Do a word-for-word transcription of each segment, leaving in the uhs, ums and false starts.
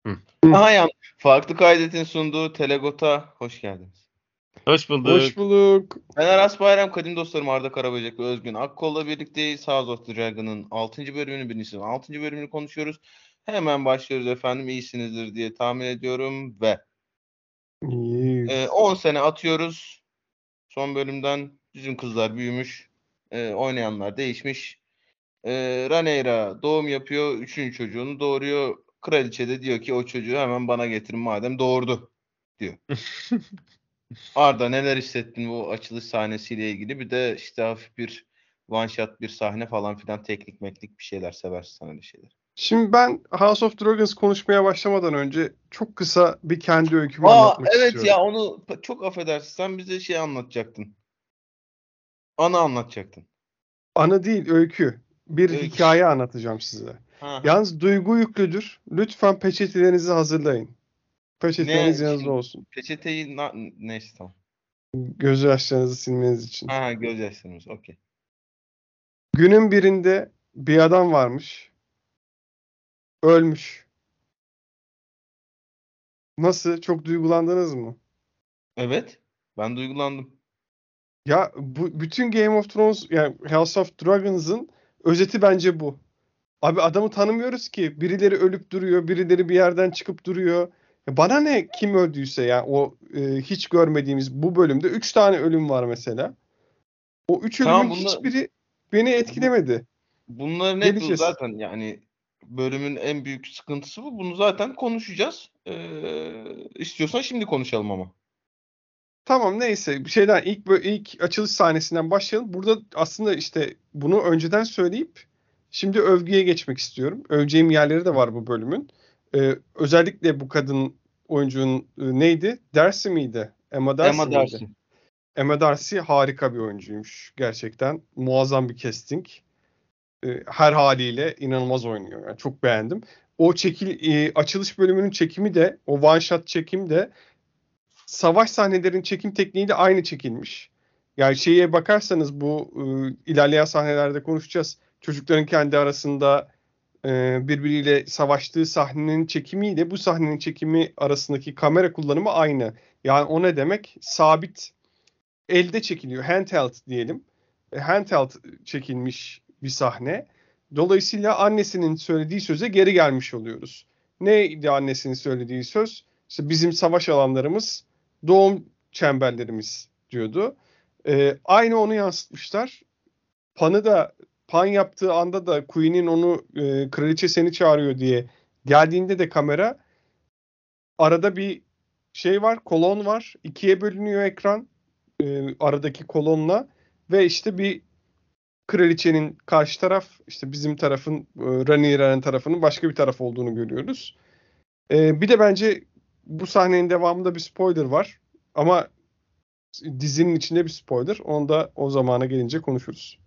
Hı. Aha yan. Farklı Kaydet'in sunduğu Telegot'a hoş geldiniz. Hoş bulduk. Hoş bulduk. Ben Aras Bayram, kadim dostlarım Arda Karaböcek ve Özgün Akkol'la birlikteyiz. House of the Dragon'ın altıncı bölümünü, birincisi altıncı bölümünü konuşuyoruz. Hemen başlıyoruz efendim. İyisinizdir diye tahmin ediyorum ve İyi. e, on sene atıyoruz. Son bölümden bizim kızlar büyümüş. E, oynayanlar değişmiş. E, Rhaenyra doğum yapıyor. Üçüncü çocuğunu doğuruyor. Kraliçe de diyor ki o çocuğu hemen bana getirin madem doğurdu diyor. Arda, neler hissettin bu açılış sahnesiyle ilgili? Bir de işte hafif bir one shot bir sahne falan filan, teknik meknik bir şeyler seversin sen öyle şeyler. Şimdi ben House of Dragons konuşmaya başlamadan önce çok kısa bir kendi öykümü Aa anlatmak evet istiyorum. ya, onu çok affedersin, sen bize şey anlatacaktın. Ana anlatacaktın. Ana değil, öykü. Bir Öykü. hikaye anlatacağım size. Hı hı. Yalnız duygu yüklüdür. Lütfen peçetelerinizi hazırlayın. Peçeteleriniz Ne yanınızda şimdi olsun. peçeteyi na- neyse tamam. Göz yaşlarınızı silmeniz için. Ha, gözyaşlarımız okey. Günün birinde bir adam varmış. Ölmüş. Nasıl? Çok duygulandınız mı? Evet, ben duygulandım. Ya bu bütün Game of Thrones, yani House of Dragons'ın özeti bence bu. Abi adamı tanımıyoruz ki. Birileri ölüp duruyor, birileri bir yerden çıkıp duruyor. Ya bana ne kim öldüyse, ya o e, hiç görmediğimiz bu bölümde üç tane ölüm var mesela. O üç Tamam, ölümün bunlar hiçbiri beni bu, etkilemedi. bunların hep bu Geleceğiz. zaten, yani bölümün en büyük sıkıntısı bu. Bunu zaten konuşacağız. Ee, istiyorsan şimdi konuşalım ama. Tamam, neyse, bir şeyden ilk bö- ilk açılış sahnesinden başlayalım. Burada aslında işte bunu önceden söyleyip şimdi övgüye geçmek istiyorum. Öveceğim yerleri de var bu bölümün. Ee, özellikle bu kadın oyuncunun e, neydi? Darcy miydi? Emma Darcy Emma miydi? Darcy. Emma Darcy harika bir oyuncuymuş. Gerçekten muazzam bir casting. Ee, her haliyle inanılmaz oynuyor. Yani çok beğendim. O çekil e, açılış bölümünün çekimi de, o one shot çekim de, savaş sahnelerin çekim tekniği de aynı çekilmiş. Yani şeye bakarsanız bu e, ilerleyen sahnelerde konuşacağız. Çocukların kendi arasında e, birbiriyle savaştığı sahnenin çekimiyle bu sahnenin çekimi arasındaki kamera kullanımı aynı. Yani o ne demek? Sabit elde çekiliyor. Handheld diyelim. E, handheld çekilmiş bir sahne. Dolayısıyla annesinin söylediği söze geri gelmiş oluyoruz. Neydi annesinin söylediği söz? İşte bizim savaş alanlarımız doğum çemberlerimiz diyordu. E, aynı onu yansıtmışlar. Pan'ı da Pan yaptığı anda da Queen'in onu e, kraliçe seni çağırıyor diye geldiğinde de kamera, arada bir şey var, kolon var. İkiye bölünüyor ekran e, aradaki kolonla ve işte bir kraliçenin karşı taraf, işte bizim tarafın, e, Rhaenyra'nın tarafının başka bir taraf olduğunu görüyoruz. E, bir de bence bu sahnenin devamında bir spoiler var. Ama dizinin içinde bir spoiler. Onu da o zamana gelince konuşuruz.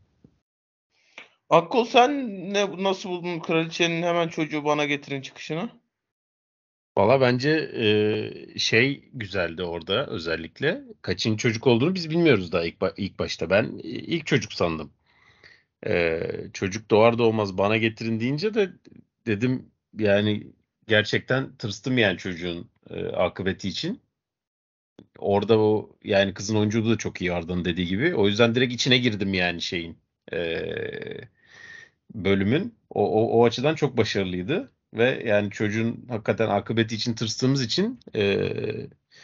Akkol, sen ne nasıl buldun kraliçenin hemen çocuğu bana getirin çıkışını? Valla bence e, şey güzeldi orada özellikle. Kaçıncı çocuk olduğunu biz bilmiyoruz daha ilk, ba- ilk başta. Ben e, ilk çocuk sandım. E, çocuk doğar doğmaz bana getirin deyince de dedim yani gerçekten tırstım yani çocuğun e, akıbeti için. Orada o yani kızın oyunculuğu da çok iyi Arda'nın dediği gibi. O yüzden direkt içine girdim yani şeyin. E, bölümün. O, o, o açıdan çok başarılıydı. Ve yani çocuğun hakikaten akıbeti için tırstığımız için e,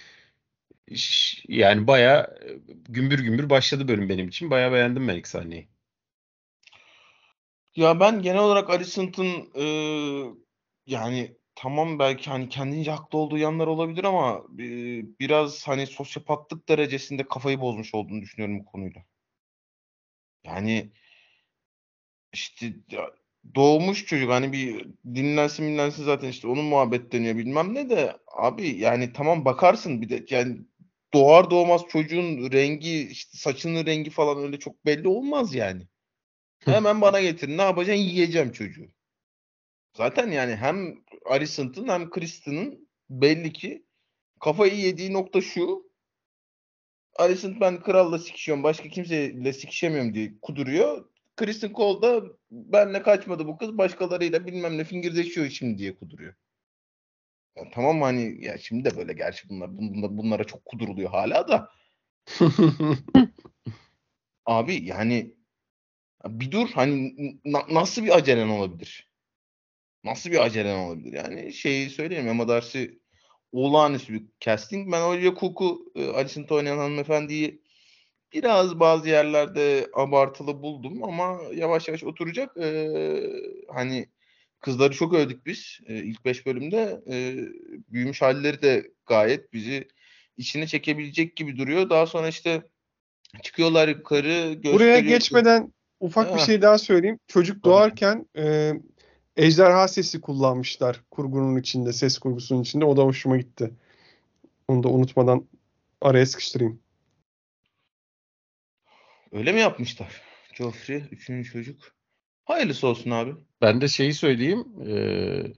ş- yani bayağı e, gümbür gümbür başladı bölüm benim için. Bayağı beğendim ben ilk sahneyi. Ya ben genel olarak Alicent'ın eee, yani tamam, belki hani kendince haklı olduğu yanlar olabilir ama eee, biraz hani sosyopatlık derecesinde kafayı bozmuş olduğunu düşünüyorum bu konuyla. Yani işte ya, doğmuş çocuk, hani bir dinlensin dinlensin, zaten işte onun muhabbet dönüyor bilmem ne de abi, yani tamam bakarsın bir de, yani doğar doğmaz çocuğun rengi, işte saçının rengi falan öyle çok belli olmaz yani. Hemen bana getirin, ne yapacaksın, yiyeceğim çocuğu. Zaten yani hem Alicent'ın hem Kristen'ın belli ki kafayı yediği nokta şu: Alicent ben kralla sikişiyorum, başka kimseyle sikişemiyorum diye kuduruyor. Kristen Cole da benle kaçmadı bu kız, başkalarıyla bilmem ne fingirdeşiyor şimdi diye kuduruyor. Ya tamam hani ya şimdi de böyle gerçi bunlar, bunlar bunlara çok kuduruluyor hala da. Abi yani bir dur hani na- nasıl bir acelen olabilir? Nasıl bir acelen olabilir? Yani şeyi söyleyeyim, Emma Darcy olağanüstü bir casting. Ben Olivia Cook'u e, Alicent'ta oynayan hanımefendiyi biraz bazı yerlerde abartılı buldum ama yavaş yavaş oturacak. Ee, hani kızları çok övdük biz ee, ilk beş bölümde. Ee, büyümüş halleri de gayet bizi içine çekebilecek gibi duruyor. Daha sonra işte çıkıyorlar yukarı, Buraya gösteriyor. geçmeden ufak bir Ha, şey daha söyleyeyim. Çocuk tabii. doğarken e, ejderha sesi kullanmışlar kurgunun içinde, ses kurgusunun içinde. O da hoşuma gitti. Onu da unutmadan araya sıkıştırayım. Öyle mi yapmışlar? Joffrey, üçüncü çocuk. Hayırlısı olsun abi. Ben de şeyi söyleyeyim. eee,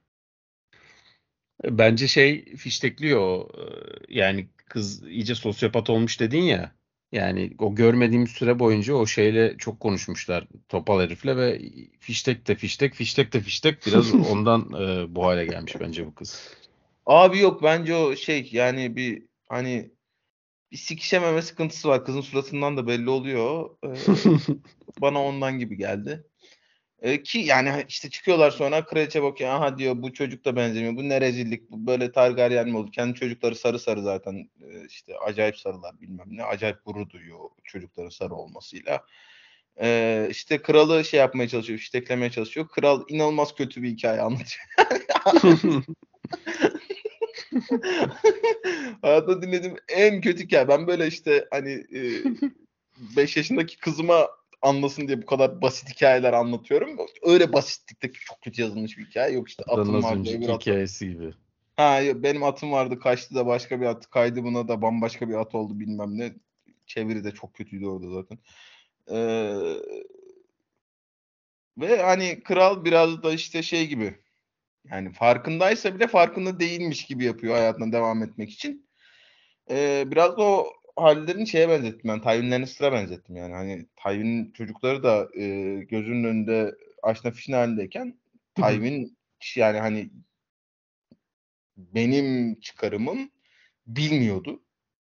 bence şey fiştekliyor. o, eee, Yani kız iyice sosyopat olmuş dedin ya. Yani o görmediğimiz süre boyunca o şeyle çok konuşmuşlar. Topal herifle ve fiştek de fiştek, fiştek de fiştek. Biraz ondan eee, bu hale gelmiş bence bu kız. Abi yok bence o şey yani bir hani bir sikişememe sıkıntısı var. Kızın suratından da belli oluyor. Ee, bana ondan gibi geldi. Ee, ki yani işte çıkıyorlar sonra kraliçe bakıyor. Aha diyor bu çocuk da benzemiyor. Bu ne rezillik. Bu böyle Targaryen mi oldu? Kendi çocukları sarı sarı zaten. Ee, işte acayip sarılar bilmem ne. Acayip gurur duyuyor çocukların sarı olmasıyla. Ee, işte kralı şey yapmaya çalışıyor. Fişteklemeye çalışıyor. Kral inanılmaz kötü bir hikaye anlatıyor. Hayatımda dinlediğim en kötü hikaye. Ben böyle işte hani beş yaşındaki kızıma anlasın diye bu kadar basit hikayeler anlatıyorum. Öyle basitlikteki çok kötü yazılmış bir hikaye. Yok işte Adanın atım az vardı öbür önceki atı. hikayesi gibi. Ha benim atım vardı kaçtı da başka bir at kaydı buna da bambaşka bir at oldu bilmem ne. Çeviri de çok kötüydü orada zaten. Ee, ve hani kral biraz da işte şey gibi. Yani farkındaysa bile farkında değilmiş gibi yapıyor hayatına devam etmek için. Ee, biraz da o hallerini şeye benzettim ben. Tywin Lannister'a benzettim yani. Hani Tywin'in çocukları da e, gözünün önünde aşna fişne halindeyken Tywin yani hani benim çıkarımım bilmiyordu.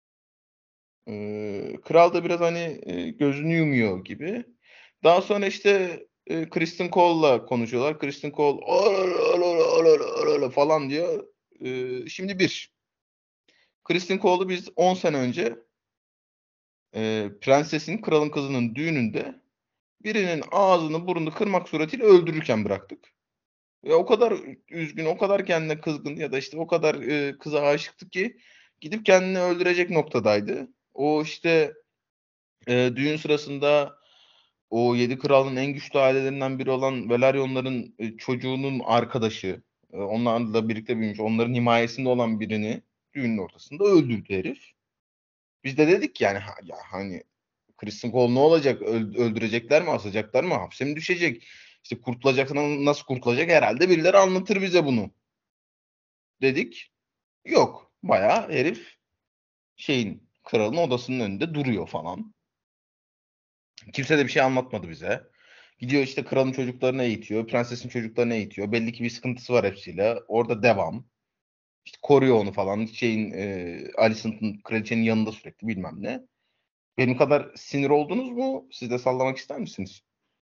Ee, kral da biraz hani e, gözünü yumuyor gibi. Daha sonra işte e, Kristen Cole'la konuşuyorlar. Kristen Cole "Olala, falan diyor. Ee, şimdi bir. Kristen Cole'u biz on sene önce e, prensesin, kralın kızının düğününde birinin ağzını burnunu kırmak suretiyle öldürürken bıraktık. Ve o kadar üzgün, o kadar kendine kızgın ya da işte o kadar e, kıza aşıktı ki gidip kendini öldürecek noktadaydı. O işte e, düğün sırasında o yedi kralın en güçlü ailelerinden biri olan Velaryonların e, çocuğunun arkadaşı, e, onlarla birlikte büyümüş, onların himayesinde olan birini düğünün ortasında öldürdü herif. Biz de dedik yani ha, ya hani Kristen Cole ne olacak? Öl- öldürecekler mi? Asacaklar mı? Hapse mi düşecek? İşte kurtulacak nasıl kurtulacak? Herhalde birileri anlatır bize bunu. Dedik. Yok. Bayağı herif şeyin kralın odasının önünde duruyor falan. Kimse de bir şey anlatmadı bize. Gidiyor işte kralın çocuklarını eğitiyor. Prensesin çocuklarını eğitiyor. Belli ki bir sıkıntısı var hepsiyle. Orada devam. İşte koruyor onu falan. Şeyin e, Alicent'ın kraliçenin yanında sürekli bilmem ne. Benim kadar sinir oldunuz mu? Siz de sallamak ister misiniz?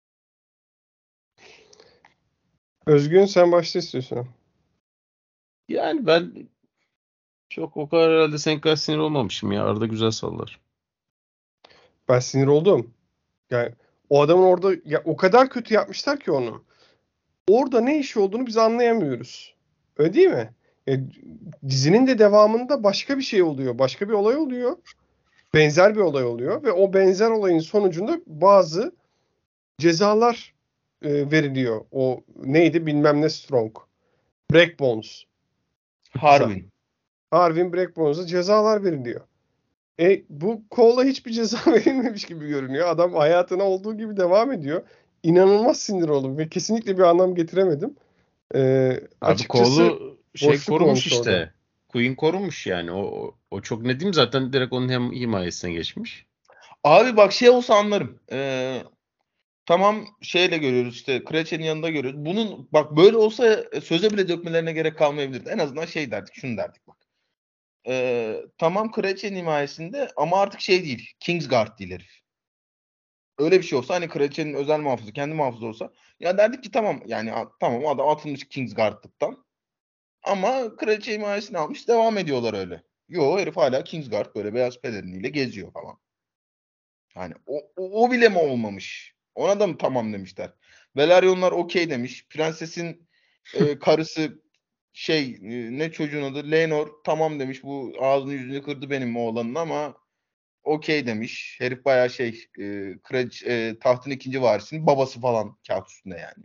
Özgün sen başla istiyorsan. Yani ben çok o kadar herhalde senin kadar sinir olmamışım ya. Arada güzel sallar. Ben sinir oldum. Yani o adamın orada ya o kadar kötü yapmışlar ki onu. Orada ne işi olduğunu biz anlayamıyoruz. Öyle değil mi? E, dizinin de devamında başka bir şey oluyor. Başka bir olay oluyor. Benzer bir olay oluyor ve o benzer olayın sonucunda bazı cezalar e, veriliyor. O neydi bilmem ne Strong. Breakbones kıza. Harvin. Harvin Breakbones'a cezalar veriliyor. E bu Cole'a hiçbir ceza verilmemiş gibi görünüyor. Adam hayatına olduğu gibi devam ediyor. İnanılmaz sinir oldum ve kesinlikle bir anlam getiremedim. E, Abi açıkçası Cole'u şey boşluk korumuş olmuş orada. işte. Queen korumuş yani. O, o, o çok ne diyeyim zaten direkt onun hem himayesine geçmiş. Abi bak şey olsa anlarım. Ee, tamam şeyle görüyoruz işte Kraliçenin yanında görüyoruz. Bunun bak böyle olsa söze bile dökmelerine gerek kalmayabilirdi. En azından şey derdik, şunu derdik bak. Ee, tamam Kraliçenin himayesinde ama artık şey değil. Kingsguard değil herif. Öyle bir şey olsa hani Kraliçenin özel muhafızı, kendi muhafızı olsa ya derdik ki tamam yani a- tamam adam atılmış Kingsguard'lıktan ama Kraliçe himayesini almış devam ediyorlar öyle. Yo herif hala Kingsguard böyle beyaz peleriniyle geziyor falan. Yani o, o, o bile mi olmamış? Ona da mı tamam demişler? Velaryonlar okey demiş. Prensesin e, karısı şey e, ne çocuğun adı? Lenor tamam demiş. Bu ağzını yüzünü kırdı benim oğlanın ama okey demiş. Herif bayağı şey e, kraliç, e, tahtın ikinci varisinin babası falan kağıt üstünde yani.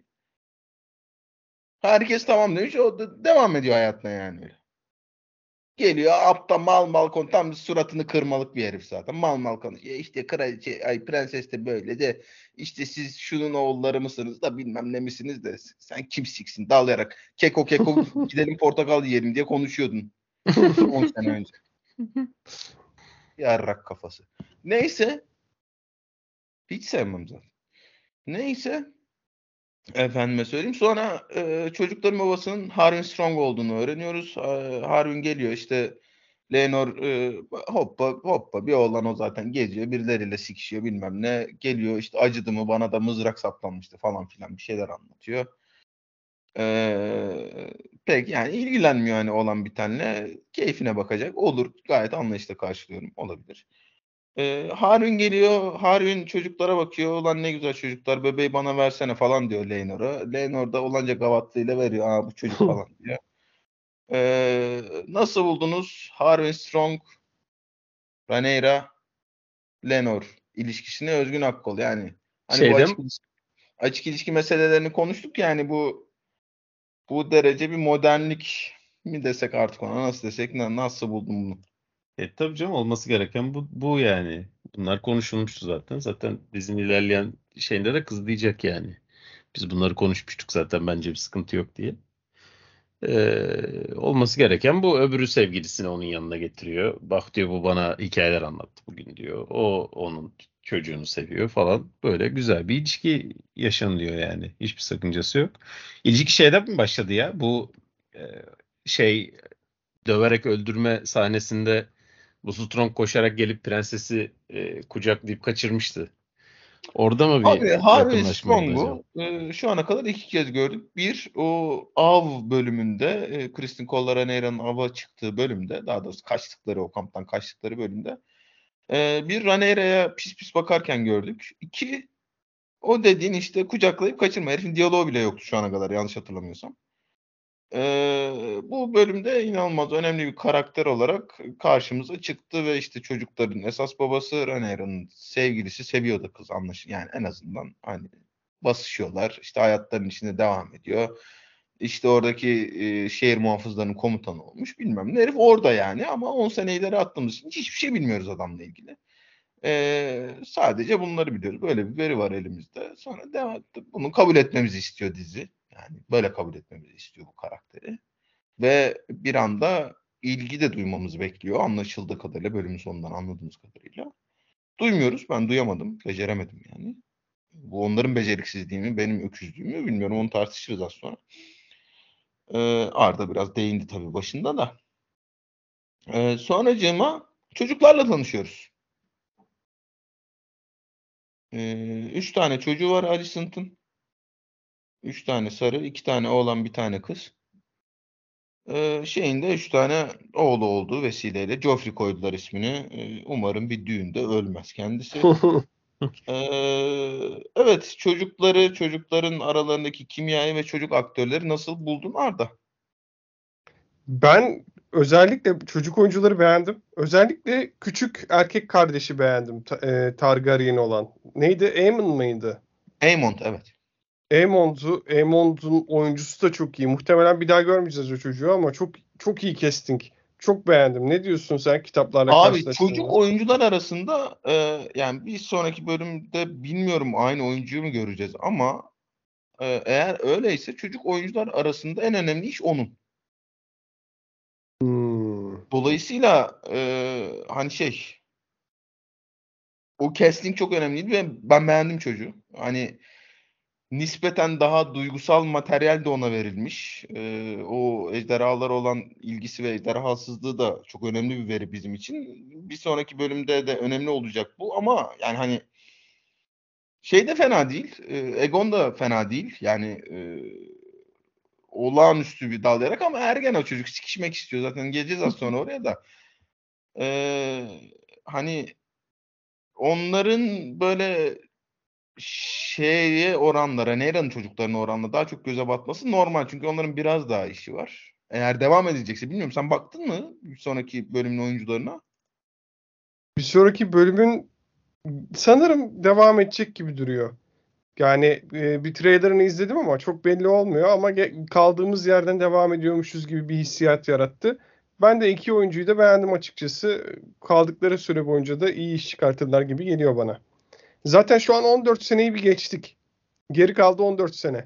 Herkes tamam demiş. O da devam ediyor hayatına yani. Geliyor apta mal mal konu tam suratını kırmalık bir herif zaten. Mal mal konuşuyor. İşte kraliçe ay prenses de böyle de işte siz şunun oğulları mısınız da bilmem ne misiniz de sen kimsiksin dalayarak keko keko gidelim portakal yiyelim diye konuşuyordun on sene önce. Yarrak kafası. Neyse hiç sevmem zaten. Neyse efendime söyleyeyim. Sonra e, çocukların babasının Harwin Strong olduğunu öğreniyoruz. E, Harwin geliyor işte Lenor e, hoppa hoppa bir oğlan o zaten geziyor birileriyle sikişiyor bilmem ne geliyor işte acıdı mı bana da mızrak saplanmıştı falan filan bir şeyler anlatıyor. E, pek yani ilgilenmiyor hani olan bir tane keyfine bakacak olur gayet anlayışla karşılıyorum olabilir. E, Harwin geliyor Harwin çocuklara bakıyor ulan ne güzel çocuklar bebeği bana versene falan diyor Lenor'a. Lenor da olanca gavatlığıyla veriyor aa bu çocuk falan diyor. E, nasıl buldunuz Harwin Strong Rhaenyra Lenor ilişkisine Özgün Akkol yani hani bu Şeyde açık ilişki, açık ilişki meselelerini konuştuk yani bu bu derece bir modernlik mi desek artık ona nasıl desek na- nasıl buldun bunu? e, tabii canım olması gereken bu, bu yani. Bunlar konuşulmuştu zaten. Zaten dizinin ilerleyen şeyinde de kız diyecek yani. Biz bunları konuşmuştuk zaten bence bir sıkıntı yok diye. Ee, olması gereken bu. Öbürü sevgilisini onun yanına getiriyor. Bak diyor bu bana hikayeler anlattı bugün diyor. O onun çocuğunu seviyor falan. Böyle güzel bir ilişki yaşanıyor yani. Hiçbir sakıncası yok. İlişki şeyden mi başladı ya? Bu e, şey döverek öldürme sahnesinde bu Strong koşarak gelip prensesi e, kucaklayıp kaçırmıştı. Orada mı Abi bir Harvey yakınlaşma oldu acaba? Strong'u e, şu ana kadar iki kez gördük. Bir o av bölümünde e, Criston Cole Rhaenyra'nın ava çıktığı bölümde daha doğrusu kaçtıkları o kamptan kaçtıkları bölümde e, bir Rhaenyra'ya pis pis bakarken gördük. İki o dediğin işte kucaklayıp kaçırma. Herifin diyaloğu bile yoktu şu ana kadar yanlış hatırlamıyorsam. Ee, bu bölümde inanılmaz önemli bir karakter olarak karşımıza çıktı ve işte çocukların esas babası Rhaenyra'nın sevgilisi seviyordu kız anlaşılan. Yani en azından hani basışıyorlar. İşte hayatlarının içinde devam ediyor. İşte oradaki e, şehir muhafızlarının komutanı olmuş bilmem ne. Herif orada yani ama on sene ileri attığımız için hiçbir şey bilmiyoruz adamla ilgili. Ee, sadece bunları biliyoruz. Böyle bir veri var elimizde. Sonra devam, bunu kabul etmemizi istiyor dizi. Yani böyle kabul etmemizi istiyor bu karakteri. Ve bir anda ilgi de duymamızı bekliyor. Anlaşıldığı kadarıyla bölümün sonundan anladığımız kadarıyla. Duymuyoruz. Ben duyamadım. Beceremedim yani. Bu onların beceriksizliği mi, benim öküzlüğüm mü bilmiyorum. Onu tartışırız az sonra. Ee, Arda biraz değindi tabii başında da. Ee, sonracığıma çocuklarla tanışıyoruz. Ee, üç tane çocuğu var Alicent'ın. Üç tane sarı, iki tane oğlan, bir tane kız. Ee, şeyin de üç tane oğlu olduğu vesileyle Joffrey koydular ismini. Ee, umarım bir düğünde ölmez kendisi. Ee, evet çocukları, çocukların aralarındaki kimyayı ve çocuk aktörleri nasıl buldun Arda? Ben özellikle çocuk oyuncuları beğendim. Özellikle küçük erkek kardeşi beğendim. Ta- e, Targaryen olan. Neydi? Aemon mıydı? Aemond evet. Aemon'du. Aemon'un oyuncusu da çok iyi. Muhtemelen bir daha görmeyeceğiz o çocuğu ama çok çok iyi casting. Çok beğendim. Ne diyorsun sen kitaplarla Abi çocuk karşılaştığında? oyuncular arasında e, yani bir sonraki bölümde bilmiyorum aynı oyuncuyu mu göreceğiz ama e, eğer öyleyse çocuk oyuncular arasında en önemli iş onun. Hmm. Dolayısıyla e, hani şey o casting çok önemliydi ve ben beğendim çocuğu. Hani nispeten daha duygusal materyal de ona verilmiş. Ee, o ejderhalara olan ilgisi ve ejderhasızlığı da çok önemli bir veri bizim için. Bir sonraki bölümde de önemli olacak bu ama yani hani şey de fena değil. E, Egon da fena değil. Yani e, olağanüstü bir dalayarak ama ergen o çocuk. Sikişmek istiyor zaten. Geleceğiz az sonra oraya da. E, hani onların böyle şeye oranlara, Neyra'nın çocuklarına oranla daha çok göze batması normal. Çünkü onların biraz daha işi var. Eğer devam edecekse bilmiyorum. Sen baktın mı bir sonraki bölümün oyuncularına? Bir sonraki bölümün sanırım devam edecek gibi duruyor. Yani e, bir trailerını izledim ama çok belli olmuyor ama ge- kaldığımız yerden devam ediyormuşuz gibi bir hissiyat yarattı. Ben de iki oyuncuyu da beğendim açıkçası. Kaldıkları süre boyunca da iyi iş çıkartırlar gibi geliyor bana. Zaten şu an on dört seneyi bir geçtik. Geri kaldı on dört sene.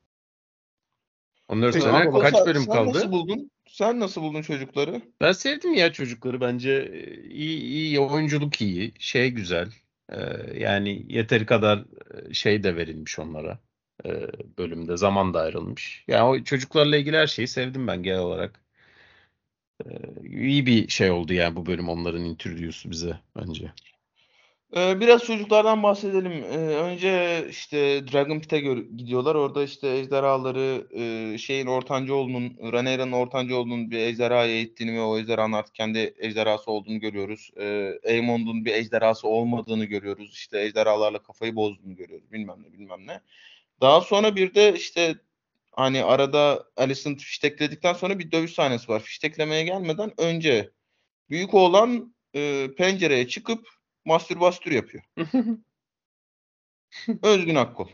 on dört Teknik sene olarak. Akko, kaç sen, bölüm sen nasıl kaldı? buldun? Sen nasıl buldun çocukları? Ben sevdim ya çocukları. Bence e, iyi, iyi oyunculuk iyi. Şey güzel. Ee, yani yeteri kadar e, şey de verilmiş onlara. Ee, bölümde zaman da ayrılmış. Yani o çocuklarla ilgili her şeyi sevdim ben genel olarak. Ee, iyi bir şey oldu yani bu bölüm onların introduce'u bize bence. Ee, biraz çocuklardan bahsedelim. Ee, önce işte Dragon Pit'e gör- gidiyorlar. Orada işte ejderhaları e, şeyin Ortancıoğlu'nun, Rhaenyra'nın Ortancıoğlu'nun bir ejderhaya eğittiğini ve o ejderhanın artık kendi ejderhası olduğunu görüyoruz. Ee, Aemond'un bir ejderhası olmadığını görüyoruz. İşte ejderhalarla kafayı bozduğunu görüyoruz. Bilmem ne bilmem ne. Daha sonra bir de işte hani arada Alicent fiştekledikten sonra bir dövüş sahnesi var. Fişteklemeye gelmeden önce büyük oğlan e, pencereye çıkıp mastürbastür yapıyor. Özgün Akkol.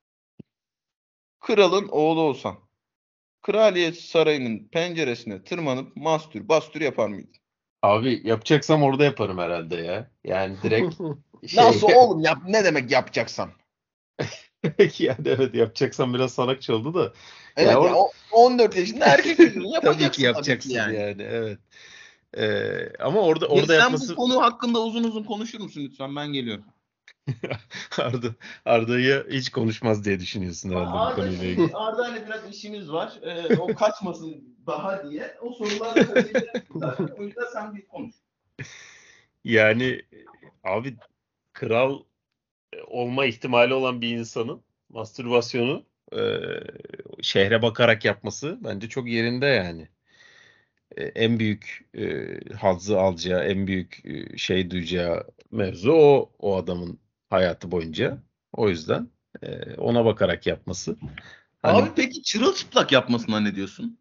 Kralın oğlu olsan, Kraliyet Sarayı'nın penceresine tırmanıp mastür bastür yapar mıydın? Abi yapacaksam orada yaparım herhalde ya. Yani direkt şey Nasıl oğlum yap ne demek yapacaksam? yani evet yapacaksam biraz salakça oldu da. Ya Evet ya or o on dört yaşında erkek çocuğun tabii ki yapacaksın tabii ki yapacaksın yani. yani evet. Ee, ama orada Ya orada sen bu yapması konu hakkında uzun uzun konuşur musun lütfen? Ben geliyorum. Arda Arda'yı hiç konuşmaz diye düşünüyorsun herhalde bu Arda konuyla şimdi ilgili. Arda ile biraz işimiz var. Ee, o kaçmasın daha diye. O sorularla taşıyacak zaten. O yüzden sen bir konuş. Yani abi kral olma ihtimali olan bir insanın mastürbasyonu e, şehre bakarak yapması bence çok yerinde yani. E, en büyük e, hazzı alacağı, en büyük e, şey duyacağı mevzu o o adamın hayatı boyunca. O yüzden e, ona bakarak yapması. Abi Hani peki çırılçıplak yapmasına ne diyorsun?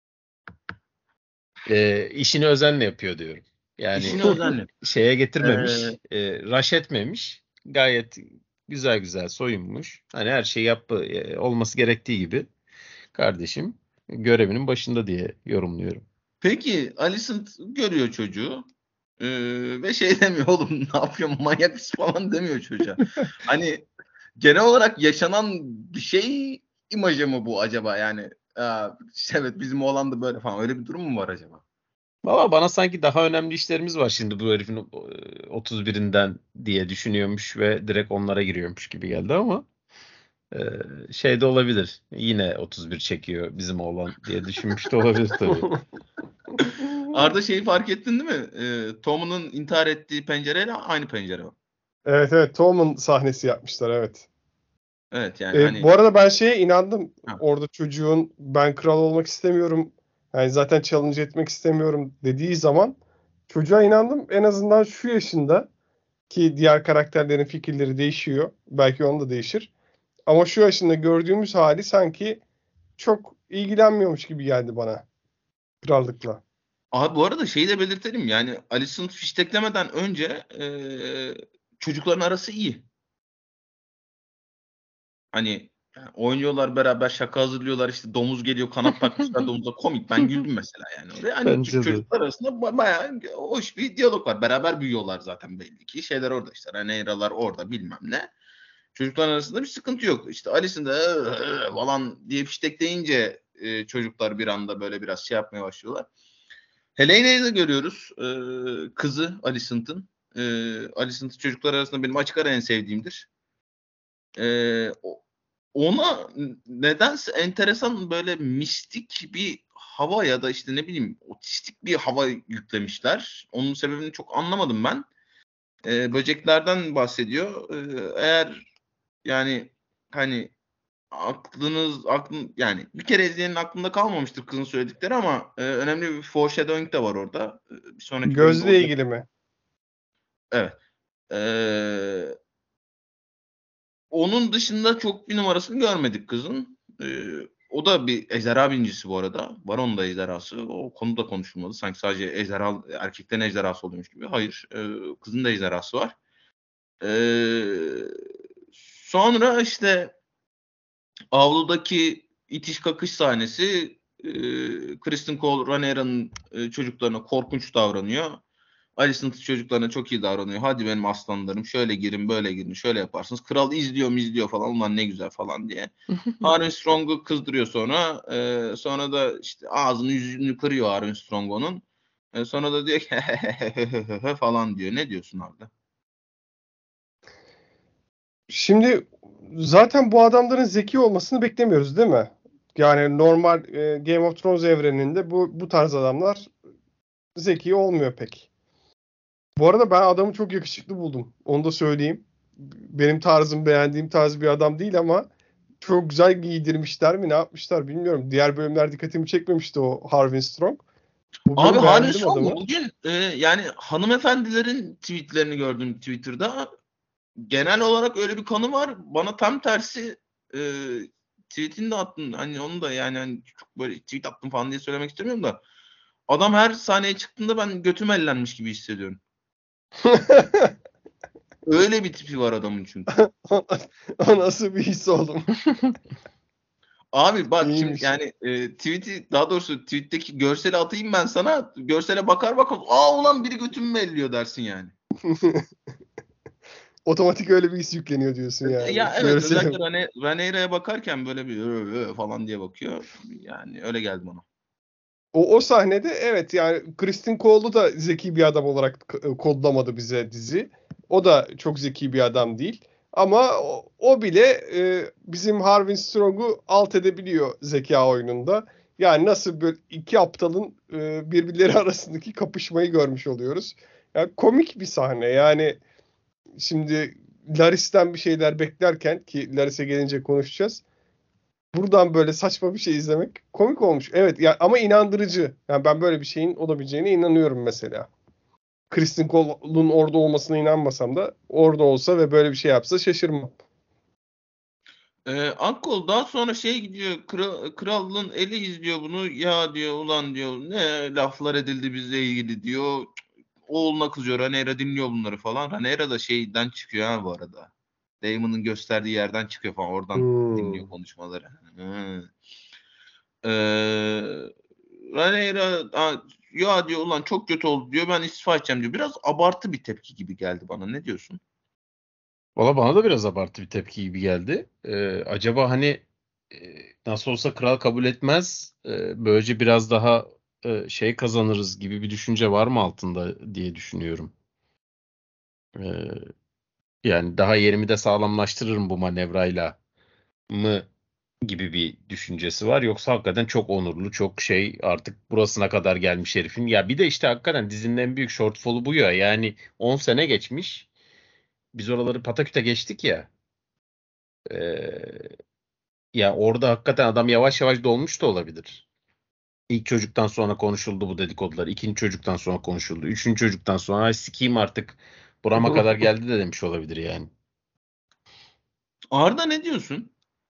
e, işini özenle yapıyor diyorum. Yani İşini özenle. şeye Ee, getirmemiş, e, rush etmemiş. Gayet güzel güzel soyunmuş. Hani her şey yap e, olması gerektiği gibi kardeşim görevinin başında diye yorumluyorum. peki Alicent görüyor çocuğu ee, ve şey demiyor oğlum ne yapıyorsun manyak mısın falan demiyor çocuğa. Hani genel olarak yaşanan bir şey imajı mı bu acaba yani? Aa, evet bizim oğlan da böyle falan öyle bir durum mu var acaba? Valla bana sanki daha önemli işlerimiz var şimdi bu herifin e, otuz birinden diye düşünüyormuş ve direkt onlara giriyormuş gibi geldi ama e, şey de olabilir. Yine otuz bir çekiyor bizim oğlan diye düşünmüş de olabilir tabii. Arda şeyi fark ettin değil mi? Ee, Tom'un intihar ettiği pencereyle aynı pencere o. Evet, evet, Tom'un sahnesi yapmışlar, evet. Evet yani E, hani bu arada ben şeye inandım. ha. Orada çocuğun ben kral olmak istemiyorum. Yani zaten challenge etmek istemiyorum dediği zaman çocuğa inandım. En azından şu yaşında ki diğer karakterlerin fikirleri değişiyor. Belki onun da değişir. Ama şu yaşında gördüğümüz hali sanki çok ilgilenmiyormuş gibi geldi bana krallıkla. Abi bu arada şeyi de belirtelim yani Alicent fişteklemeden önce eee, çocukların arası iyi. Hani yani oynuyorlar beraber şaka hazırlıyorlar işte domuz geliyor kanat takmışlar domuza komik ben güldüm mesela yani oraya. Hani ç- Bence de. çocuklar arasında ba- bayağı hoş bir diyalog var. Beraber büyüyorlar zaten belli ki. Şeyler orada işte Rhaenyra'lar orada bilmem ne. Çocuklar arasında bir sıkıntı yok. İşte Alicent de "Iı, ıı" falan diye fiştekleyince e, çocuklar bir anda böyle biraz şey yapmaya başlıyorlar. Helene'yi de görüyoruz. Ee, kızı Alicent'ın. Ee, Alicent'ın çocuklar arasında benim açık ara en sevdiğimdir. Ee, o, ona nedense enteresan böyle mistik bir hava ya da işte ne bileyim otistik bir hava yüklemişler. Onun sebebini çok anlamadım ben. Ee, böceklerden bahsediyor. Ee, eğer yani hani aklınız aklın yani bir kere izleyenin aklında kalmamıştır kızın söyledikleri ama e, önemli bir foreshadowing de var orada. Ee, bir sonraki bölümde Gözle olacak. ilgili mi? Evet. Ee, onun dışında çok bir numarasını görmedik kızın. Ee, o da bir ejderha binicisi bu arada. Var onun da ejderhası. O konuda konuşulmadı. Sanki sadece ejderha, erkeklerin ejderhası oluyormuş gibi. Hayır. E, kızın da ejderhası var. Ee, sonra işte avludaki itiş kakış sahnesi, e, Kristen Cole Rhaenyra'nın e, çocuklarına korkunç davranıyor. Alicent çocuklarına çok iyi davranıyor. Hadi benim aslanlarım şöyle girin böyle girin şöyle yaparsınız. Kral izliyor mu izliyor falan. Ulan ne güzel falan diye. Harwin Strong'u kızdırıyor sonra. E, sonra da işte ağzını yüzünü kırıyor Harwin Strong onun. E, sonra da diyor ki falan diyor. Ne diyorsun orada? Şimdi zaten bu adamların zeki olmasını beklemiyoruz değil mi? Yani normal e, Game of Thrones evreninde bu bu tarz adamlar zeki olmuyor pek. Bu arada ben adamı çok yakışıklı buldum. Onu da söyleyeyim. Benim tarzım, beğendiğim tarz bir adam değil ama çok güzel giydirmişler mi, ne yapmışlar bilmiyorum. Diğer bölümler dikkatimi çekmemişti o Harwin Strong. Bu Abi bölüm Harun beğendim Strong'u adamı. bugün e, yani hanımefendilerin tweetlerini gördüm Twitter'da. Genel olarak öyle bir kanı var. Bana tam tersi e, tweetini de attın. Hani onu da yani hani çok böyle tweet attım falan diye söylemek istemiyorum da. Adam her sahneye çıktığında ben götüm ellenmiş gibi hissediyorum. Öyle bir tipi var adamın çünkü. O nasıl bir his oğlum? Abi bak şimdi İyiymiş. yani e, tweet'i daha doğrusu tweet'teki görseli atayım ben sana. Görsele bakar bakar aa ulan biri götümü elliyor dersin yani. Otomatik öyle bir his yükleniyor diyorsun E, yani. Ya evet özellikle Görsel. Rane, Rhaenyra'ya bakarken böyle bir "Ö, ö" falan diye bakıyor. Yani öyle geldi bana. O, o sahnede evet yani Kristen Cole'u da zeki bir adam olarak k- kodlamadı bize dizi. O da çok zeki bir adam değil. Ama o, o bile e, bizim Harwin Strong'u alt edebiliyor zeka oyununda. Yani nasıl böyle iki aptalın e, birbirleri arasındaki kapışmayı görmüş oluyoruz. Yani komik bir sahne. Yani şimdi Laris'ten bir şeyler beklerken ki Laris'e gelince konuşacağız. Buradan böyle saçma bir şey izlemek komik olmuş. Evet ya ama inandırıcı. Yani ben böyle bir şeyin olabileceğine inanıyorum mesela. Kristen Cole'un orada olmasına inanmasam da orada olsa ve böyle bir şey yapsa şaşırmam. Ee, Akkol daha sonra şey gidiyor kral, krallığın eli izliyor bunu ya diyor ulan diyor ne laflar edildi bizle ilgili diyor. Oğluna kızıyor Rhaenyra dinliyor bunları falan. Rhaenyra da şeyden çıkıyor ha bu arada. Daemon'ın gösterdiği yerden çıkıyor falan oradan dinliyor Hmm. konuşmaları. Hı. Ee, Rhaenyra "Aa, ya diyor ulan çok kötü oldu diyor ben istifa edeceğim diyor. Biraz abartı bir tepki gibi geldi bana ne diyorsun? Valla bana da biraz abartı bir tepki gibi geldi. Ee, acaba hani e, nasıl olsa kral kabul etmez. e, böylece biraz daha e, şey kazanırız gibi bir düşünce var mı altında diye düşünüyorum. Ee, yani daha yerimi de sağlamlaştırırım bu manevrayla mı gibi bir düşüncesi var. Yoksa hakikaten çok onurlu, çok şey artık burasına kadar gelmiş herifin. Ya bir de işte hakikaten dizinin en büyük shortfall'u bu ya. Yani on sene geçmiş. Biz oraları pataküte geçtik ya. Ee, ya orada hakikaten adam yavaş yavaş dolmuş da olabilir. İlk çocuktan sonra konuşuldu bu dedikodular. İkinci çocuktan sonra konuşuldu. Üçüncü çocuktan sonra ay sikeyim artık burama kadar geldi de demiş olabilir yani. Arda ne diyorsun?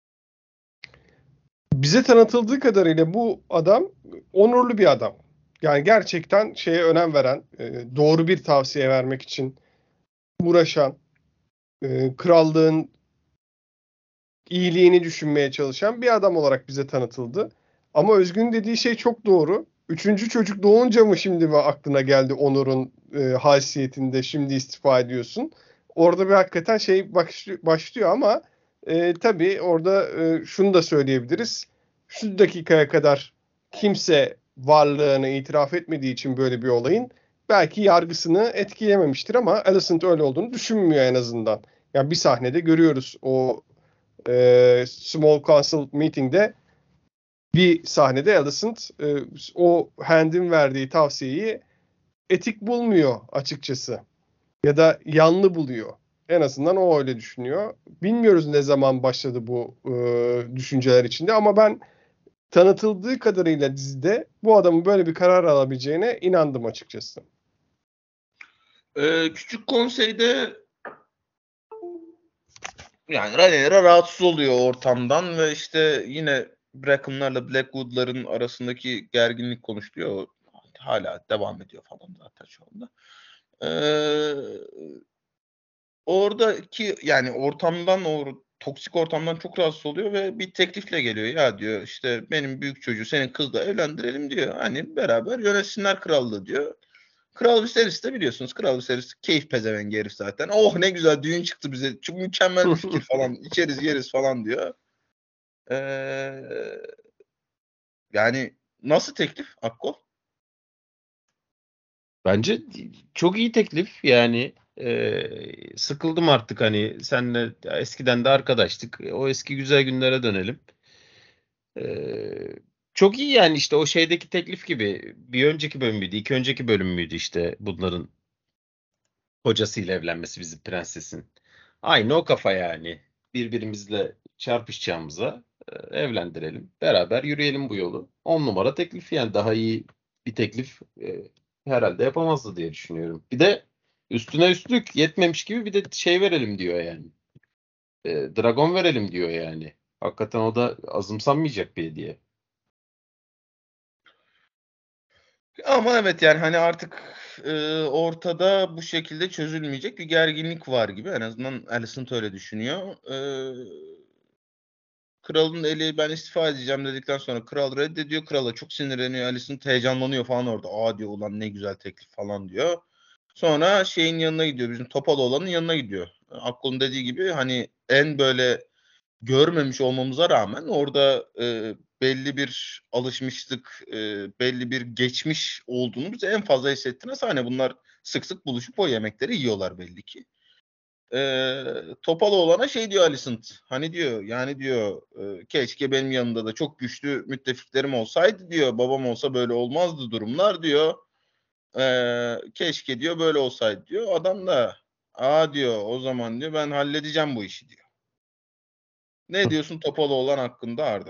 Bize tanıtıldığı kadarıyla bu adam onurlu bir adam. Yani gerçekten şeye önem veren, e, doğru bir tavsiye vermek için uğraşan, e, krallığın iyiliğini düşünmeye çalışan bir adam olarak bize tanıtıldı. Ama Özgün dediği şey çok doğru. Üçüncü çocuk doğunca mı şimdi mi aklına geldi Onur'un e, haysiyetinde şimdi istifa ediyorsun? Orada bir hakikaten şey başlıyor ama e, tabii orada e, şunu da söyleyebiliriz. Şu dakikaya kadar kimse varlığını itiraf etmediği için böyle bir olayın belki yargısını etkilememiştir ama Alicent öyle olduğunu düşünmüyor en azından. Yani bir sahnede görüyoruz o e, Small Council Meeting'de bir sahnede Alicent e, o Hand'in verdiği tavsiyeyi etik bulmuyor açıkçası. Ya da yanlı buluyor. En azından o öyle düşünüyor. Bilmiyoruz ne zaman başladı bu e, düşünceler içinde ama ben tanıtıldığı kadarıyla dizide bu adamın böyle bir karar alabileceğine inandım açıkçası. Ee, küçük konseyde yani Rhaenyra rahatsız oluyor ortamdan ve işte yine Bracken'larla Blackwood'ların arasındaki gerginlik konuşuluyor. Hala devam ediyor falan zaten şu anda. Ee, oradaki yani ortamdan o toksik ortamdan çok rahatsız oluyor ve bir teklifle geliyor. Ya diyor işte benim büyük çocuğu senin kızla evlendirelim diyor. Hani beraber yönetsinler krallığı diyor. Kral Viserys de biliyorsunuz. Kral Viserys keyif pezevengi herif zaten. Oh ne güzel düğün çıktı bize. Çok mükemmel bir fikir falan. İçeriz yeriz falan diyor. Ee, yani nasıl teklif Akkol? Bence çok iyi teklif. Yani e, sıkıldım artık, hani senle eskiden de arkadaştık. O eski güzel günlere dönelim. E, çok iyi yani, işte o şeydeki teklif gibi. Bir önceki bölüm müydü? İki önceki bölüm müydü işte bunların hocasıyla evlenmesi bizim prensesin. Aynı o kafa yani. Birbirimizle çarpışacağımıza e, evlendirelim. Beraber yürüyelim bu yolu. On numara teklif yani. Daha iyi bir teklif e, herhalde yapamazdı diye düşünüyorum. Bir de üstüne üstlük yetmemiş gibi bir de şey verelim diyor yani. E, Dragon verelim diyor yani. Hakikaten o da azımsanmayacak bir hediye. Ama evet yani hani artık e, ortada bu şekilde çözülmeyecek bir gerginlik var gibi. En azından Alicent öyle düşünüyor. E, kralın eli ben istifa edeceğim dedikten sonra kral reddediyor. Krala çok sinirleniyor. Alicent heyecanlanıyor falan orada. Aa diyor ulan ne güzel teklif falan diyor. Sonra şeyin yanına gidiyor. Bizim Topal olanın yanına gidiyor. Akkol'un dediği gibi hani en böyle görmemiş olmamıza rağmen orada e, belli bir alışmışlık, e, belli bir geçmiş olduğunu bize en fazla hissettiren sahne. Bunlar sık sık buluşup o yemekleri yiyorlar belli ki. E, Topal olana şey diyor Alicent. Hani diyor yani diyor e, keşke benim yanımda da çok güçlü müttefiklerim olsaydı diyor. Babam olsa böyle olmazdı durumlar diyor. E, keşke diyor böyle olsaydı diyor. Adam da aa diyor o zaman diyor ben halledeceğim bu işi diyor. Ne diyorsun Topaloğlan hakkında Arda?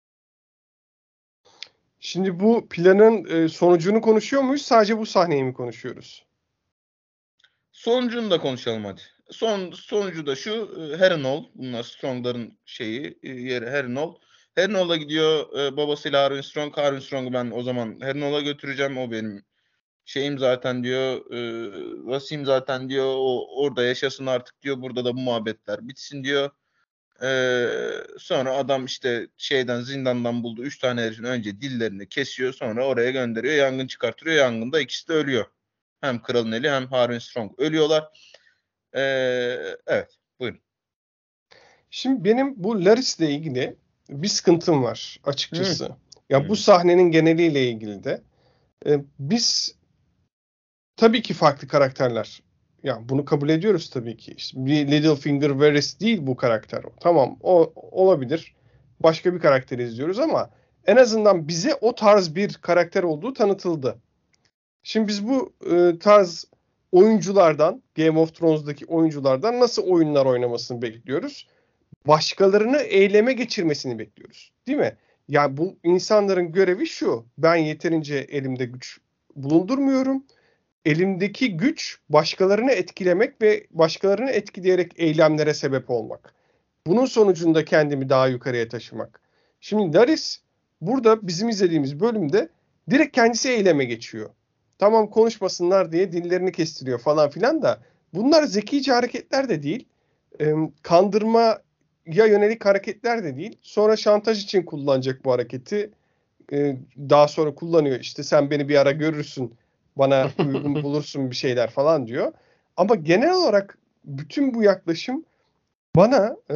Şimdi bu planın e, sonucunu konuşuyor muyuz? Sadece bu sahneyi mi konuşuyoruz? Sonucunu da konuşalım hadi. Son sonucu da şu e, Harrenhal. Bunlar Strong'ların şeyi e, yeri Harrenhal. Harrenhal'a gidiyor e, babasıyla Harwin Strong. Harwin Strong'u ben o zaman Harrenhal'a götüreceğim. O benim şeyim zaten diyor. E, Vasiyim zaten diyor. O orada yaşasın artık diyor. Burada da bu muhabbetler bitsin diyor. Ee, sonra adam işte şeyden zindandan buldu. Üç tane herifin önce dillerini kesiyor. Sonra oraya gönderiyor. Yangın çıkartıyor. Yangında ikisi de ölüyor. Hem Kralın Eli hem Harwin Strong ölüyorlar. Ee, evet. Buyurun. Şimdi benim bu Laris'le ilgili bir sıkıntım var Hı. açıkçası. Ya bu Hı. sahnenin geneliyle ilgili de. E, biz tabii ki farklı karakterler. Ya bunu kabul ediyoruz tabii ki. İşte bir Littlefinger Varys değil bu karakter. Tamam o olabilir. Başka bir karakter izliyoruz ama en azından bize o tarz bir karakter olduğu tanıtıldı. Şimdi biz bu e, tarz oyunculardan, Game of Thrones'daki oyunculardan nasıl oyunlar oynamasını bekliyoruz? Başkalarını eyleme geçirmesini bekliyoruz. Değil mi? Yani bu insanların görevi şu. Ben yeterince elimde güç bulundurmuyorum. Elimdeki güç başkalarını etkilemek ve başkalarını etkileyerek eylemlere sebep olmak. Bunun sonucunda kendimi daha yukarıya taşımak. Şimdi Daris burada bizim izlediğimiz bölümde direkt kendisi eyleme geçiyor. Tamam konuşmasınlar diye dillerini kestiriyor falan filan da bunlar zekice hareketler de değil. E, kandırmaya yönelik hareketler de değil. Sonra şantaj için kullanacak bu hareketi. E, daha sonra kullanıyor. İşte sen beni bir ara görürsün, bana uygun bulursun bir şeyler falan diyor. Ama genel olarak bütün bu yaklaşım bana e,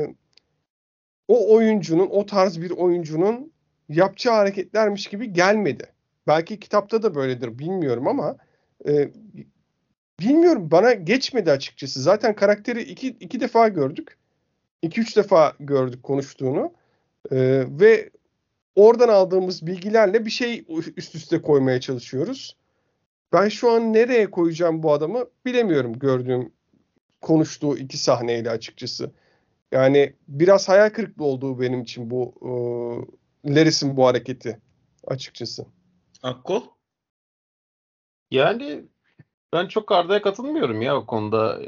o oyuncunun, o tarz bir oyuncunun yapacağı hareketlermiş gibi gelmedi. Belki kitapta da böyledir bilmiyorum ama e, bilmiyorum bana geçmedi açıkçası. Zaten karakteri iki, iki defa gördük. iki üç defa gördük konuştuğunu. Ee, ve oradan aldığımız bilgilerle bir şey üst üste koymaya çalışıyoruz. Ben şu an nereye koyacağım bu adamı bilemiyorum gördüğüm, konuştuğu iki sahneyle açıkçası. Yani biraz hayal kırıklığı olduğu benim için bu e, Laris'in bu hareketi açıkçası. Akkol? Yani ben çok Arda'ya katılmıyorum ya o konuda.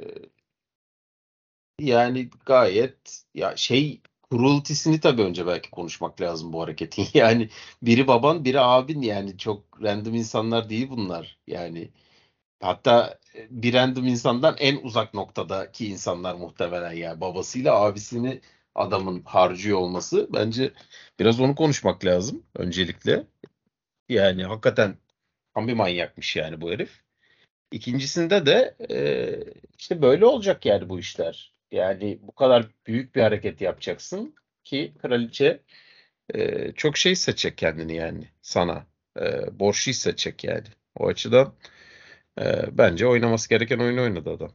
Yani gayet ya şey cruelty'sini tabii önce belki konuşmak lazım bu hareketin. Yani biri baban, biri abin, yani çok random insanlar değil bunlar. Yani hatta bir random insandan en uzak noktadaki insanlar muhtemelen, yani babasıyla abisini adamın harcıyor olması, bence biraz onu konuşmak lazım öncelikle. Yani hakikaten tam bir manyakmış yani bu herif. İkincisinde de e, işte böyle olacak yani bu işler. Yani bu kadar büyük bir hareket yapacaksın ki kraliçe e, çok şey hissedecek kendini yani sana. E, borçlu hissedecek yani. O açıdan e, bence oynaması gereken oyunu oynadı adam.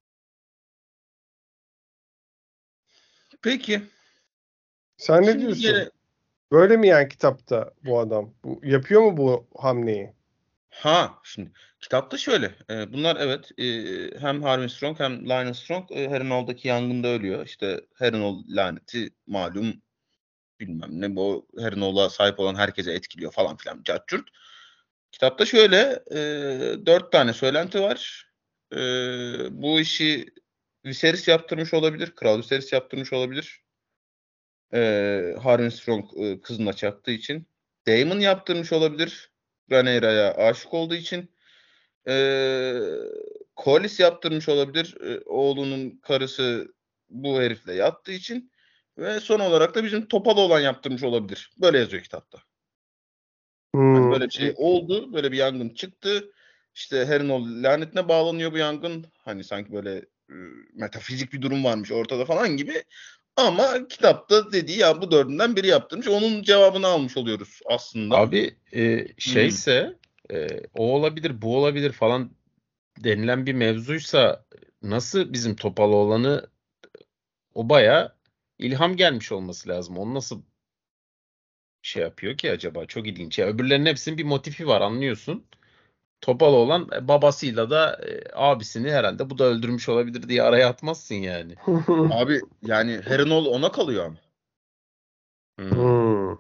Peki. Sen ne Şimdi diyorsun? gene Böyle mi yani kitapta bu adam? Bu, yapıyor mu bu hamleyi? ha şimdi kitapta şöyle. e, bunlar evet e, hem Harwin Strong hem Lionel Strong e, Harrenhal'daki yangında ölüyor. İşte Harrenhal laneti malum bilmem ne bu Harrenhal'a sahip olan herkese etkiliyor falan filan cart curt. Kitapta şöyle e, dört tane söylenti var. E, bu işi Viserys yaptırmış olabilir. Kral Viserys yaptırmış olabilir. E, Harwin Strong e, kızına çaktığı için. Daemon yaptırmış olabilir. Rhaenyra'ya aşık olduğu için. E, Corlys yaptırmış olabilir. E, oğlunun karısı bu herifle yattığı için. Ve son olarak da bizim Topal olan yaptırmış olabilir. Böyle yazıyor kitapta. Hani Hmm. böyle bir şey oldu. Böyle bir yangın çıktı. İşte Harrenhal lanetine bağlanıyor bu yangın. Hani sanki böyle e, metafizik bir durum varmış ortada falan gibi. Ama kitapta dediği ya bu dördünden biri yaptırmış. Onun cevabını almış oluyoruz aslında. Abi e, Hmm. şeyse e, o olabilir, bu olabilir falan denilen bir mevzuysa, nasıl bizim Topaloğlan'ı, o baya ilham gelmiş olması lazım. Onu nasıl şey yapıyor ki acaba? Çok ilginç. Ya öbürlerinin hepsinin bir motifi var, anlıyorsun. Topal olan e, babasıyla da e, abisini herhalde bu da öldürmüş olabilir diye araya atmazsın yani. Abi yani Harrenhal ona kalıyor ama. Hmm. Hmm.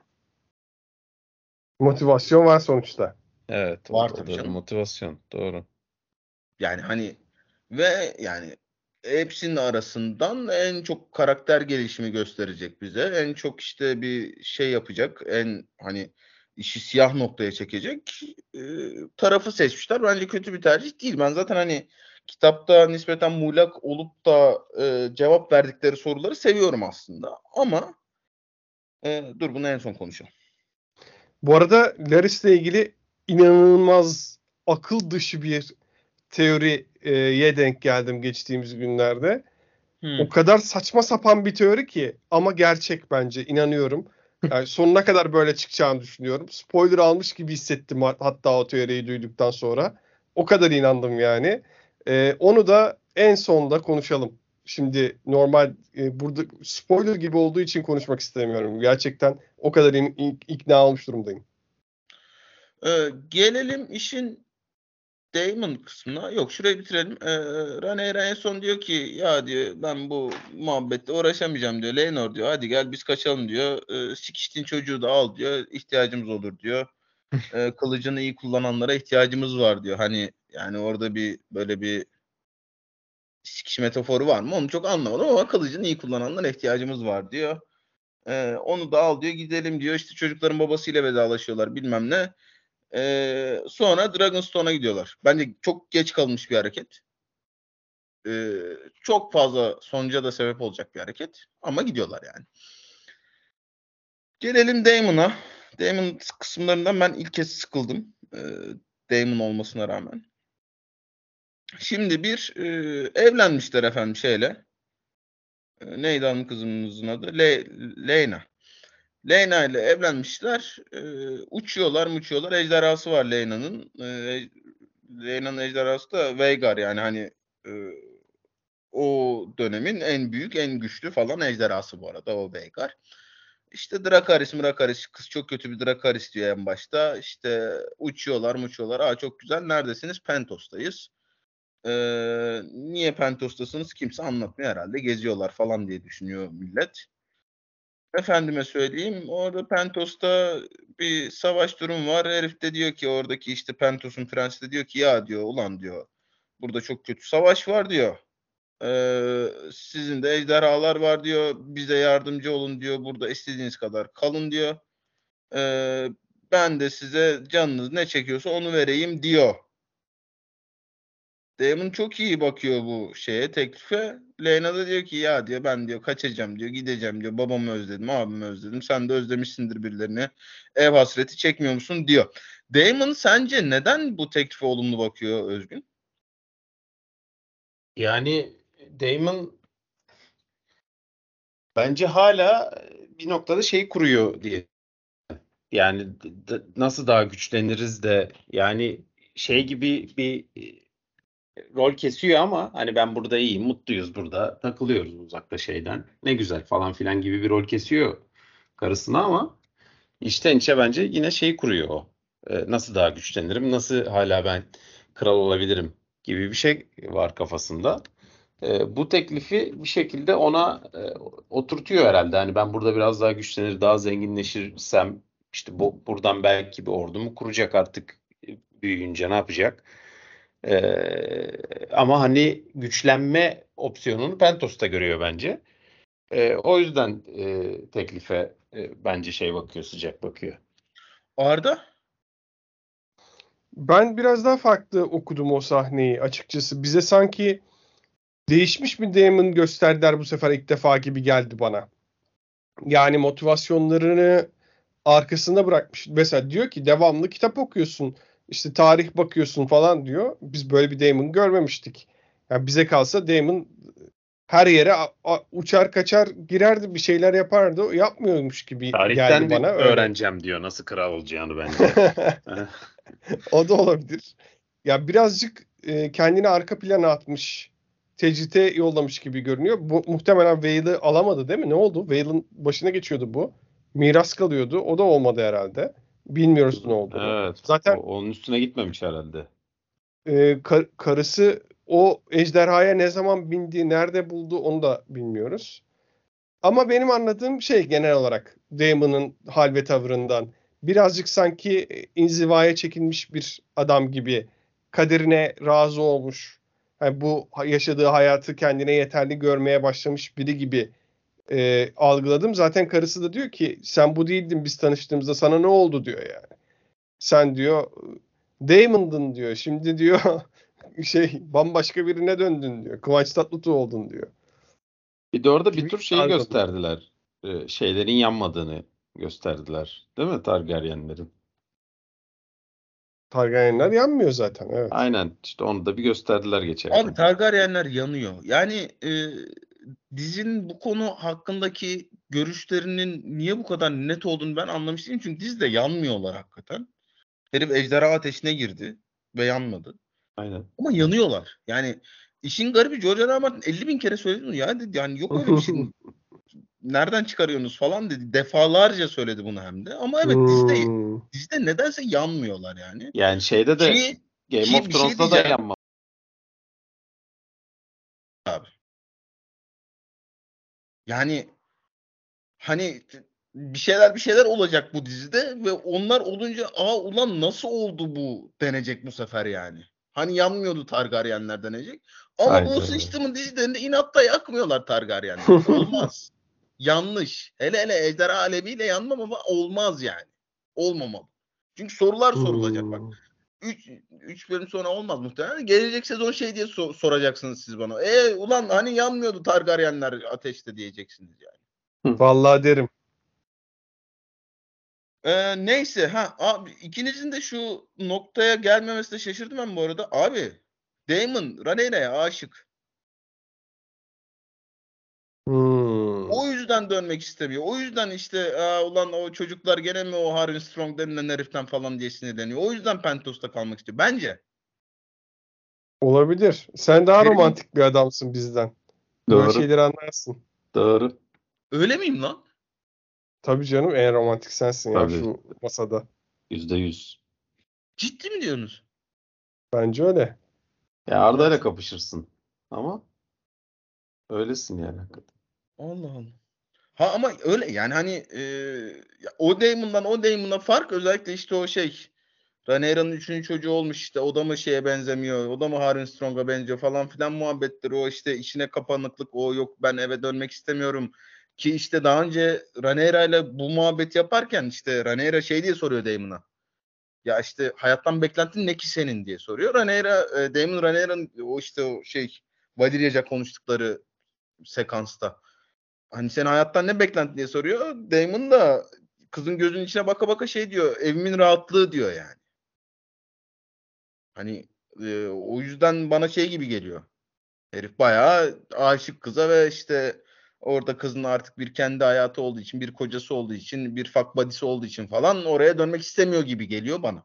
Motivasyon var sonuçta. Evet, o, Var o tabii da bir canım. motivasyon. Doğru. Yani hani ve yani hepsinin arasından en çok karakter gelişimi gösterecek bize. En çok işte bir şey yapacak. En hani işi siyah noktaya çekecek e, tarafı seçmişler. Bence kötü bir tercih değil. Ben zaten hani kitapta nispeten muğlak olup da e, cevap verdikleri soruları seviyorum aslında. Ama e, dur bunu en son konuşalım. Bu arada Laris'le ilgili inanılmaz akıl dışı bir teoriye denk geldim geçtiğimiz günlerde. Hmm. O kadar saçma sapan bir teori ki ama gerçek bence, inanıyorum. Yani sonuna kadar böyle çıkacağını düşünüyorum. Spoiler almış gibi hissettim hatta o teoriyi duyduktan sonra. O kadar inandım yani. Ee, onu da en sonda konuşalım. Şimdi normal e, burada spoiler gibi olduğu için konuşmak istemiyorum. Gerçekten o kadar in- in- ikna olmuş durumdayım. E, gelelim işin Damon kısmına. Yok şurayı bitirelim. Ee, Rhaenyra en son diyor ki ya diyor ben bu muhabbette uğraşamayacağım diyor. Laenor diyor hadi gel biz kaçalım diyor. Ee, sikiştiğin çocuğu da al diyor. İhtiyacımız olur diyor. Ee, kılıcını iyi kullananlara ihtiyacımız var diyor. Hani yani orada bir böyle bir sikiş metaforu var mı? Onu çok anlamadım ama kılıcını iyi kullananlara ihtiyacımız var diyor. Ee, onu da al diyor gidelim diyor. İşte çocukların babasıyla vedalaşıyorlar bilmem ne. Ee, sonra Dragonstone'a gidiyorlar. Bence çok geç kalınmış bir hareket. Ee, çok fazla sonuca da sebep olacak bir hareket. Ama gidiyorlar yani. Gelelim Daemon'a. Daemon kısımlarından ben ilk kez sıkıldım. Ee, Daemon olmasına rağmen. Şimdi bir e, evlenmişler efendim şeyle. E, neydi hanım kızımızın adı? Le Leyna. Leyna ile evlenmişler. E, uçuyorlar uçuyorlar. Ejderhası var Leyna'nın. E, Leyna'nın ejderhası da Vhagar yani hani e, o dönemin en büyük, en güçlü falan ejderhası bu arada o Vhagar. İşte Dracarys, Mrakaris, kız çok kötü bir Dracarys diyor en başta. İşte uçuyorlar muçuyorlar. Aa çok güzel, neredesiniz? Pentos'tayız. Ee, niye Pentos'tasınız? Kimse anlatmıyor herhalde. Geziyorlar falan diye düşünüyor millet. Efendime söyleyeyim, orada Pentos'ta bir savaş durum var. Herif de diyor ki, oradaki işte Pentos'un prensi de diyor ki, ya diyor, ulan diyor, burada çok kötü savaş var diyor. Ee, sizin de ejderhalar var diyor. Bize yardımcı olun diyor. Burada istediğiniz kadar kalın diyor. Ee, ben de size canınız ne çekiyorsa onu vereyim diyor. Daemon çok iyi bakıyor bu şeye, teklife. Lena da diyor ki, ya diyor, ben diyor kaçacağım diyor, gideceğim diyor. Babamı özledim, abimi özledim. Sen de özlemişsindir birilerini. Ev hasreti çekmiyor musun diyor. Daemon sence neden bu teklife olumlu bakıyor Özgün? Yani Damon bence hala bir noktada şey kuruyor diye. Yani d- d- nasıl daha güçleniriz de, yani şey gibi bir e, rol kesiyor ama hani ben burada iyiyim, mutluyuz, burada takılıyoruz uzakta şeyden. Ne güzel falan filan gibi bir rol kesiyor karısına ama içten içe bence yine şey kuruyor o. E, nasıl daha güçlenirim, nasıl hala ben kral olabilirim gibi bir şey var kafasında. E, bu teklifi bir şekilde ona e, oturtuyor herhalde. Hani ben burada biraz daha güçlenir, daha zenginleşirsem işte bu, buradan belki bir ordumu kuracak artık, e, büyüyünce ne yapacak? E, ama hani güçlenme opsiyonunu Pentos'ta görüyor bence. E, o yüzden e, teklife e, bence şey bakıyor, sıcak bakıyor. Arda? Ben biraz daha farklı okudum o sahneyi açıkçası. Bize sanki değişmiş bir Daemon gösterdiler bu sefer ilk defa gibi geldi bana. Yani motivasyonlarını arkasında bırakmış. Mesela diyor ki devamlı kitap okuyorsun, işte tarih bakıyorsun falan diyor. Biz böyle bir Daemon görmemiştik. Yani bize kalsa Daemon her yere a- a- uçar kaçar girerdi, bir şeyler yapardı. O yapmıyormuş gibi Tarihten geldi mi bana öyle. öğreneceğim diyor nasıl kral olacağını bence. O da olabilir. Ya birazcık e, kendini arka plana atmış. Tecrite yollamış gibi görünüyor. Bu muhtemelen Vale'ı alamadı değil mi? Ne oldu? Vale'ın başına geçiyordu bu. Miras kalıyordu. O da olmadı herhalde. Bilmiyoruz ne olduğunu. Evet. O, Zaten onun üstüne gitmemiş herhalde. e, kar- karısı o ejderhaya ne zaman bindi, nerede buldu onu da bilmiyoruz. Ama benim anladığım şey genel olarak Daemon'ın hal ve tavırından birazcık sanki inzivaya çekilmiş bir adam gibi, kaderine razı olmuş. Yani bu yaşadığı hayatı kendine yeterli görmeye başlamış biri gibi e, algıladım. Zaten karısı da diyor ki sen bu değildin biz tanıştığımızda, sana ne oldu diyor yani. Sen diyor Daemon'dın diyor. Şimdi diyor şey bambaşka birine döndün diyor. Kıvanç Tatlıtuğ oldun diyor. Bir de orada bir Gibi tur şeyi algıladım. gösterdiler. Ee, şeylerin yanmadığını gösterdiler. Değil mi Targaryenlerin? Targaryenler yanmıyor zaten, evet. Aynen. İşte onu da bir gösterdiler Abi geçerken. Targaryenler yanıyor. Yani e, dizinin bu konu hakkındaki görüşlerinin niye bu kadar net olduğunu ben anlamış değilim. Çünkü dizide yanmıyorlar hakikaten. Herif ejderha ateşine girdi ve yanmadı. Aynen. Ama yanıyorlar. Yani işin garibi, George R. R. Martin elli bin kere söyledi bunu. Ya dedi, yani yok öyle bir şey. Nereden çıkarıyorsunuz falan dedi. Defalarca söyledi bunu hem de. Ama evet, dizide Hmm. dizide nedense yanmıyorlar yani. Yani şeyde de Ki Game ki of bir şey Thrones'ta da diyeceğim yanma. abi. Yani hani bir şeyler bir şeyler olacak bu dizide ve onlar olunca, aa ulan nasıl oldu bu denecek bu sefer yani. Hani yanmıyordu Targaryenler denecek. Ama bu Aynen. sıçtımın dizilerinde inatla yakmıyorlar Targaryenleri. Olmaz. Yanlış. Hele hele Ejderha Alevi'yle yanmam ama olmaz yani. Olmamalı. Çünkü sorular sorulacak bak. Hmm. üç bölüm sonra olmaz muhtemelen. Gelecek sezon şey diye so- soracaksınız siz bana. E ulan hani yanmıyordu Targaryenler ateşte diyeceksiniz yani. Vallahi derim. Ee, neyse ha abi, ikinizin de şu noktaya gelmemesine şaşırdım ben bu arada. Abi Damon Rhaenyra'ya aşık. Hmm. O yüzden dönmek istemiyor. O yüzden işte aa, ulan o çocuklar gene mi o Harwin Strong denilen heriften falan diye sinirleniyor. O yüzden Pentos'ta kalmak istiyor. Bence. Olabilir. Sen daha Benim romantik bir adamsın bizden. Böyle Doğru. şeyleri anlarsın. Doğru. Öyle miyim lan? Tabii canım, en romantik sensin ya Tabii. şu masada. Yüzde yüz. Ciddi mi diyorsunuz? Bence öyle. Ya Arda'yla Ya- kapışırsın. Ama öylesin yani hakikaten. Allah Allah. Ha ama öyle yani hani e, ya o Damon'dan o Damon'a fark özellikle işte o şey Rhaenyra'nın üçüncü çocuğu olmuş işte o da mı şeye benzemiyor o da mı Harren Strong'a benziyor falan filan muhabbetleri o işte içine kapanıklık o yok ben eve dönmek istemiyorum ki işte daha önce Rhaenyra ile bu muhabbet yaparken işte Rhaenyra şey diye soruyor Damon'a ya işte hayattan beklentin ne ki senin diye soruyor. Rhaenyra e, Daemon Rhaenyra'nın o işte o şey Valyria'ca konuştukları sekansta. Hani sen hayattan ne beklentin diye soruyor. Damon da kızın gözünün içine baka baka şey diyor. Evimin rahatlığı diyor yani. Hani e, o yüzden bana şey gibi geliyor. Herif bayağı aşık kıza ve işte orada kızın artık bir kendi hayatı olduğu için, bir kocası olduğu için, bir fuck buddy'si olduğu için falan oraya dönmek istemiyor gibi geliyor bana.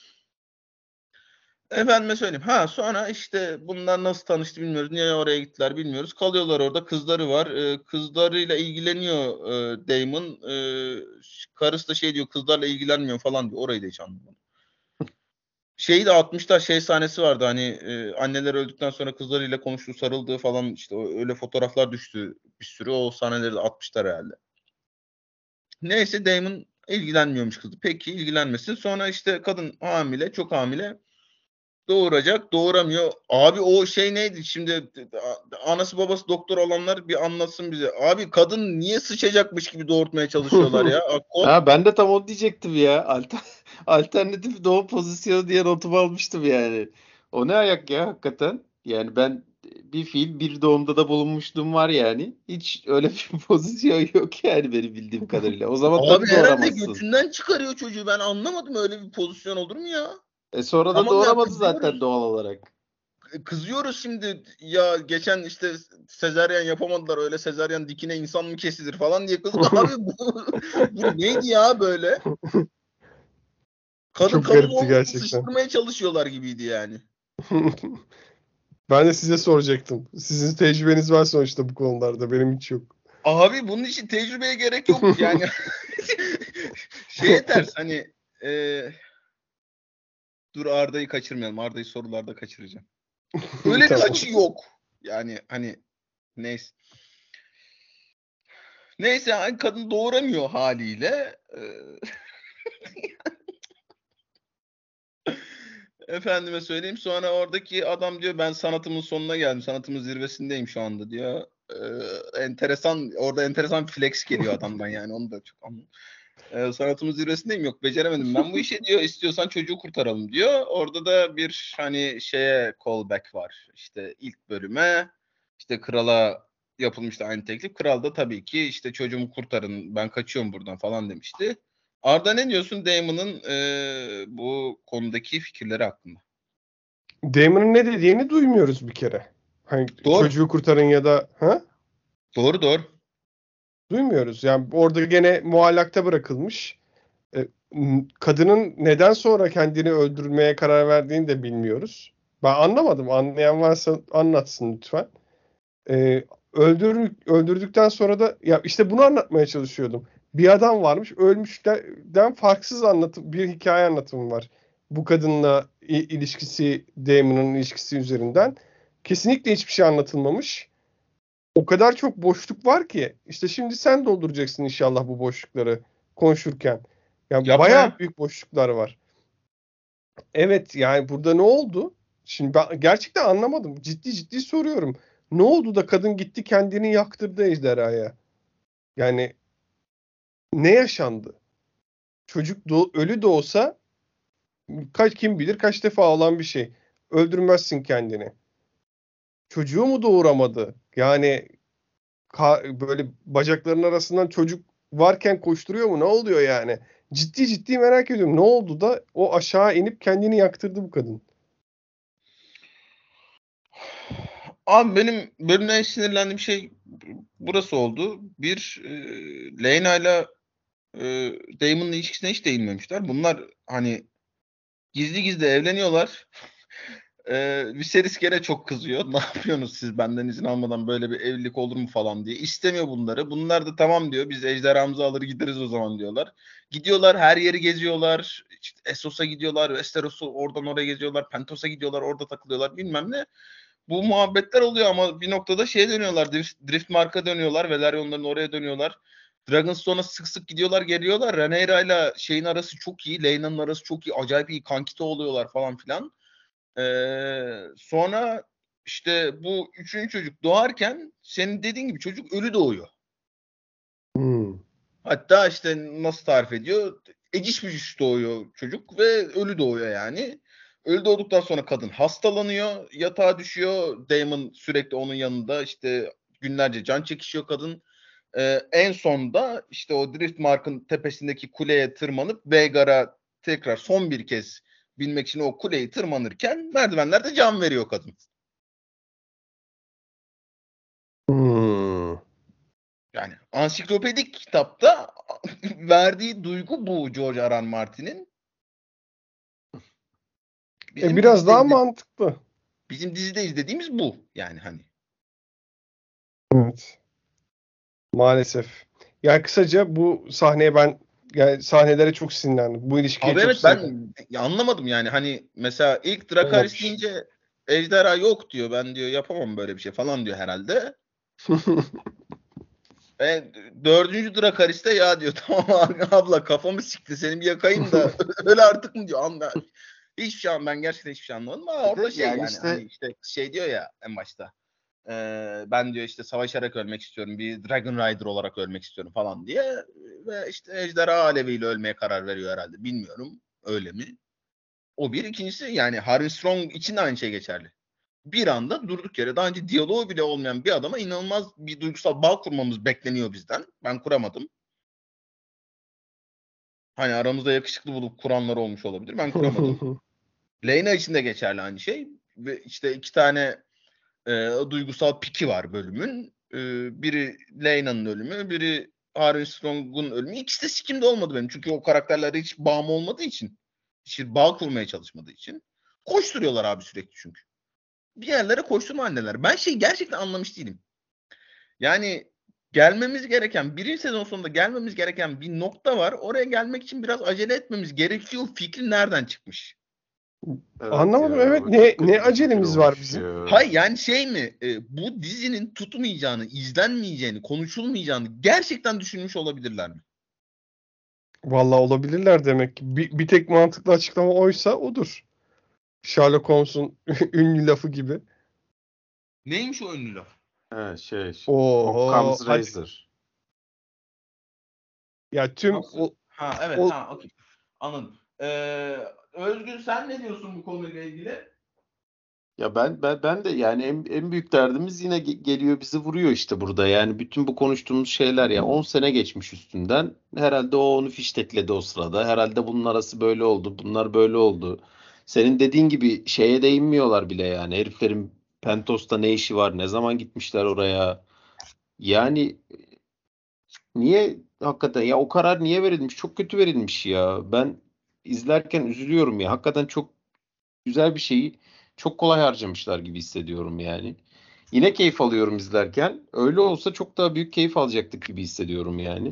Efendime söyleyeyim. Ha sonra işte bunlar nasıl tanıştı bilmiyoruz. Niye oraya gittiler bilmiyoruz. Kalıyorlar orada. Kızları var. Ee, kızlarıyla ilgileniyor e, Damon. Ee, karısı da şey diyor kızlarla ilgilenmiyor falan diyor. Orayı da hiç anlamadım. Şeyi de atmışlar şey sahnesi vardı hani e, anneler öldükten sonra kızlarıyla konuştuğu sarıldığı falan işte o, öyle fotoğraflar düştü bir sürü o sahneleri de atmışlar herhalde. Neyse Damon ilgilenmiyormuş kızı. Peki ilgilenmesin. Sonra işte kadın hamile çok hamile. Doğuracak, doğuramıyor. Abi o şey neydi? Şimdi anası babası doktor olanlar bir anlatsın bize. Abi kadın niye sıçacakmış gibi doğurtmaya çalışıyorlar ya? Akko. Ha, ben de tam o diyecektim ya. Alter alternatif doğum pozisyonu diye notumu almıştım yani. O ne ayak ya hakikaten. Yani ben bir fiil bir doğumda da bulunmuşluğum var yani. Hiç öyle bir pozisyon yok yani benim bildiğim kadarıyla. O zaman Abi tabii herhalde doğuramazsın. götünden çıkarıyor çocuğu. Ben anlamadım öyle bir pozisyon olur mu ya? E sonra da Tamam ya doğuramadı zaten kızıyoruz. doğal olarak. Kızıyoruz şimdi ya geçen işte sezaryen yapamadılar öyle sezaryen dikine insan mı kesilir falan diye kızdık. Abi bu, bu neydi ya böyle? Kadın Çok kadın garipti olmasını gerçekten. sıçtırmaya çalışıyorlar gibiydi yani. Ben de size soracaktım. Sizin tecrübeniz var sonuçta bu konularda. Benim hiç yok. Abi bunun için tecrübeye gerek yok yani. Şeye ters hani e, dur Arda'yı kaçırmayalım. Arda'yı sorularda kaçıracağım. Öyle bir Tamam. açı yok. Yani hani neyse. Neyse yani kadın doğuramıyor haliyle. E, efendime söyleyeyim. Sonra oradaki adam diyor ben sanatımın sonuna geldim. Sanatımın zirvesindeyim şu anda diyor. E, enteresan orada enteresan bir flex geliyor adamdan yani onu da çok anladım. Ee, sanatımın zirvesindeyim yok beceremedim ben bu işe diyor istiyorsan çocuğu kurtaralım diyor. Orada da bir hani şeye callback var işte ilk bölüme işte krala yapılmıştı aynı teklif. Kral da tabii ki işte çocuğumu kurtarın ben kaçıyorum buradan falan demişti. Arda ne diyorsun Damon'ın e, bu konudaki fikirleri hakkında? Damon'ın ne dediğini duymuyoruz bir kere. Hani Doğru. çocuğu kurtarın ya da ha? Doğru doğru. Duymuyoruz. Yani orada gene muallakta bırakılmış. E, n- kadının neden sonra kendini öldürmeye karar verdiğini de bilmiyoruz. Ben anlamadım. Anlayan varsa anlatsın lütfen. E, öldür, öldürdükten sonra da ya işte bunu anlatmaya çalışıyordum. Bir adam varmış, ölmüşten farksız anlatım bir hikaye anlatımı var. Bu kadınla i- ilişkisi, Damon'ın ilişkisi üzerinden. Kesinlikle hiçbir şey anlatılmamış. O kadar çok boşluk var ki işte şimdi sen dolduracaksın inşallah bu boşlukları konuşurken. Yani Yapma bayağı ya. büyük boşluklar var. Evet yani burada ne oldu? Şimdi ben gerçekten anlamadım. Ciddi ciddi soruyorum. Ne oldu da kadın gitti kendini yaktırdı ejderhaya? Yani ne yaşandı? Çocuk do- ölü de olsa kaç kim bilir kaç defa olan bir şey. Öldürmezsin kendini. Çocuğu mu doğuramadı? Yani ka- böyle bacaklarının arasından çocuk varken koşturuyor mu? Ne oluyor yani? Ciddi ciddi merak ediyorum. Ne oldu da o aşağı inip kendini yaktırdı bu kadın? Abi benim bölümde en sinirlendiğim şey burası oldu. Bir e, Leyna'yla e, Damon'la ilişkisine hiç değinmemişler. Bunlar hani gizli gizli evleniyorlar. Ee, Viserys gene çok kızıyor. Ne yapıyorsunuz siz benden izin almadan, böyle bir evlilik olur mu falan diye. İstemiyor bunları. Bunlar da tamam diyor. Biz ejderhamızı alır gideriz o zaman diyorlar. Gidiyorlar, her yeri geziyorlar. İşte Essos'a gidiyorlar. Westeros'u oradan oraya geziyorlar. Pentos'a gidiyorlar. Orada takılıyorlar bilmem ne. Bu muhabbetler oluyor ama bir noktada şeye dönüyorlar. Drift, Driftmark'a dönüyorlar. Velaryonların oraya dönüyorlar. Dragonstone'a sık sık gidiyorlar, geliyorlar. Rhaenyra ile şeyin arası çok iyi. Laena'nın arası çok iyi. Acayip iyi kankite oluyorlar falan filan. Ee, sonra işte bu üçüncü çocuk doğarken senin dediğin gibi çocuk ölü doğuyor. Hmm. Hatta işte nasıl tarif ediyor? Eciş bücüş doğuyor çocuk ve ölü doğuyor yani. Ölü doğduktan sonra kadın hastalanıyor, yatağa düşüyor. Daemon sürekli onun yanında, işte günlerce can çekişiyor kadın. Ee, en sonda işte o Driftmark'ın tepesindeki kuleye tırmanıp Vhagar'a tekrar son bir kez binmek için o kuleyi tırmanırken merdivenlerde can veriyor kadın. Hmm. Yani ansiklopedik kitapta verdiği duygu bu George R. R. Martin'in. Bizim E, biraz dizide daha izle- mantıklı. bizim dizide izlediğimiz bu yani hani. Evet. Maalesef. Yani kısaca bu sahneye ben yani sahnelere çok sinirlendim. Bu ilişkiye Abi çok evet, sinirlendim. ben ya anlamadım yani, hani mesela ilk Dracarys Olmamış. deyince ejderha yok diyor, ben diyor yapamam böyle bir şey falan diyor herhalde. E, dördüncü Dracarys'te ya diyor tamam abi, abla kafamı sikti seni bir yakayım da öyle artık mı diyor. Anla. Hiçbir şey an- ben gerçekten hiçbir şey anlamadım ama Bir orada de şey yani yani işte hani işte şey diyor ya en başta. Ee, ben diyor işte savaşarak ölmek istiyorum. Bir Dragon Rider olarak ölmek istiyorum falan diye. Ve işte ejderha aleviyle ölmeye karar veriyor herhalde. Bilmiyorum öyle mi? O bir. İkincisi yani Harry Strong için de aynı şey geçerli. Bir anda durduk yere daha önce diyaloğu bile olmayan bir adama inanılmaz bir duygusal bağ kurmamız bekleniyor bizden. Ben kuramadım. Hani aramızda yakışıklı bulup kuranlar olmuş olabilir. Ben kuramadım. Leyna için de geçerli aynı şey. Ve işte iki tane e, duygusal piki var bölümün. E, biri Leyna'nın ölümü, biri Harry Strong'un ölümü. İkisi de sikimde olmadı benim. Çünkü o karakterlere hiç bağım olmadığı için. Hiç bağ kurmaya çalışmadığı için. Koşturuyorlar abi sürekli çünkü. Bir yerlere koşturma anneler. Ben şey gerçekten anlamış değilim. Yani gelmemiz gereken, birinci sezon sonunda gelmemiz gereken bir nokta var. Oraya gelmek için biraz acele etmemiz gerekiyor. Fikri nereden çıkmış? evet Anlamadım. ya, Evet, o ne çok ne kötü bir fikir acelemiz var olmuş bizim? ya. Hay yani şey mi? E, bu dizinin tutmayacağını, izlenmeyeceğini, konuşulmayacağını gerçekten düşünmüş olabilirler mi? Vallahi olabilirler demek ki. Bir, bir tek mantıklı açıklama oysa odur. Sherlock Holmes'un ünlü lafı gibi. Neymiş o ünlü laf? He, şey, Oho, Occam's hadi. Razor. Ya tüm Nasıl? o, Ha evet, o ha okey. Anladım. Ee, Özgün sen ne diyorsun bu konuyla ilgili? Ya ben ben ben de yani en, en büyük derdimiz yine ge- geliyor bizi vuruyor işte burada. Yani bütün bu konuştuğumuz şeyler ya on sene geçmiş üstünden. Herhalde o onu fiştekledi o sırada. Herhalde bunun arası böyle oldu. Bunlar böyle oldu. Senin dediğin gibi şeye değinmiyorlar bile yani. Heriflerin Pentos'ta ne işi var? Ne zaman gitmişler oraya? Yani niye hakikaten ya o karar niye verilmiş? Çok kötü verilmiş ya. Ben izlerken üzülüyorum ya. Hakikaten çok güzel bir şeyi çok kolay harcamışlar gibi hissediyorum yani. Yine keyif alıyorum izlerken. Öyle olsa çok daha büyük keyif alacaktık gibi hissediyorum yani.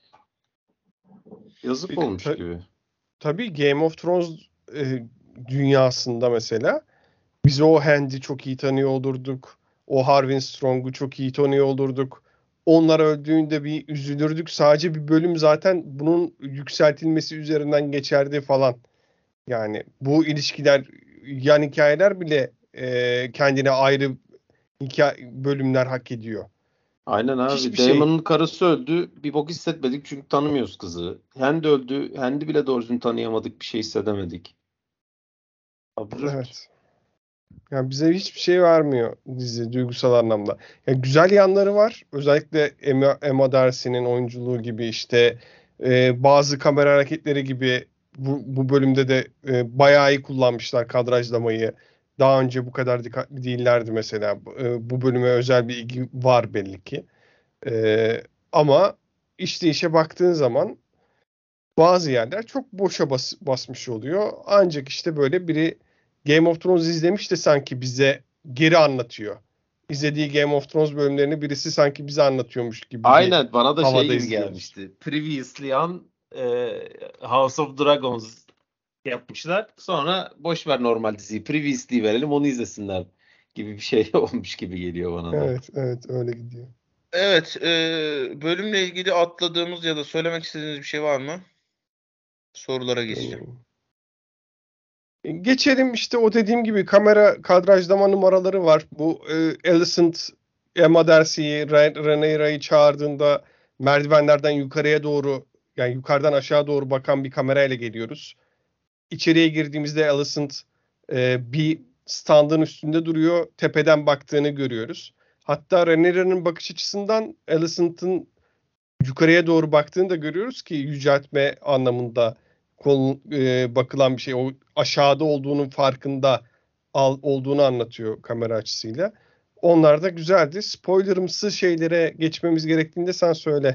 Yazık bir- olmuş ta- gibi. tabii Game of Thrones e, dünyasında mesela biz o Hand'i çok iyi tanıyor olurduk. O Harwin Strong'u çok iyi tanıyor olurduk. Onlar öldüğünde bir üzülürdük. Sadece bir bölüm zaten bunun yükseltilmesi üzerinden geçerdi falan. Yani bu ilişkiler, yan hikayeler bile e, kendine ayrı hikaye, bölümler hak ediyor. Aynen Hiçbir abi. şey. Damon'un karısı öldü. Bir bok hissetmedik çünkü tanımıyoruz kızı. Hand öldü. Hand'i bile doğru düzgün tanıyamadık. Bir şey hissedemedik. Absürt. Evet. Yani bize hiçbir şey vermiyor dizi duygusal anlamda. Ya güzel yanları var. Özellikle Emma, Emma Darcy'nin oyunculuğu gibi işte e, bazı kamera hareketleri gibi bu, bu bölümde de e, bayağı iyi kullanmışlar kadrajlamayı. Daha önce bu kadar dikkatli değillerdi mesela. E, bu bölüme özel bir ilgi var belli ki. E, ama işte işe baktığın zaman bazı yerler çok boşa bas, basmış oluyor. Ancak işte böyle biri Game of Thrones izlemiş de sanki bize geri anlatıyor. İzlediği Game of Thrones bölümlerini birisi sanki bize anlatıyormuş gibi bir Aynen, bana da şey havada gibi izliyoruz. gelmişti. Previously on e, House of Dragons yapmışlar. Sonra boş ver normal diziyi. Previously verelim, onu izlesinler gibi bir şey olmuş gibi geliyor bana da. Evet, evet öyle gidiyor. Evet, e, bölümle ilgili atladığımız ya da söylemek istediğiniz bir şey var mı? Sorulara geçeceğim. Hmm. Geçelim işte o dediğim gibi kamera kadrajlama numaraları var. Bu e, Alicent Emma Darcy'yi, Rhaenyra'yı çağırdığında merdivenlerden yukarıya doğru, yani yukarıdan aşağı doğru bakan bir kamerayla geliyoruz. İçeriye girdiğimizde Alicent e, bir standın üstünde duruyor. Tepeden baktığını görüyoruz. Hatta Rhaenyra'nın bakış açısından Alicent'ın yukarıya doğru baktığını da görüyoruz ki yüceltme anlamında kol, e, bakılan bir şey. O aşağıda olduğunun farkında al, olduğunu anlatıyor kamera açısıyla. Onlar da güzeldi. Spoilerımsı şeylere geçmemiz gerektiğinde sen söyle.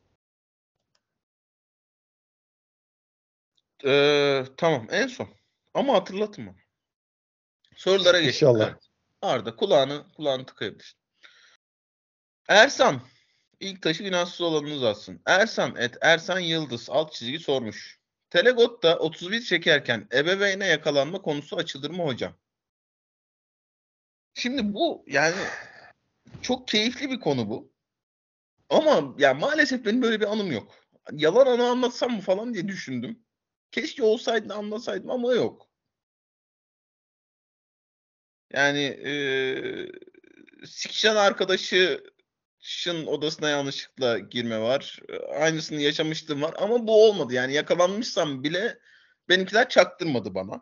Ee, tamam, en son. Ama hatırlatın bana. Sorulara geçelim. İnşallah. Evet. Arda kulağını kulağını tıkayabilirsin. Ersan. İlk taşı günahsız olanını uzatsın. Ersan et Ersan Yıldız alt çizgi sormuş. Telegot'ta otuz bir çekerken ebeveyne yakalanma konusu açılır mı hocam? Şimdi bu yani çok keyifli bir konu bu. Ama ya maalesef benim böyle bir anım yok. Yalan anı anlatsam mı falan diye düşündüm. Keşke olsaydı anlasaydım ama yok. Yani eee sikişen arkadaşın odasına yanlışlıkla girme var. Aynısını yaşamışlığım var ama bu olmadı. Yani yakalanmışsam bile benimkiler çaktırmadı bana.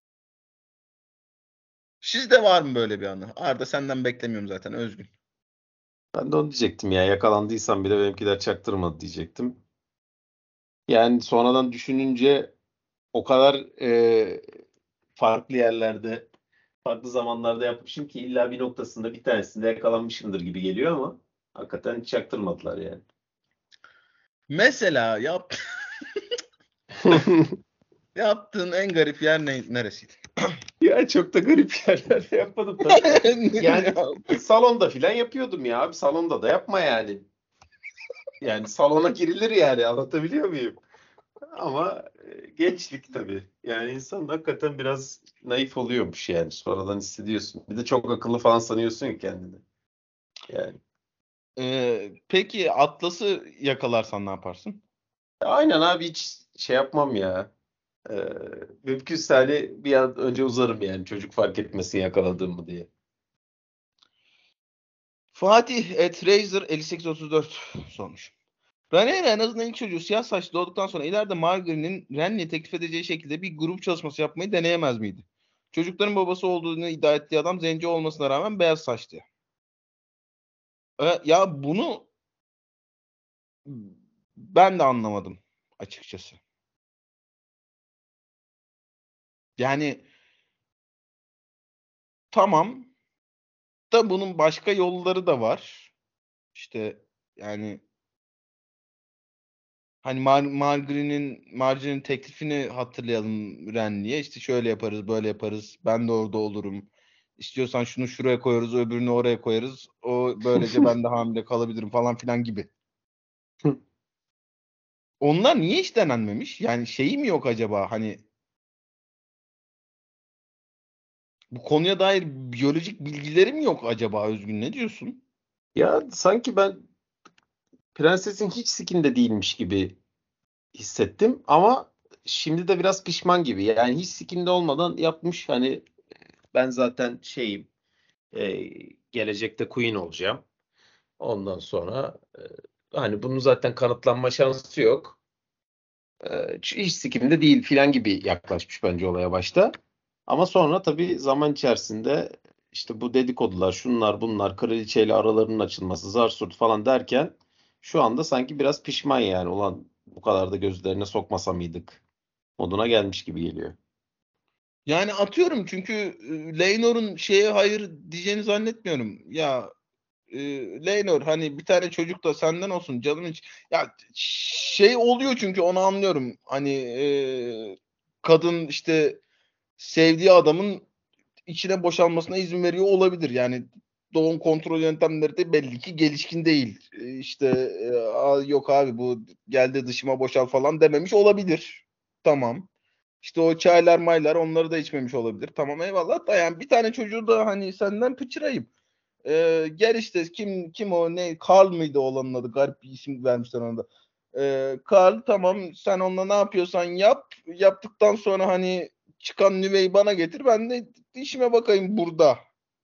Sizde var mı böyle bir anı? Arda senden beklemiyorum zaten, Özgün. Ben de onu diyecektim ya. Yakalandıysam bile benimkiler çaktırmadı diyecektim. Yani sonradan düşününce o kadar e, farklı yerlerde, farklı zamanlarda yapmışım ki illa bir noktasında bir tanesinde yakalanmışımdır gibi geliyor ama hakikaten hiç çaktırmadılar yani. Mesela yap yaptığın en garip yer ne, neresiydi? Ya çok da garip yerlerde yapmadım tabii. Yani salonda filan yapıyordum ya. Abi salonda da yapma yani. Yani salona girilir yani, anlatabiliyor muyum? Ama e, gençlik tabii. Yani insan hakikaten biraz naif oluyormuş yani. Sonradan hissediyorsun. Bir de çok akıllı falan sanıyorsun ya kendini. Yani. Ee, peki Atlas'ı yakalarsan ne yaparsın? Aynen abi, hiç şey yapmam ya. Ee, mümkünse hani bir an önce uzarım yani, çocuk fark etmesin yakaladığımı diye. Fatih et Razer elli sekiz otuz dört sormuş. Rhaenyra en azından ilk çocuğu siyah saçlı doğduktan sonra ileride Marjorie'nin Renly'e teklif edeceği şekilde bir grup çalışması yapmayı deneyemez miydi? Çocukların babası olduğunu iddia ettiği adam zenci olmasına rağmen beyaz saçlı. Ee, ya bunu ben de anlamadım açıkçası. Yani tamam da bunun başka yolları da var. İşte yani hani Mar Marjorie'nin Marjorie'nin teklifini hatırlayalım Renly'e. İşte şöyle yaparız, böyle yaparız. Ben de orada olurum. İstiyorsan şunu şuraya koyarız, öbürünü oraya koyarız. O böylece ben de hamile kalabilirim falan filan gibi. Onlar niye hiç denenmemiş? Yani şeyi mi yok acaba? Hani bu konuya dair biyolojik bilgileri mi yok acaba, Özgün? Ne diyorsun? Ya sanki ben prensesin hiç sikinde değilmiş gibi hissettim ama şimdi de biraz pişman gibi. Yani hiç sikinde olmadan yapmış, hani ben zaten şeyim, e, gelecekte queen olacağım. Ondan sonra e, hani bunun zaten kanıtlanma şansı yok. E, hiç sikimde değil filan gibi yaklaşmış bence olaya başta. Ama sonra tabii zaman içerisinde işte bu dedikodular, şunlar bunlar, kraliçeyle aralarının açılması, zar surt falan derken şu anda sanki biraz pişman yani. Ulan bu kadar da gözlerine sokmasa mıydık moduna gelmiş gibi geliyor. Yani atıyorum çünkü e, Laenor'un şeye hayır diyeceğini zannetmiyorum. Ya e, Laenor hani bir tane çocuk da senden olsun canım hiç. Ya şey oluyor çünkü onu anlıyorum. Hani e, kadın işte sevdiği adamın içine boşalmasına izin veriyor olabilir. Yani doğum kontrol yöntemleri de belli ki gelişkin değil. E, İşte e, "Aa, yok abi bu geldi dışıma boşal" falan dememiş olabilir. Tamam. İşte o çaylar maylar onları da içmemiş olabilir. Tamam eyvallah da yani bir tane çocuğu da hani senden pıçırayım. Ee, gel işte kim kim o ne Carl mıydı oğlanın adı, garip bir isim vermişler ona da. Ee, Carl tamam sen onunla ne yapıyorsan yap. Yaptıktan sonra hani çıkan nüveyi bana getir, ben de işime bakayım burada.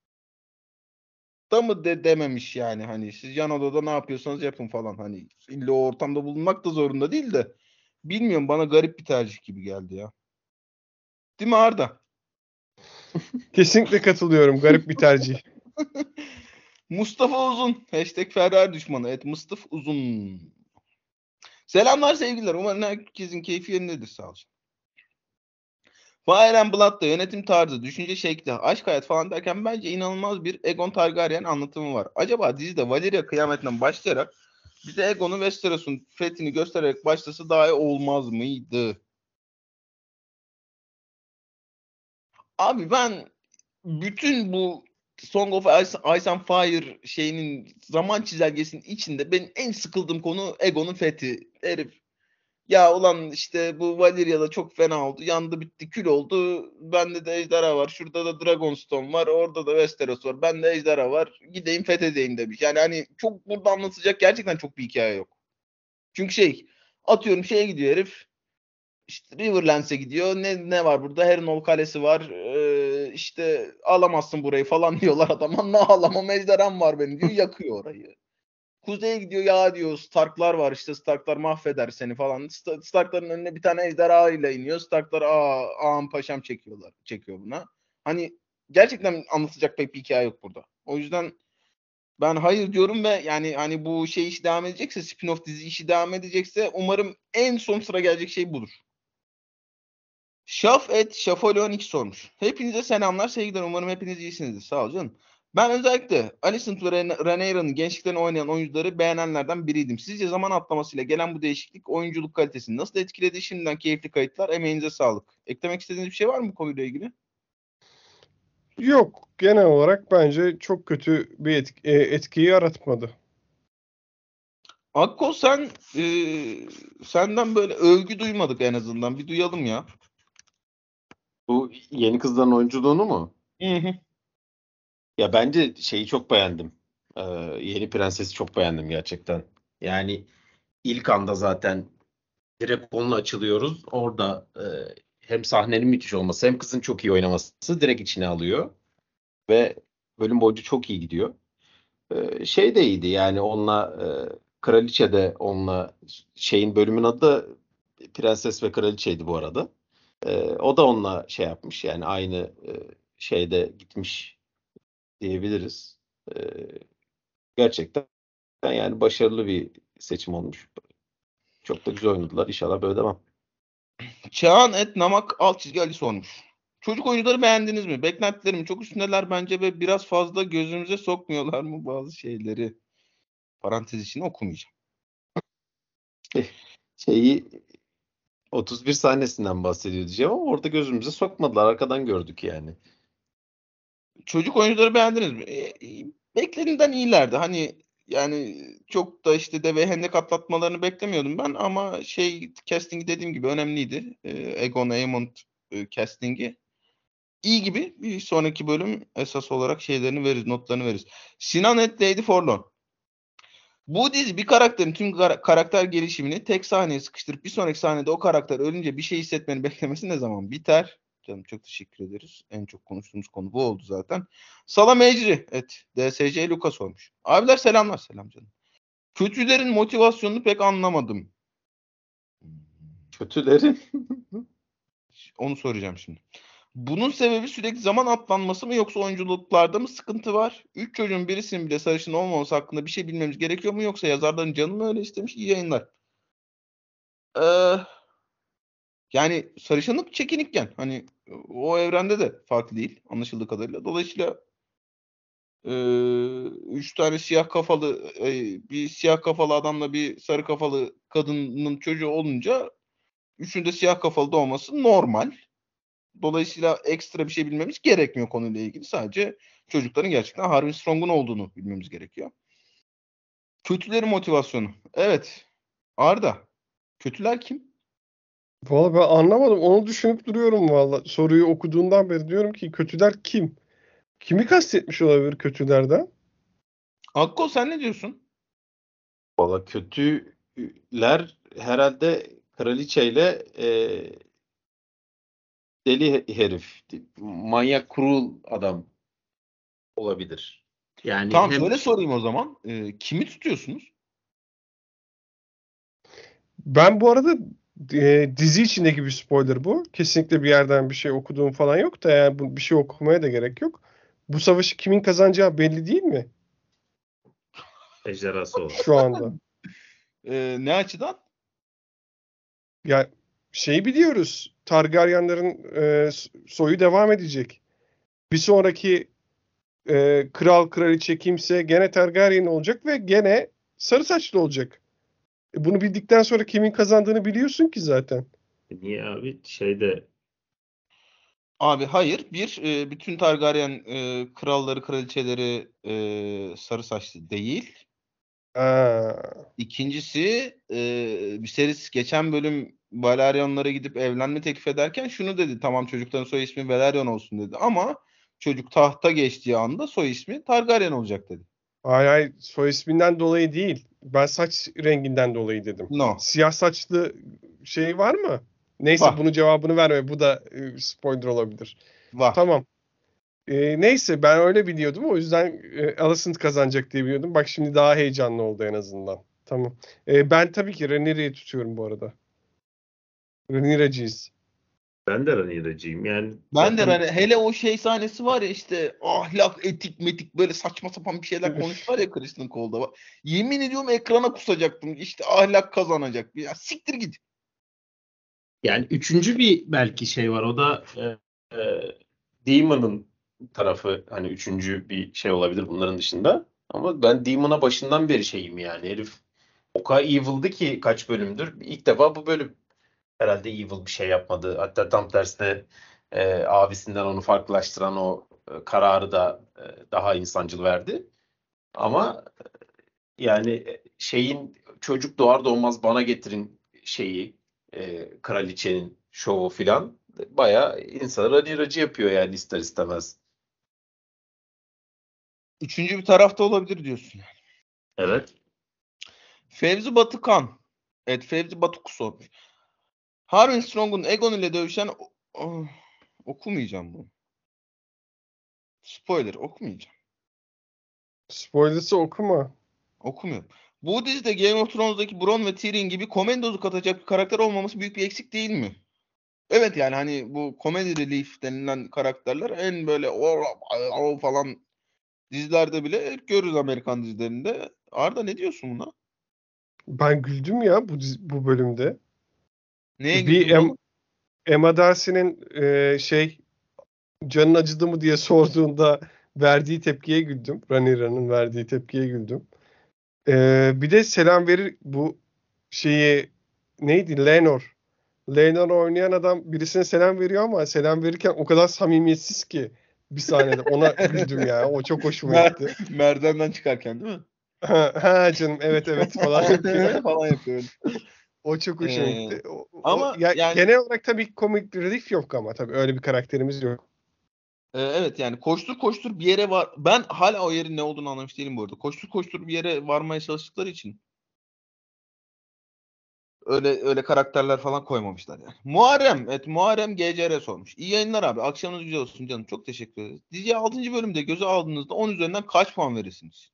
Da mı de dememiş yani, hani siz yan odada ne yapıyorsanız yapın falan, hani illa o ortamda bulunmak da zorunda değil de bilmiyorum, bana garip bir tercih gibi geldi ya. Değil mi Arda? Kesinlikle katılıyorum. Garip bir tercih. Mustafa Uzun. Hashtag Ferrari düşmanı. Evet, Mustafa Uzun. Selamlar sevgiler. Umarım herkesin keyfi yerindedir. Sağ olun. Fire and Blood'da yönetim tarzı, düşünce şekli, aşk hayat falan derken bence inanılmaz bir Aegon Targaryen anlatımı var. Acaba dizide Valyria kıyametinden başlayarak bize Aegon'un Westeros'un fethini göstererek başlasa daha iyi olmaz mıydı? Abi ben bütün bu Song of Ice, Ice and Fire şeyinin zaman çizelgesinin içinde benim en sıkıldığım konu Aegon'un fethi. Herif ya ulan işte bu Valyria'da çok fena oldu. Yandı bitti kül oldu. Bende de ejderha var. Şurada da Dragonstone var. Orada da Westeros var. Bende ejderha var. Gideyim fethedeyim demiş. Yani hani çok burada anlatacak gerçekten çok bir hikaye yok. Çünkü şey, atıyorum şeye gidiyor herif. İşte Riverlands'e gidiyor. Ne ne var burada? Harrenhal Kalesi var. Ee, işte alamazsın burayı falan diyorlar adama. Ne alamam, ejderham var benim diyor. Yakıyor orayı. Kuzeye gidiyor, ya diyor Starklar var, işte Starklar mahveder seni falan. St- Starkların önüne bir tane ejderha ile iniyor. Starklar aa ağam paşam çekiyorlar. Çekiyor buna. Hani gerçekten anlatacak pek bir hikaye yok burada. O yüzden ben hayır diyorum ve yani hani bu şey iş devam edecekse, spin-off dizi işi devam edecekse umarım en son sıra gelecek şey budur. Şaf et Şafoli on iki sormuş. Hepinize selamlar, sevgiler. Umarım hepiniz iyisinizdir. Sağ ol canım. Ben özellikle Alicent ve Ren- Rhaenyra'nın gençliklerini oynayan oyuncuları beğenenlerden biriydim. Sizce zaman atlamasıyla gelen bu değişiklik oyunculuk kalitesini nasıl etkiledi? Şimdiden keyifli kayıtlar. Emeğinize sağlık. Eklemek istediğiniz bir şey var mı bu konuyla ilgili? Yok. Genel olarak bence çok kötü bir etki, e, etkiyi yaratmadı. Akko sen e, senden böyle övgü duymadık en azından. Bir duyalım ya. Bu yeni kızların oyunculuğunu mu? Hı hı. Ya bence şeyi çok beğendim. Ee, Yeni Prenses'i çok beğendim gerçekten. Yani ilk anda zaten direkt onunla açılıyoruz. Orada e, hem sahnenin müthiş olması hem kızın çok iyi oynaması direkt içine alıyor. Ve bölüm boyunca çok iyi gidiyor. Ee, şey de iyiydi yani onunla e, Kraliçe de onunla şeyin bölümün adı da Prenses ve Kraliçeydi bu arada. Ee, o da onunla şey yapmış yani aynı e, şeyde gitmiş diyebiliriz. Ee, Gerçekten yani başarılı bir seçim olmuş. Çok da güzel oynadılar. İnşallah böyle devam. Çağan et namak alt çizgi Ali sormuş. Çocuk oyuncuları beğendiniz mi? Beklentilerim çok üstündeler bence ve biraz fazla gözümüze sokmuyorlar mı bazı şeyleri? Parantez içinde okumayacağım. Şeyi otuz bir sahnesinden bahsediyor diyeceğim ama orada gözümüze sokmadılar. Arkadan gördük yani. Çocuk oyuncuları beğendiniz mi? E, e, beklediğimden iyilerdi. Hani yani çok da işte deve hendek atlatmalarını beklemiyordum ben ama şey, castingi dediğim gibi önemliydi. E, Egon Aemond e, castingi. İyi gibi. Bir sonraki bölüm esas olarak şeylerini veririz, notlarını veririz. Sinan et Lady Forlorn. Bu dizi bir karakterin tüm kar- karakter gelişimini tek sahneye sıkıştırıp bir sonraki sahnede o karakter ölünce bir şey hissetmeni beklemesi ne zaman biter? Canım çok teşekkür ederiz. En çok konuştuğumuz konu bu oldu zaten. Salam Ecri. Evet. D S C Lucas olmuş. Abiler selamlar. Selam canım. Kötülerin motivasyonunu pek anlamadım. Kötülerin Onu soracağım şimdi. Bunun sebebi sürekli zaman atlanması mı yoksa oyunculuklarda mı sıkıntı var? Üç çocuğun birisinin bile sarışın olmaması hakkında bir şey bilmemiz gerekiyor mu yoksa yazarların canı mı öyle istemiş? İyi yayınlar. Ee, Yani sarışınlık çekinikken hani o evrende de farklı değil anlaşıldığı kadarıyla. Dolayısıyla e, üç tane siyah kafalı e, bir siyah kafalı adamla bir sarı kafalı kadının çocuğu olunca üçünün de siyah kafalı doğması normal. Dolayısıyla ekstra bir şey bilmemiz gerekmiyor konuyla ilgili. Sadece çocukların gerçekten Harvey Strong'un olduğunu bilmemiz gerekiyor. Kötülerin motivasyonu. Evet. Arda. Kötüler kim? Valla ben anlamadım. Onu düşünüp duruyorum valla. Soruyu okuduğundan beri diyorum ki kötüler kim? Kimi kastetmiş olabilir kötülerden? Akko sen ne diyorsun? Valla kötüler herhalde kraliçeyle e, deli herif, manyak kurul adam olabilir. Yani Tamam hem şöyle sorayım o zaman. Ee, kimi tutuyorsunuz? Ben bu arada e, dizi içindeki bir spoiler bu. Kesinlikle bir yerden bir şey okuduğum falan yok da yani bu, bir şey okumaya da gerek yok. Bu savaşı kimin kazanacağı belli değil mi ejderhası olan. şu anda? Ee, ne açıdan? Ya şeyi biliyoruz. Targaryenlerin e, soyu devam edecek. Bir sonraki e, kral kraliçe kimse gene Targaryen olacak ve gene sarı saçlı olacak. E, bunu bildikten sonra kimin kazandığını biliyorsun ki zaten. Niye abi? Şeyde Abi hayır. Bir, e, bütün Targaryen e, kralları, kraliçeleri e, sarı saçlı değil. Ha. İkincisi, e, Viserys geçen bölüm Valyrianlara gidip evlenme teklif ederken şunu dedi. Tamam çocukların soy ismi Velaryon olsun dedi ama çocuk tahta geçtiği anda soy ismi Targaryen olacak dedi. Hayır hayır soy isminden dolayı değil. Ben saç renginden dolayı dedim. No. Siyah saçlı şey var mı? Neyse Var. bunun cevabını verme. Bu da e, spoiler olabilir. Var. Tamam. E, neyse ben öyle biliyordum. O yüzden e, Alicent kazanacak diye biliyordum. Bak şimdi daha heyecanlı oldu en azından. Tamam. E, ben tabii ki Rhaenyra'yı tutuyorum bu arada. Rhaenyra'cıyız. ben de Rhaenyra'cıyım. Yani Ben de zaten hani hele o şey sahnesi var ya işte ahlak, etik, metik böyle saçma sapan bir şeyler konuştular ya Kristen Cole'da. Bak, yemin ediyorum ekrana kusacaktım. İşte ahlak kazanacak. Ya siktir git. yani üçüncü bir belki şey var. O da e, e, Daemon'ın tarafı, hani üçüncü bir şey olabilir bunların dışında. Ama ben Daemon'a başından beri şeyim yani. Herif o kadar evil'dı ki kaç bölümdür. İlk defa bu bölüm herhalde evil bir şey yapmadı. Hatta tam tersine e, abisinden onu farklılaştıran o e, kararı da e, daha insancıl verdi. Ama yani e, şeyin çocuk doğar doğmaz bana getirin şeyi, e, kraliçenin şovu filan bayağı insanı racı yapıyor yani ister istemez. Üçüncü bir tarafta olabilir diyorsun. Evet. Fevzi Batıkan. Evet Fevzi Batık sormuş. Harwin Strong'un Aegon ile dövüşen oh, okumayacağım bunu. Spoiler okumayacağım. Spoiler'sı okuma. Okumuyorum. Bu dizide Game of Thrones'daki Bronn ve Tyrion gibi komendozu katacak bir karakter olmaması büyük bir eksik değil mi? Evet yani hani bu comedy relief denilen karakterler en böyle o, o falan dizilerde bile hep görürüz Amerikan dizilerinde. Arda ne diyorsun buna? Ben güldüm ya bu dizi- bu bölümde. Neye Bir güldün em, oğlum? Emma Darcy'nin e, şey canın acıdı mı diye sorduğunda verdiği tepkiye güldüm. Rhaenyra'nın verdiği tepkiye güldüm. Ee, bir de selam verir bu şeyi neydi? Lenor. Lenor oynayan adam birisine selam veriyor ama selam verirken o kadar samimiyetsiz ki bir sahnede ona güldüm ya. O çok hoşuma Mer gitti. merdivenden çıkarken değil mi? Ha, ha canım evet evet falan yapıyor. falan yapıyor. O çok hoşuma Ee, gitti. O, o- ama ya yani genel olarak tabii komik relief yok ama tabii öyle bir karakterimiz yok. e, evet yani koştur koştur bir yere var. Ben hala o yerin ne olduğunu anlamış değilim bu arada. Koştur koştur bir yere varmaya çalıştıkları için öyle öyle karakterler falan koymamışlar yani. Muharrem, evet Muharrem G C R sormuş. İyi yayınlar abi. Akşamınız güzel olsun canım. Çok teşekkür ederiz. Diziyi altıncı bölümde göze aldığınızda on üzerinden kaç puan verirsiniz?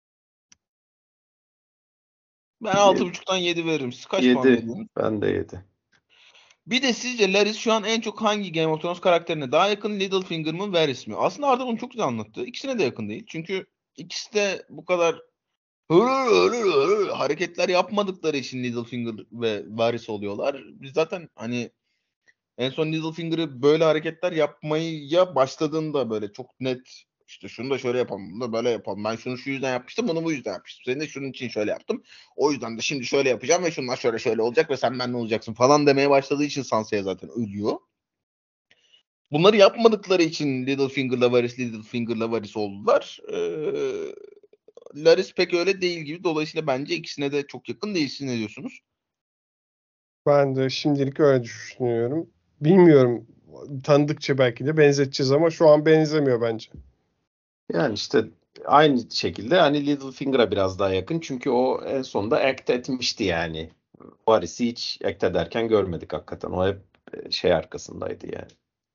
Ben altı buçuktan yedi veririm. Siz kaç puan yedi. veriyorsunuz? Ben de yedi. Bir de sizce Larys şu an en çok hangi Game of Thrones karakterine daha yakın, Littlefinger mı, Varys mi? Aslında Arda bunu çok güzel anlattı. İkisine de yakın değil. Çünkü ikisi de bu kadar hareketler yapmadıkları için Littlefinger ve Varys oluyorlar. Biz zaten hani en son Littlefinger'ı böyle hareketler yapmaya başladığında böyle çok net işte şunu da şöyle yapalım, bunu da böyle yapalım. Ben şunu şu yüzden yapmıştım, bunu bu yüzden yapmıştım. Seni de şunun için şöyle yaptım. O yüzden de şimdi şöyle yapacağım ve şunlar şöyle şöyle olacak ve sen benimle olacaksın falan demeye başladığı için Sansa'ya zaten ölüyor. Bunları yapmadıkları için Littlefinger'la Varys, Littlefinger'la Varys oldular. Ee, Larys pek öyle değil gibi. Dolayısıyla bence ikisine de çok yakın değil. Siz ne diyorsunuz? Ben de şimdilik öyle düşünüyorum. Bilmiyorum. Tanıdıkça belki de benzeteceğiz ama şu an benzemiyor bence. Yani işte aynı şekilde hani Littlefinger'a biraz daha yakın. Çünkü o en sonunda act etmişti yani. Varys'i hiç act ederken görmedik hakikaten. O hep e, şey arkasındaydı yani.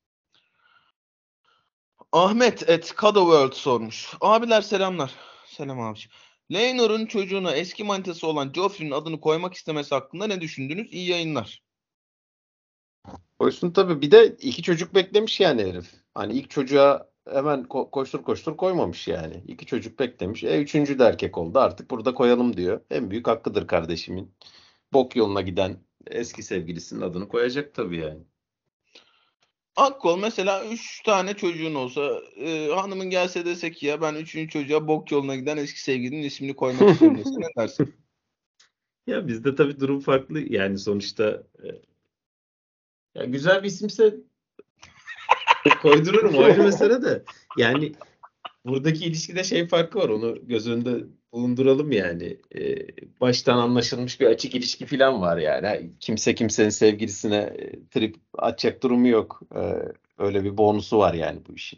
Ahmet et World sormuş. Abiler selamlar. Selam abiciğim. Laenor'un çocuğuna eski manitası olan Joffrey'nin adını koymak istemesi hakkında ne düşündünüz? İyi yayınlar. Koysun tabii. Bir de iki çocuk beklemiş yani herif. Hani ilk çocuğa hemen ko- koştur koştur koymamış yani. İki çocuk beklemiş. E üçüncü de erkek oldu. Artık burada koyalım diyor. En büyük hakkıdır kardeşimin. Bok yoluna giden eski sevgilisinin adını koyacak tabii yani. Akkol mesela üç tane çocuğun olsa e, hanımın gelse dese ki ya ben üçüncü çocuğa bok yoluna giden eski sevgilinin ismini koymak istiyorum dese ne dersin? Ya bizde tabii durum farklı. Yani sonuçta e, ya güzel bir isimse koydururum, o ayrı mesele de. Yani buradaki ilişkide şey farkı var. Onu göz önünde bulunduralım yani. Ee, baştan anlaşılmış bir açık ilişki falan var yani. Kimse kimsenin sevgilisine e, trip atacak durumu yok. Ee, öyle bir bonusu var yani bu işin.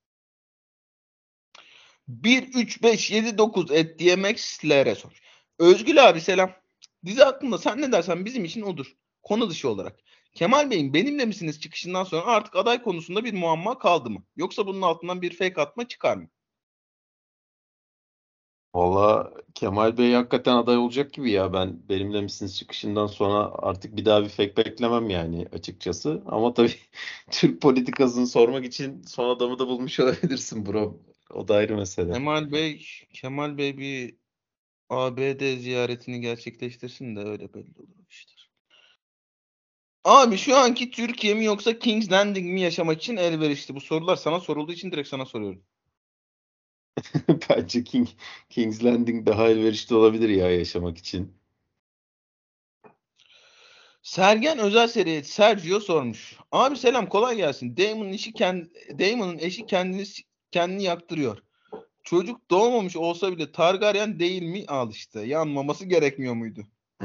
bir üç beş yedi dokuz et D M X'lere sor. Özgül abi selam. Dizi hakkında sen ne dersen bizim için odur. Konu dışı olarak. Kemal Bey'in benimle misiniz çıkışından sonra artık aday konusunda bir muamma kaldı mı? Yoksa bunun altından bir fake atma çıkar mı? Valla Kemal Bey hakikaten aday olacak gibi ya. Ben benimle misiniz çıkışından sonra artık bir daha bir fake beklemem yani açıkçası. Ama tabii Türk politikasını sormak için son adamı da bulmuş olabilirsin bro. O da ayrı mesele. Kemal Bey, Kemal Bey bir A B D ziyaretini gerçekleştirsin de öyle belli olur işte. Abi şu anki Türkiye mi yoksa King's Landing mi yaşamak için elverişli? Bu sorular sana sorulduğu için direkt sana soruyorum. Bence King, King's Landing daha elverişli olabilir ya yaşamak için. Sergen özel seri Sergio sormuş. Abi selam kolay gelsin. Damon'ın işi kend, Damon'ın eşi kendini kendini yaktırıyor. Çocuk doğmamış olsa bile Targaryen değil mi? Al işte. Yanmaması gerekmiyor muydu?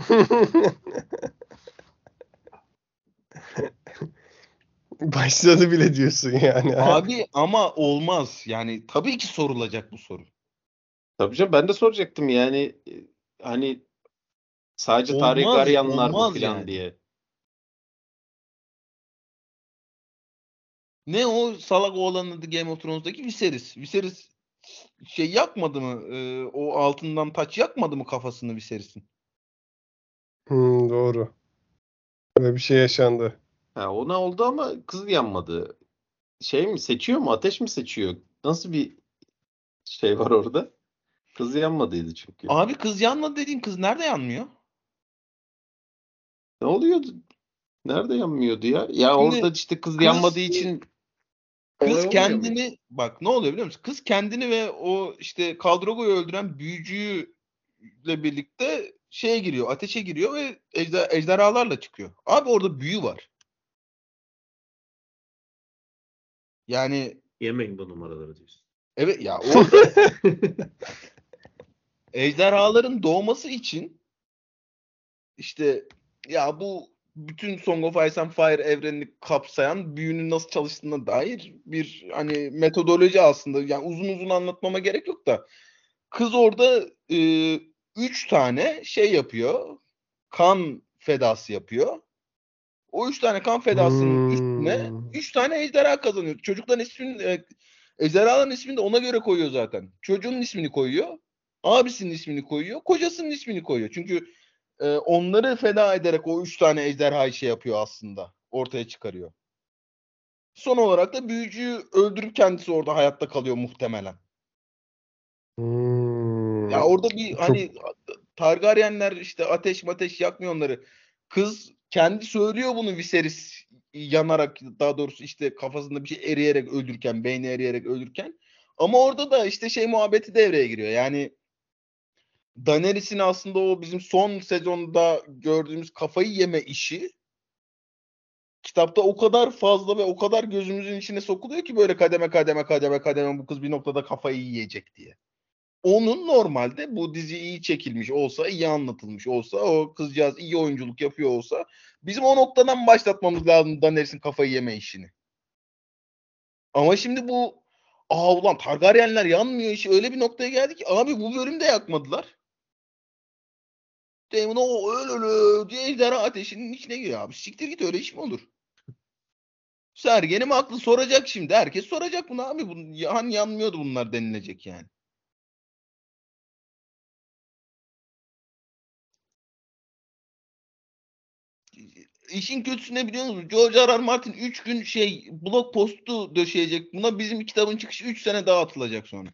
Başladı bile diyorsun yani. Abi ama olmaz. Yani tabii ki sorulacak bu soru. Tabii canım, ben de soracaktım yani e, hani sadece Olmaz, Targaryenlar mı olmaz filan yani. diye. Ne o salak oğlanın adı Game of Thrones'daki Viserys. Viserys şey yakmadı mı? Ee, o altından taç yakmadı mı kafasını Viserys'in? Hmm, doğru. Böyle bir şey yaşandı. Ha, ona oldu ama kız yanmadı. Şey mi seçiyor mu? Ateş mi seçiyor? Nasıl bir şey var orada? Kız yanmadıydı çünkü. Abi kız yanmadı dediğin kız nerede yanmıyor? Ne oluyordu? Nerede yanmıyordu ya? Ya orada Şimdi işte kız yanmadığı kız için olay kız olmuyor muydu? kendini bak ne oluyor biliyor musun? Kız kendini ve o işte Khal öldüren büyücüyle birlikte şeye giriyor, ateşe giriyor ve ejder, ejderhalarla çıkıyor. Abi orada büyü var. Yani Yemeyin bu numaraları diyorsun. evet ya orada ejderhaların doğması için işte ya bu bütün Song of Ice and Fire evrenini kapsayan büyünün nasıl çalıştığına dair bir hani metodoloji aslında. Yani uzun uzun anlatmama gerek yok da kız orada e, üç tane şey yapıyor. Kan fedası yapıyor. O üç tane kan fedasının üstüne Hmm. üç tane ejderha kazanıyor. Çocukların ismini e, ejderhaların ismini de ona göre koyuyor zaten. Çocuğun ismini koyuyor. Abisinin ismini koyuyor. Kocasının ismini koyuyor. Çünkü e, onları feda ederek o üç tane ejderhayı şey yapıyor aslında. Ortaya çıkarıyor. Son olarak da büyücüyü öldürüp kendisi orada hayatta kalıyor muhtemelen. Hmm. Ya orada bir Çok hani Targaryenler işte ateş mateş yakmıyor onları. Kız kendi söylüyor bunu Viserys yanarak daha doğrusu işte kafasında bir şey eriyerek öldürken, beyni eriyerek öldürken. Ama orada da işte şey muhabbeti devreye giriyor. Yani Daenerys'in aslında o bizim son sezonda gördüğümüz kafayı yeme işi kitapta o kadar fazla ve o kadar gözümüzün içine sokuluyor ki böyle kademe kademe kademe kademe bu kız bir noktada kafayı yiyecek diye. Onun normalde bu dizi iyi çekilmiş olsa, iyi anlatılmış olsa, o kızcağız iyi oyunculuk yapıyor olsa bizim o noktadan başlatmamız lazım Daenerys'in kafayı yeme işini. Ama şimdi bu aa ulan Targaryenler yanmıyor işi öyle bir noktaya geldi ki abi bu bölümde yakmadılar. Daemon o öyle öyle diye ejderha ateşinin içine giriyor abi. Siktir git öyle iş mi olur? Sergen'im haklı soracak şimdi. Herkes soracak bunu abi. Bu, hani yanmıyordu bunlar denilecek yani. İşin kötüsü ne biliyor musunuz? George R. R. Martin üç gün şey blog postu döşeyecek. Buna bizim kitabın çıkışı üç sene daha atılacak sonra.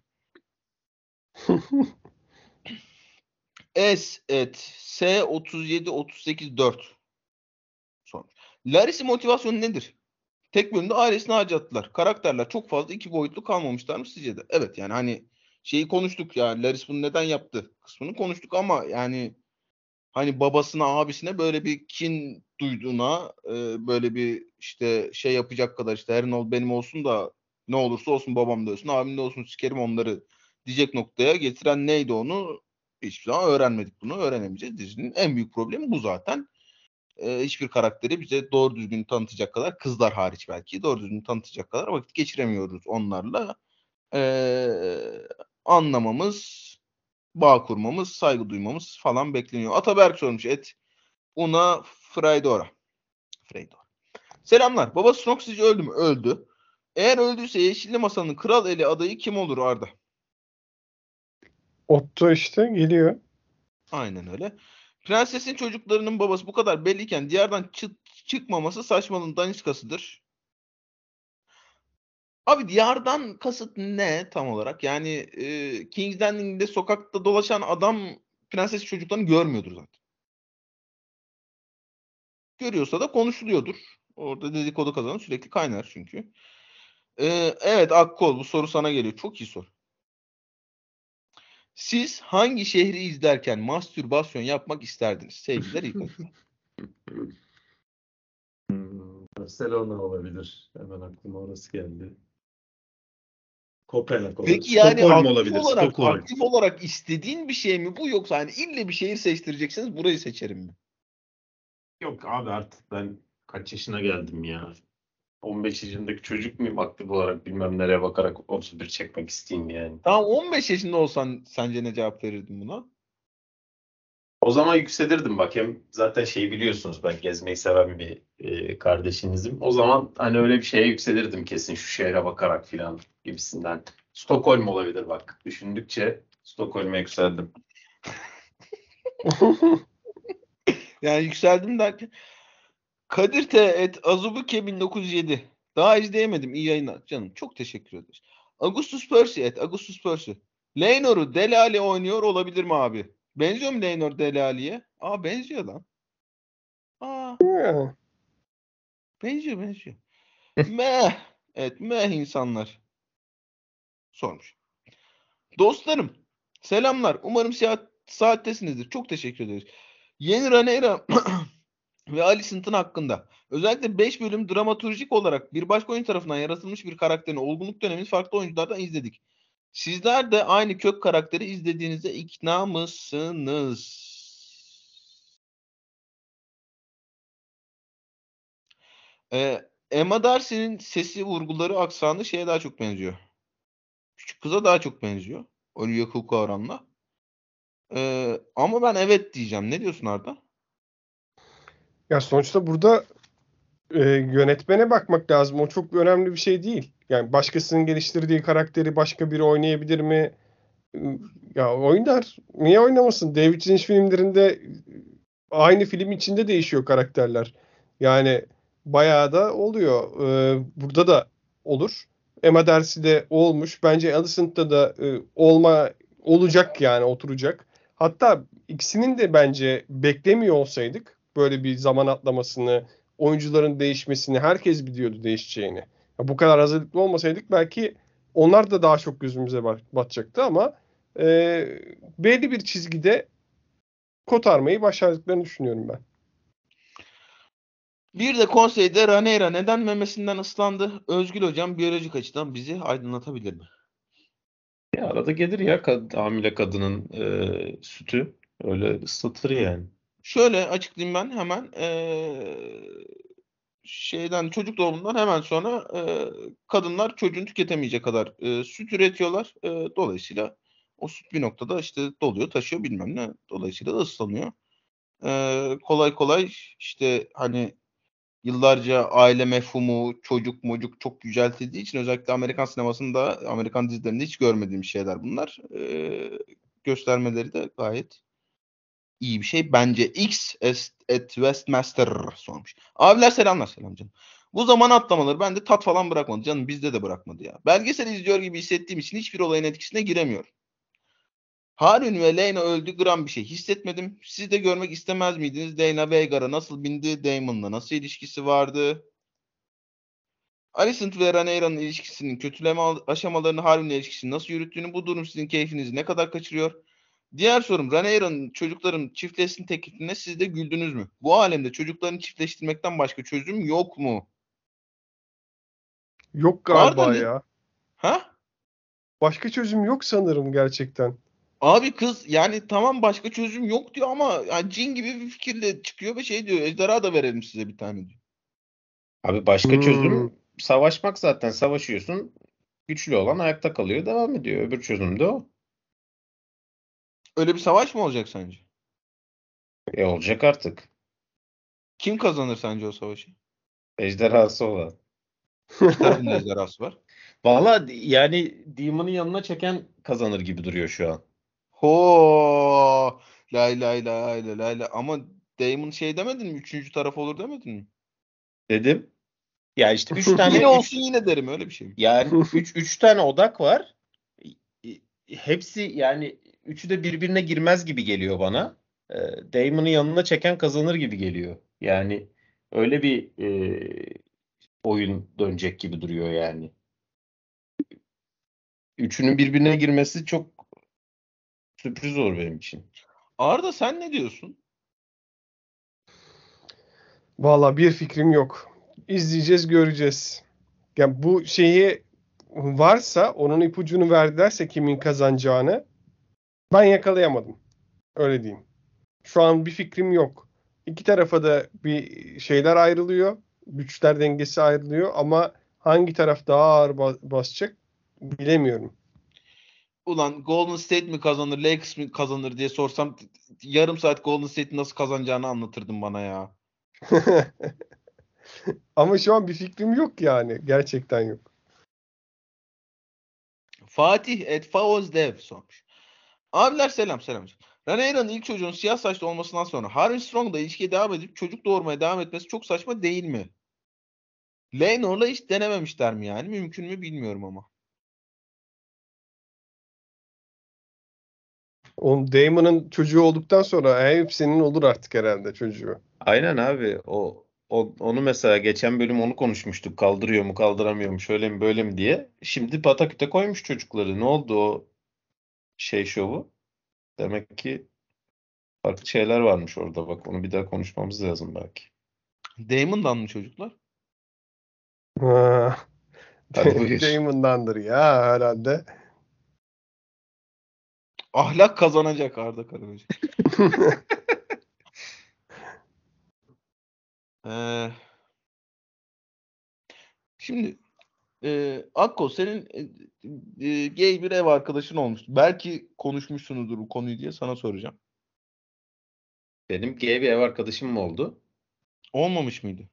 S et S otuz yedi otuz sekiz dört sonuç. Laris'in motivasyonu nedir? Tek bölümde ailesini harcattılar. Karakterler çok fazla iki boyutlu kalmamışlar mı sizce de? Evet yani hani şeyi konuştuk ya. Laris bunu neden yaptı kısmını konuştuk ama yani hani babasına abisine böyle bir kin duyduğuna e, böyle bir işte şey yapacak kadar işte her ne ol benim olsun da ne olursa olsun babam da olsun abim de olsun sikerim onları diyecek noktaya getiren neydi onu hiçbir zaman öğrenmedik bunu öğrenemeyeceğiz. Dizinin en büyük problemi bu zaten. E, hiçbir karakteri bize doğru düzgün tanıtacak kadar kızlar hariç belki doğru düzgün tanıtacak kadar vakit geçiremiyoruz onlarla. E, anlamamız bağ kurmamız, saygı duymamız falan bekleniyor. Ataberk sormuş et. Una Freydora. Freydora. Selamlar. Baba Snoke sizce öldü mü? Öldü. Eğer öldüyse Yeşilli Masa'nın kral eli adayı kim olur Arda? Otto işte geliyor. Aynen öyle. Prensesin çocuklarının babası bu kadar belliyken diyardan çı- çıkmaması saçmalığın daniskasıdır. Abi diyardan kasıt ne tam olarak? Yani e, King's Landing'de sokakta dolaşan adam prenses çocuklarını görmüyordur zaten. Görüyorsa da konuşuluyordur. Orada dedikodu kazanır sürekli kaynar çünkü. Ee, evet Akkol bu soru sana geliyor. Çok iyi soru. Siz hangi şehri izlerken mastürbasyon yapmak isterdiniz? Sevgiler ilk önce. Hmm, Barcelona olabilir. Hemen aklıma orası geldi. Kopenhag olabilir. Peki yani Stockholm aktif olabilir. olarak Stockholm. aktif olarak istediğin bir şey mi bu yoksa hani ille bir şehir seçtireceksiniz burayı seçerim mi? Yok abi artık ben kaç yaşına geldim ya. on beş yaşındaki çocuk muyum aktif olarak bilmem nereye bakarak otuz bir çekmek isteyeyim yani. Tamam on beş yaşında olsan sence ne cevap verirdin buna? O zaman yükselirdim bak hem zaten şey biliyorsunuz ben gezmeyi seven bir e, kardeşinizim. O zaman hani öyle bir şeye yükselirdim kesin şu şehre bakarak filan gibisinden. Stockholm olabilir bak. Düşündükçe Stockholm'e yükseldim. Yani yükseldim derken Kadir T et Azubuke bin dokuz yüz yedi. Daha izleyemedim. İyi yayınlar. Canım çok teşekkür ederiz. Augustus Percy et Augustus Percy. Leynor'u Dele Alli oynuyor olabilir mi abi? Benziyor mu Leynor Dele Alli'ye? Aa benziyor lan. Aa Yani, benziyor benziyor. Meh. Evet meh insanlar. Sormuş. Dostlarım. Selamlar. Umarım saat, saattesinizdir. Çok teşekkür ederiz. Yeni Rhaenyra ve Alicent'ın hakkında. Özellikle beş bölüm dramaturjik olarak bir başka oyun tarafından yaratılmış bir karakterin olgunluk dönemini farklı oyunculardan izledik. Sizler de aynı kök karakteri izlediğinizde ikna mısınız? Ee, Emma Darcy'nin sesi, vurguları, aksanı şeye daha çok benziyor. Küçük kıza daha çok benziyor. Olivia Cook'a oranla. Ee, ama ben evet diyeceğim. Ne diyorsun Arda? ya sonuçta burada e, yönetmene bakmak lazım. O çok önemli bir şey değil. Yani başkasının geliştirdiği karakteri başka biri oynayabilir mi? Ya oynar. Niye oynamasın? David Lynch filmlerinde aynı film içinde değişiyor karakterler. Yani bayağı da oluyor. Ee, burada da olur. Emma Darcy'de olmuş. Bence Alicent'ta da e, olma olacak yani oturacak. Hatta ikisinin de bence beklemiyor olsaydık böyle bir zaman atlamasını, oyuncuların değişmesini herkes biliyordu değişeceğini. Ya bu kadar hazırlıklı olmasaydık belki onlar da daha çok gözümüze batacaktı ama e, belli bir çizgide kotarmayı başardıklarını düşünüyorum ben. Bir de konseyde Rhaenyra neden memesinden ıslandı? Özgül hocam biyolojik açıdan bizi aydınlatabilir mi? Ya arada gelir ya kad- hamile kadının e, sütü. Öyle ıslatır yani. Şöyle açıklayayım ben hemen. Ee, şeyden çocuk doğumundan hemen sonra e, kadınlar çocuğunu tüketemeyecek kadar e, süt üretiyorlar. E, dolayısıyla o süt bir noktada işte doluyor, taşıyor bilmem ne. Dolayısıyla da ıslanıyor. E, kolay kolay işte hani yıllarca aile mefhumu, çocuk mocuk çok yüceltildiği için özellikle Amerikan sinemasında, Amerikan dizilerinde hiç görmediğim şeyler bunlar. E, göstermeleri de gayet iyi bir şey. Bence X at Westmaster sormuş. Abiler selamlar selam canım. Bu zaman atlamaları bende tat falan bırakmadı. Canım bizde de bırakmadı ya. Belgesel izliyor gibi hissettiğim için hiçbir olayın etkisine giremiyorum. Harun ve Leyna öldü gram bir şey hissetmedim. Siz de görmek istemez miydiniz? Leyna Veigar'a nasıl bindi? Daemon'la nasıl ilişkisi vardı? Alicent ve Rhaenyra'nın ilişkisinin kötüleme aşamalarını Harun'la ilişkisini nasıl yürüttüğünü bu durum sizin keyfinizi ne kadar kaçırıyor? Diğer sorum Rhaenyra'nın çocukların çiftleşsin teklifine siz de güldünüz mü? Bu alemde çocuklarını çiftleştirmekten başka çözüm yok mu? Yok Arda galiba ne? ya. Ha? Başka çözüm yok sanırım gerçekten. Abi kız yani tamam başka çözüm yok diyor ama yani cin gibi bir fikirle çıkıyor ve şey diyor ejderha da verelim size bir tane diyor. Abi başka Hmm. çözüm savaşmak zaten. Savaşıyorsun. Güçlü olan ayakta kalıyor. Devam ediyor. Öbür çözüm de o. Öyle bir savaş mı olacak sence? E olacak artık. Kim kazanır sence o savaşı? Ejderhası olan. İki tarafın da ejderhası var. Valla yani Demon'ın yanına çeken kazanır gibi duruyor şu an. Ho lay lay lay lay lay lay. Ama Damon şey demedin mi? Üçüncü taraf olur demedin mi? Dedim. Ya işte üç tane Yine üç olsun yine derim öyle bir şey mi? yani üç üç tane odak var. E, Hepsi yani üçü de birbirine girmez gibi geliyor bana. E, Damon'ın yanına çeken kazanır gibi geliyor. Yani öyle bir e, oyun dönecek gibi duruyor yani. Üçünün birbirine girmesi çok sürpriz olur benim için. Arda sen ne diyorsun? Valla bir fikrim yok. İzleyeceğiz, göreceğiz. Yani bu şeyi varsa onun ipucunu verdilerse kimin kazanacağını ben yakalayamadım. Öyle diyeyim. Şu an bir fikrim yok. İki tarafa da bir şeyler ayrılıyor. Güçler dengesi ayrılıyor ama hangi taraf daha ağır ba- basacak bilemiyorum. Ulan Golden State mi kazanır, Lakers mi kazanır diye sorsam t- t- yarım saat Golden State'in nasıl kazanacağını anlatırdın bana ya. Ama şu an bir fikrim yok yani. Gerçekten yok. Fatih et Dev sormuş. Abiler selam selam. Rhaenyra'nın ilk çocuğun siyah saçlı olmasından sonra Harry Strong'la ilişkiye devam edip çocuk doğurmaya devam etmesi çok saçma değil mi? Laenor'la hiç denememişler mi yani? Mümkün mü bilmiyorum ama. Onun Damon'ın çocuğu olduktan sonra hepsinin olur artık herhalde çocuğu. Aynen abi. O, o onu mesela geçen bölüm onu konuşmuştuk. Kaldırıyor mu, kaldıramıyor mu, şöyle mi, böyle mi diye. Şimdi pataküte koymuş çocukları. Ne oldu o şey şovu? Demek ki farklı şeyler varmış orada. Bak onu bir daha konuşmamız lazım belki. Damon'dan mı çocuklar? Ha, Hadi buyur. Damon'dandır ya herhalde. Ahlak kazanacak Arda Karabaş. Ee, şimdi e, Akko senin e, e, gay bir ev arkadaşın olmuştu. Belki konuşmuşsunuzdur bu konuyu diye sana soracağım. Benim gay bir ev arkadaşım mı oldu? Olmamış mıydı?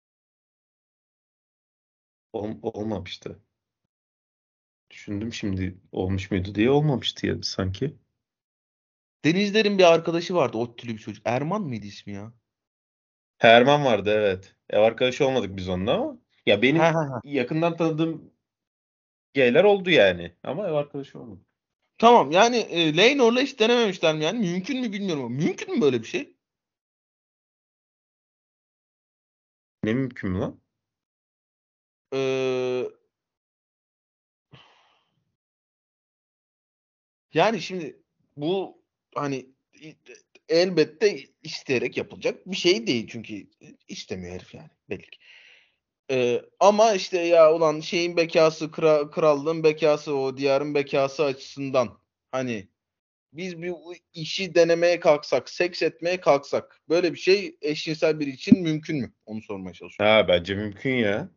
Ol, olmamıştı. Düşündüm şimdi olmuş muydu diye olmamıştı ya sanki. Denizler'in bir arkadaşı vardı. ODTÜ'lü bir çocuk. Erman mıydı ismi ya? Herman vardı evet. Ev arkadaşı olmadık biz onunla ama. Ya Ha benim ha ha. yakından tanıdığım gayler oldu yani. Ama ev arkadaşı olmadı. Tamam yani e, Leynor'la hiç denememişler mi yani? Mümkün mü bilmiyorum ama. Mümkün mü böyle bir şey? Ne mümkün mü lan? Ee, yani şimdi bu hani elbette isteyerek yapılacak bir şey değil. Çünkü istemiyor herif yani belli ki. Ee, ama işte ya ulan şeyin bekası, kra, krallığın bekası, o diyarın bekası açısından hani biz bir işi denemeye kalksak, seks etmeye kalksak böyle bir şey eşcinsel biri için mümkün mü? Onu sormaya çalışıyorum. Ha bence mümkün ya.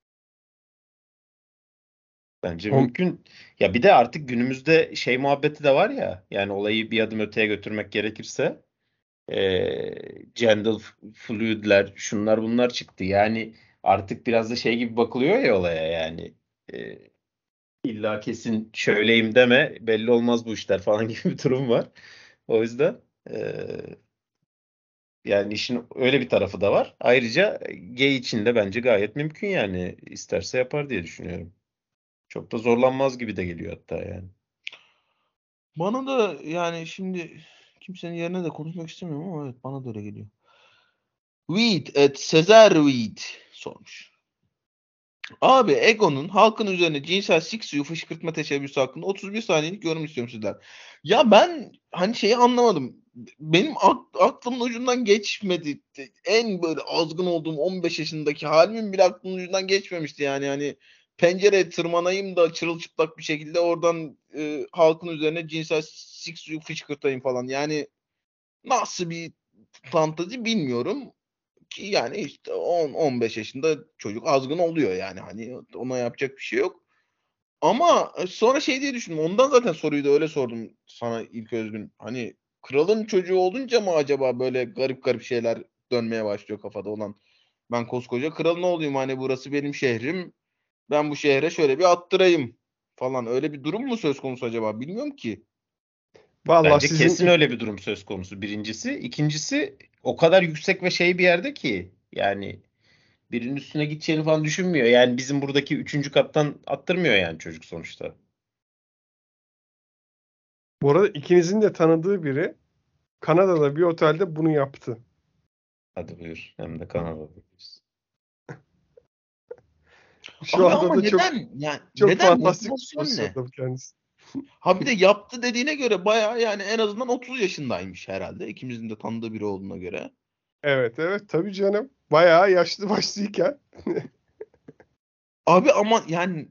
Bence O- mümkün. Ya bir de artık günümüzde şey muhabbeti de var ya. Yani olayı bir adım öteye götürmek gerekirse eee gender fluidler, şunlar bunlar çıktı. Yani artık biraz da şey gibi bakılıyor ya olaya yani. Eee illa kesin şöyleyim deme, belli olmaz bu işler falan gibi bir durum var. O yüzden eee, yani işin öyle bir tarafı da var. Ayrıca gay için de bence gayet mümkün yani. İsterse yapar diye düşünüyorum. Çok da zorlanmaz gibi de geliyor hatta yani. Bana da yani şimdi kimsenin yerine de konuşmak istemiyorum ama evet bana da öyle geliyor. Weed et Sezer Weed sormuş. Abi Ego'nun halkın üzerine cinsel sik suyu fışkırtma teşebbüsü hakkında otuz bir saniyelik yorum istiyorum sizden. Ya ben hani şeyi anlamadım. Benim ak- aklımın ucundan geçmedi. En böyle azgın olduğum on beş yaşındaki halimin bile aklımın ucundan geçmemişti yani. Hani pencereye tırmanayım da çırılçıplak bir şekilde oradan e, halkın üzerine cinsel sik suyu fışkırtayım falan. Yani nasıl bir fantezi bilmiyorum ki yani işte on on beş yaşında çocuk azgın oluyor yani hani ona yapacak bir şey yok. Ama sonra şey diye düşündüm. Ondan zaten soruyu da öyle sordum sana ilk Özgün. Hani kralın çocuğu olunca mı acaba böyle garip garip şeyler dönmeye başlıyor kafada olan. Ben koskoca kralın olayım hani burası benim şehrim. Ben bu şehre şöyle bir attırayım falan. Öyle bir durum mu söz konusu acaba? Bilmiyorum ki. Vallahi Bence sizin kesin öyle bir durum söz konusu birincisi. İkincisi o kadar yüksek ve şey bir yerde ki yani birinin üstüne gideceğini falan düşünmüyor. Yani bizim buradaki üçüncü kattan attırmıyor yani çocuk sonuçta. bu arada ikinizin de tanıdığı biri Kanada'da bir otelde bunu yaptı. Hadi buyur. Hem de Kanada'da. Şu Abi anda ama da çok neden? Yani çok neden fantastik bir motivasyon ne? pozisyonda kendisi. Ha bir de yaptı dediğine göre baya yani en azından otuz yaşındaymış herhalde. İkimizin de tanıdığı biri olduğuna göre. Evet evet tabii canım. Bayağı yaşlı başlıyken. Abi ama yani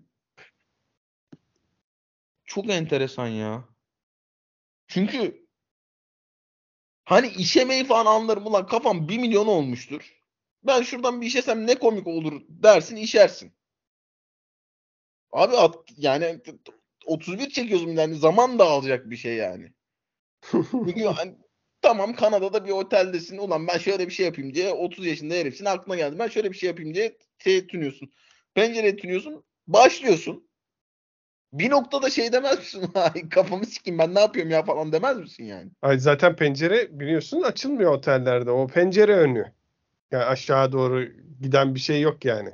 çok enteresan ya. Çünkü hani işemeyi falan anlarım ulan kafam bir milyon olmuştur. Ben şuradan bir işesem ne komik olur dersin işersin. Abi at, yani otuz bir çekiyorsun yani zaman da alacak bir şey yani. Çünkü hani, tamam Kanada'da bir oteldesin. Ulan ben şöyle bir şey yapayım diye otuz yaşında herifsin aklına geldi. Ben şöyle bir şey yapayım diye şey tünüyorsun. Pencereye tünüyorsun. Başlıyorsun. Bir noktada şey demez misin? Ay kafamı sikeyim ben ne yapıyorum ya falan demez misin yani? Ay zaten pencere biliyorsun açılmıyor otellerde. O pencere önü. Yani aşağı doğru giden bir şey yok yani.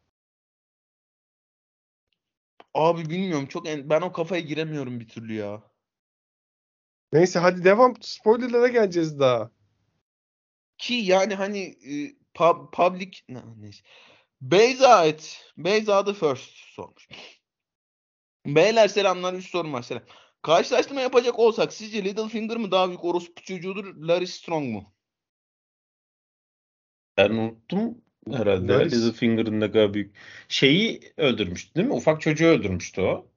Abi bilmiyorum çok en- ben o kafaya giremiyorum bir türlü ya. Neyse hadi devam. Spoilerlara geleceğiz daha. Ki yani hani e, pub- public ne, neyse. Beyza et. Beyza the first sormuş. Beyler selamlar. Üç sorum var selam. Karşılaştırma yapacak olsak sizce Littlefinger mı daha büyük orospu çocuğudur, Larry Strong mu? Ben unuttum herhalde ya. Laris. Littlefinger'ın ne kadar büyük. Şeyi öldürmüştü değil mi? Ufak çocuğu öldürmüştü o.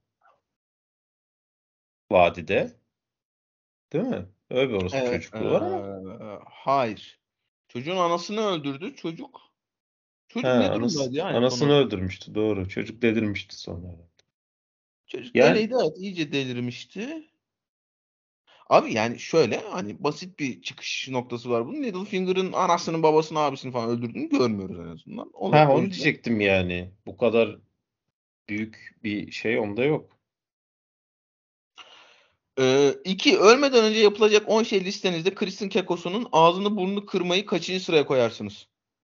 Vadide. Değil mi? Öyle bir orospu Ee, çocukluğu var ama. eee, hayır. Çocuğun anasını öldürdü. Çocuk. Ha, Çocuk ne anası, durumdaydı ya en son anasını orada? öldürmüştü. Doğru. Çocuk delirmişti sonra. Çocuk Yani deliydi evet iyice delirmişti. Abi yani şöyle hani basit bir çıkış noktası var bunun. Littlefinger'ın anasını babasını abisini falan öldürdüğünü görmüyoruz en azından. O, ha o onu yüzden. diyecektim yani. Bu kadar büyük bir şey onda yok. Ee, iki, ölmeden önce yapılacak on şey listenizde Kristen Kekosu'nun ağzını burnunu kırmayı kaçıncı sıraya koyarsınız?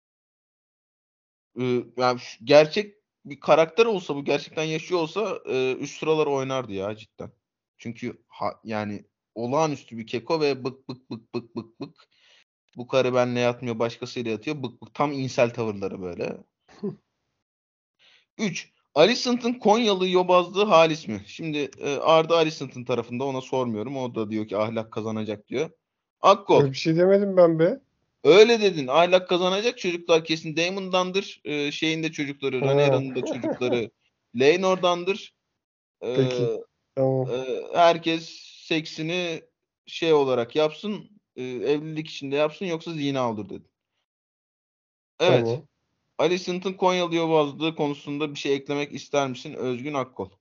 Ee, yani şu- gerçek bir karakter olsa bu gerçekten yaşıyor olsa e, üst sıraları oynardı ya cidden. Çünkü ha, yani olağanüstü bir keko ve bık bık bık bık bık bık. Bu karı benle yatmıyor başkasıyla yatıyor. Bık bık tam insel tavırları böyle. üç. Alicent'ın Konyalı yobazlığı halis mi? Şimdi e, Arda Alicent'ın tarafında ona sormuyorum. O da diyor ki ahlak kazanacak diyor. Akkol. Öyle bir şey demedim ben be. Öyle dedin. Aylak kazanacak çocuklar kesin Damon'dandır. Ee, şeyin de çocukları, Ha. Rhaenyra'nın da çocukları Laenor'dandır. Peki. Ee, Tamam. e, herkes seksini şey olarak yapsın. e, evlilik içinde yapsın yoksa zina olur dedi. Evet. Tamam. Alicent'ın Konyalı yobazlığı konusunda bir şey eklemek ister misin? Özgün Akkol.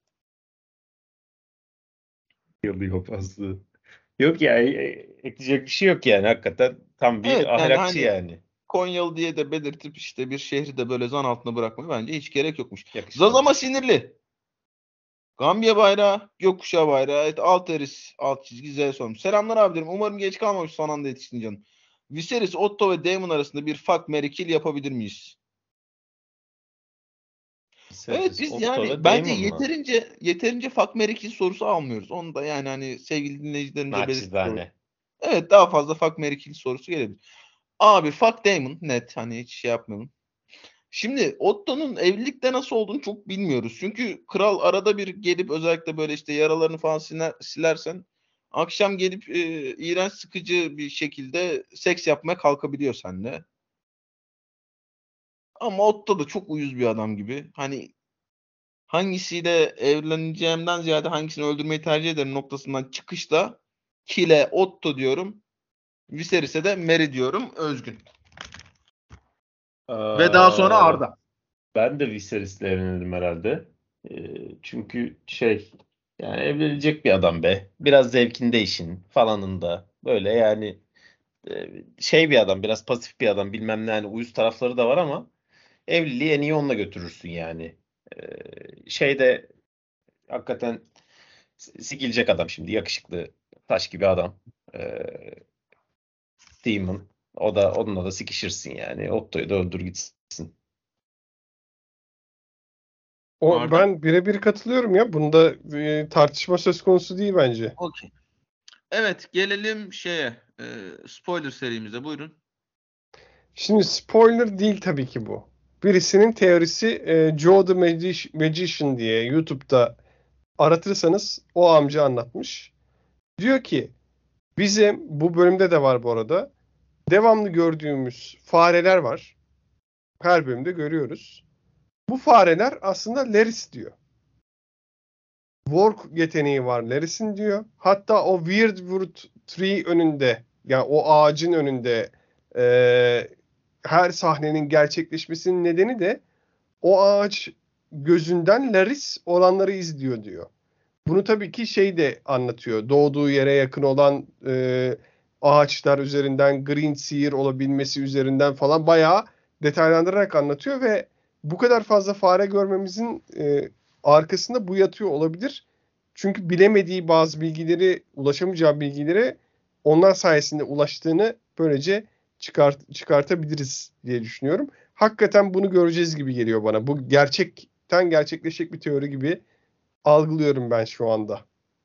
Yılıyor fazla. Yok ya, e- e- ekleyecek bir şey yok yani, hakikaten tam Evet bir yani ahlakçı hani yani. Konyalı diye de belirtip işte bir şehri de böyle zan altında bırakmaya bence hiç gerek yokmuş. Zazama Yakışmamış. sinirli. Gambiya bayrağı, gökkuşağı bayrağı, evet, alt eris, alt çizgi, Z sormuş. Selamlar abilerim. Umarım geç kalmamış, son anda yetiştin canım. Viserys, Otto ve Daemon arasında bir fuck, marry, kill yapabilir miyiz? Evet, Viserys, biz Otto yani ve bence Daemon mı? yeterince yeterince fuck, marry, kill sorusu almıyoruz. Onu da yani hani sevgili dinleyicilerimize belirtmiş olalım. Naçizane. Evet, daha fazla fuck, marry, kill sorusu gelebilir. Abi fuck Daemon net, hani hiç şey yapmayalım. Şimdi Otto'nun evlilikte nasıl olduğunu çok bilmiyoruz. Çünkü kral arada bir gelip özellikle böyle işte yaralarını falan siler, silersen akşam gelip e, iğrenç sıkıcı bir şekilde seks yapmaya kalkabiliyor seninle. Ama Otto da çok uyuz bir adam gibi. Hani hangisiyle evleneceğimden ziyade hangisini öldürmeyi tercih ederim noktasından çıkışta Kile Otto diyorum. Viserys'e de Merry diyorum. Özgün. Ve daha sonra Aa, Arda. ben de Viserys'le evlenirdim herhalde. Ee, çünkü şey, yani evlenecek bir adam be. Biraz zevkinde işin falanında. Böyle yani, e, şey bir adam, biraz pasif bir adam, bilmem ne, hani uyuz tarafları da var ama evliliği en iyi onunla götürürsün yani. Ee, şeyde hakikaten s- sikilecek adam şimdi, yakışıklı, taş gibi adam. Ee, Demon. O da, onunla da sikişirsin yani. Otto'yu da öldür gitsin. O Arda. ben birebir katılıyorum ya. Bunda e, tartışma söz konusu değil bence. Okey. Evet, gelelim şeye, e, spoiler serimize. Buyurun. Şimdi spoiler değil tabii ki bu. Birisinin teorisi, e, Joe the Magic- Magician diye YouTube'da aratırsanız o amca anlatmış. Diyor ki bizim bu bölümde de var bu arada. Devamlı gördüğümüz fareler var. Her bölümde görüyoruz. Bu fareler aslında Laris diyor. Work yeteneği var Laris'in diyor. Hatta o Weirdwood Tree önünde, yani o ağacın önünde e, her sahnenin gerçekleşmesinin nedeni de o ağaç gözünden Laris olanları izliyor diyor. Bunu tabii ki şey de anlatıyor. Doğduğu yere yakın olan e, ağaçlar üzerinden, Green Seer olabilmesi üzerinden falan bayağı detaylandırarak anlatıyor ve bu kadar fazla fare görmemizin e, arkasında bu yatıyor olabilir. Çünkü bilemediği bazı bilgileri, ulaşamayacağı bilgileri onlar sayesinde ulaştığını böylece çıkart, çıkartabiliriz diye düşünüyorum. Hakikaten bunu göreceğiz gibi geliyor bana. Bu gerçekten gerçekleşecek bir teori gibi algılıyorum ben şu anda.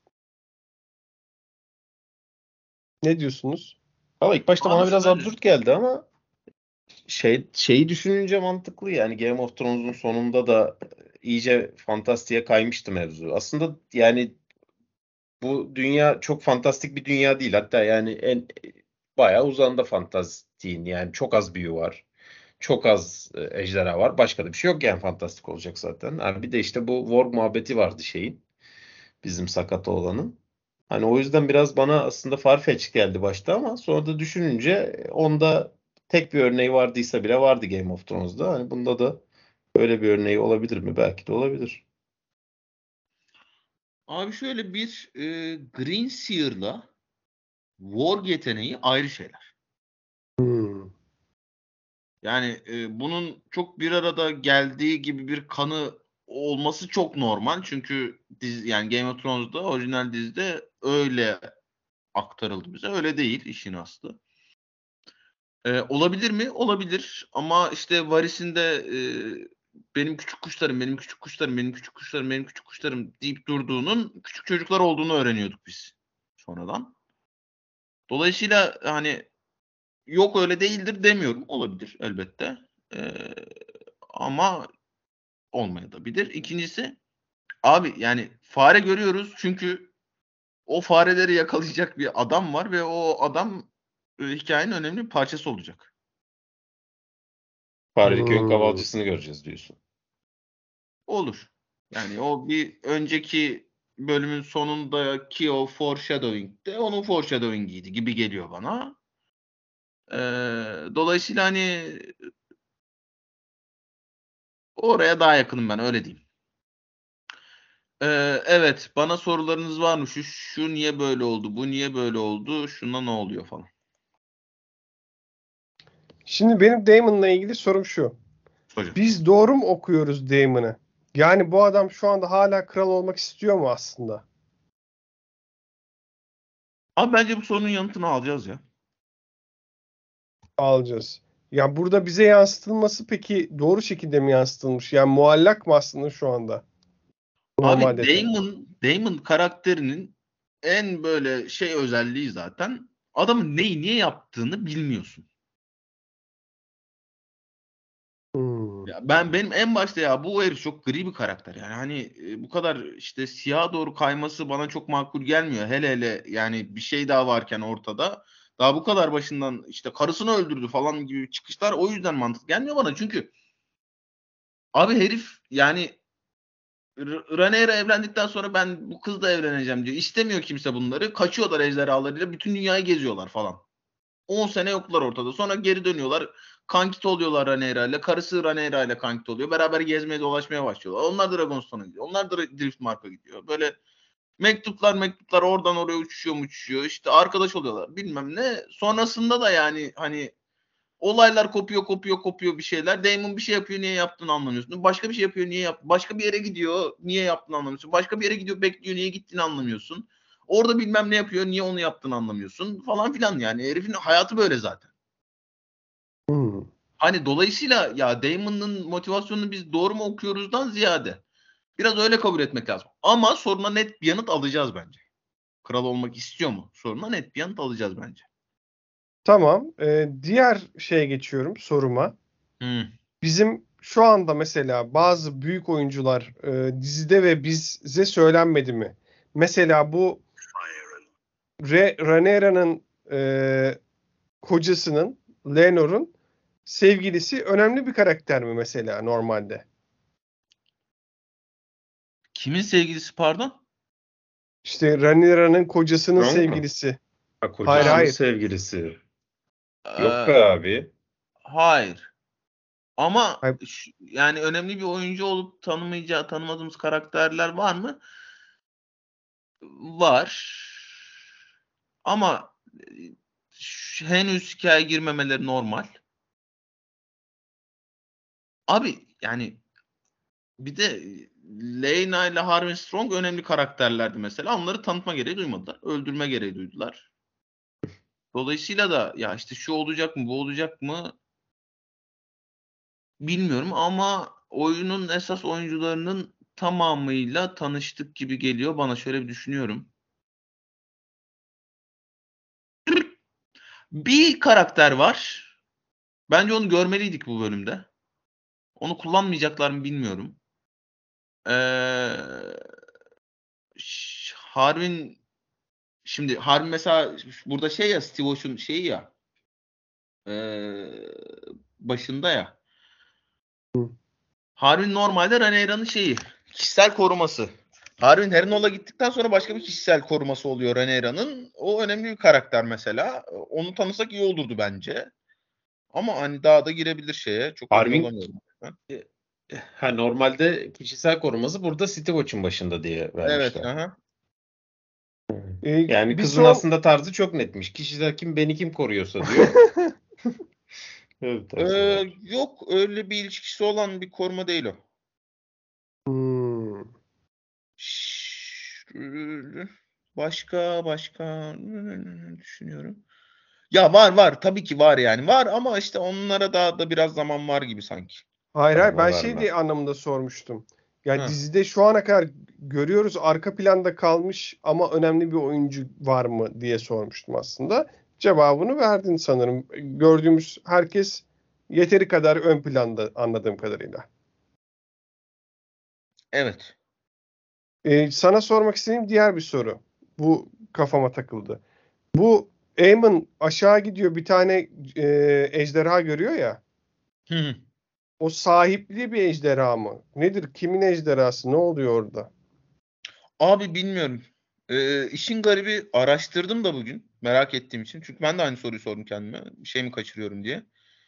Ne diyorsunuz? Ama ilk başta Abi bana biraz şöyle. absürt geldi ama şey, şeyi düşününce mantıklı yani. Game of Thrones'un sonunda da iyice fantastiğe kaymıştı mevzu. Aslında yani bu dünya çok fantastik bir dünya değil. Hatta yani en bayağı uzanda fantastiğin, yani çok az büyü var. Çok az e, ejderha var. Başka da bir şey yok yani, fantastik olacak zaten. Ha, bir de işte bu war muhabbeti vardı şeyin. Bizim sakat olanın. Hani o yüzden biraz bana aslında Farfetch geldi başta ama sonra da düşününce onda tek bir örneği vardıysa bile vardı Game of Thrones'da. Hani bunda da öyle bir örneği olabilir mi? Belki de olabilir. Abi şöyle bir e, Green Seer'la Warg yeteneği ayrı şeyler. Hmm. Yani e, bunun çok bir arada geldiği gibi bir kanı olması çok normal. Çünkü dizi, yani Game of Thrones'da orijinal dizide öyle aktarıldı bize. Öyle değil işin aslı. E, olabilir mi? Olabilir. Ama işte Varys'in de e, benim küçük kuşlarım, benim küçük kuşlarım, benim küçük kuşlarım, benim küçük kuşlarım deyip durduğunun küçük çocuklar olduğunu öğreniyorduk biz sonradan. Dolayısıyla hani yok öyle değildir demiyorum. Olabilir elbette. Ee, ama olmayabilir. İkincisi abi yani fare görüyoruz çünkü o fareleri yakalayacak bir adam var ve o adam e, hikayenin önemli bir parçası olacak. Fareli Köy'ün Hmm. kavalcısını göreceğiz diyorsun. Olur. Yani o bir önceki bölümün sonundaki o foreshadowing'de onun foreshadowing'iydi gibi geliyor bana. Ee, dolayısıyla hani oraya daha yakınım ben, öyle diyeyim. Ee, evet, bana sorularınız var mı? Şu, şu niye böyle oldu? Bu niye böyle oldu? Şuna ne oluyor falan. Şimdi benim Damon'la ilgili sorum şu. Hocam. Biz doğru mu okuyoruz Damon'ı? Yani bu adam şu anda hala kral olmak istiyor mu aslında? Abi bence bu sorunun yanıtını alacağız ya. Alacağız. Ya burada bize yansıtılması peki doğru şekilde mi yansıtılmış? Yani muallak mı aslında şu anda? Abi Normalde de. Damon, Damon karakterinin en böyle şey özelliği zaten adamın neyi niye yaptığını bilmiyorsun. Hmm. Ya ben benim en başta ya bu herif çok gri bir karakter. Yani hani e, bu kadar işte siyaha doğru kayması bana çok makul gelmiyor. Hele hele yani bir şey daha varken ortada. Daha bu kadar başından işte karısını öldürdü falan gibi çıkışlar o yüzden mantıklı gelmiyor bana. Çünkü abi herif yani R- Rhaenyra evlendikten sonra ben bu kızla evleneceğim diyor. İstemiyor kimse bunları. Kaçıyorlar ejderhalarıyla. Bütün dünyayı geziyorlar falan. on sene yoklar ortada. Sonra geri dönüyorlar. Kankit oluyorlar Rhaenyra ile. Karısı Rhaenyra ile kankit oluyor. Beraber gezmeye dolaşmaya başlıyorlar. Onlar Dragonstone'a gidiyor. Onlar da Driftmark'a gidiyor. Böyle mektuplar mektuplar oradan oraya uçuşuyor uçuşuyor. İşte arkadaş oluyorlar. Bilmem ne. Sonrasında da yani hani olaylar kopuyor kopuyor kopuyor bir şeyler. Damon bir şey yapıyor, niye yaptığını anlamıyorsun. Başka bir şey yapıyor, niye yap? Başka bir yere gidiyor, niye yaptığını anlamıyorsun. Başka bir yere gidiyor, bekliyor, niye gittiğini anlamıyorsun. Orada bilmem ne yapıyor, niye onu yaptığını anlamıyorsun falan filan yani. Herifin hayatı böyle zaten. Hmm. Hani dolayısıyla ya Damon'ın motivasyonunu biz doğru mu okuyoruzdan ziyade biraz öyle kabul etmek lazım. Ama soruna net bir yanıt alacağız bence. Kral olmak istiyor mu? Soruna net bir yanıt alacağız bence. Tamam. Ee, diğer şeye geçiyorum soruma. Hmm. Bizim şu anda mesela bazı büyük oyuncular e, dizide ve bize söylenmedi mi? Mesela bu Re Rhaenyra'nın e, kocasının Laenor'un sevgilisi önemli bir karakter mi mesela normalde? Kimin sevgilisi pardon? İşte Rhaenyra'nın kocasının Strong mu? sevgilisi. Ha, Hayır Ha. kocasının hayır. sevgilisi. Yok Ee, be abi. hayır. Ama Hayır. şu- yani önemli bir oyuncu olup tanımayacağı, tanımadığımız karakterler var mı? Var. Ama e, şu- henüz hikaye girmemeleri normal. Abi yani bir de Lena ile Harvey Strong önemli karakterlerdi mesela. Onları tanıtma gereği duymadılar. Öldürme gereği duydular. Dolayısıyla da ya işte şu olacak mı, bu olacak mı bilmiyorum ama oyunun esas oyuncularının tamamıyla tanıştık gibi geliyor bana. Şöyle bir düşünüyorum. Bir karakter var. Bence onu görmeliydik bu bölümde. Onu kullanmayacaklar mı bilmiyorum. Ee, Ş- Harvin şimdi Harvin mesela burada şey ya Steve Osh'un şeyi ya ee, başında ya. Hı. Harvin normalde Rhaenyra'nın şeyi kişisel koruması. Harvin Harrenhal'a gittikten sonra başka bir kişisel koruması oluyor Rhaenyra'nın. O önemli bir karakter mesela. Onu tanısak iyi olurdu bence. Ama hani daha da girebilir şeye. Çok emin Harvin olamıyorum. e, ha, normalde kişisel koruması burada Steve Watch'un başında diye Evet. vermişler. Aha. Ee, Yani bir kızın son aslında tarzı çok netmiş. Kişisel kim beni kim koruyorsa diyor. Evet, tarzı Ee, var. yok öyle bir ilişkisi olan bir koruma değil o. Hmm. Şşş, Başka başka düşünüyorum. Ya var var tabii ki var yani var ama işte onlara daha da biraz zaman var gibi sanki. Hayır hayır Verme ben şey verme. diye anlamında sormuştum. Ya Ha. dizide şu ana kadar görüyoruz arka planda kalmış ama önemli bir oyuncu var mı diye sormuştum aslında. Cevabını verdin sanırım. Gördüğümüz herkes yeteri kadar ön planda anladığım kadarıyla. Evet. Ee, sana sormak istediğim diğer bir soru. Bu kafama takıldı. Bu Aemon aşağı gidiyor, bir tane e, ejderha görüyor ya. Hı hı. O sahipli bir ejderha mı? Nedir? Kimin ejderhası? Ne oluyor orada? Abi bilmiyorum. Ee, işin garibi araştırdım da bugün. Merak ettiğim için. Çünkü ben de aynı soruyu sordum kendime. Bir şey mi kaçırıyorum diye.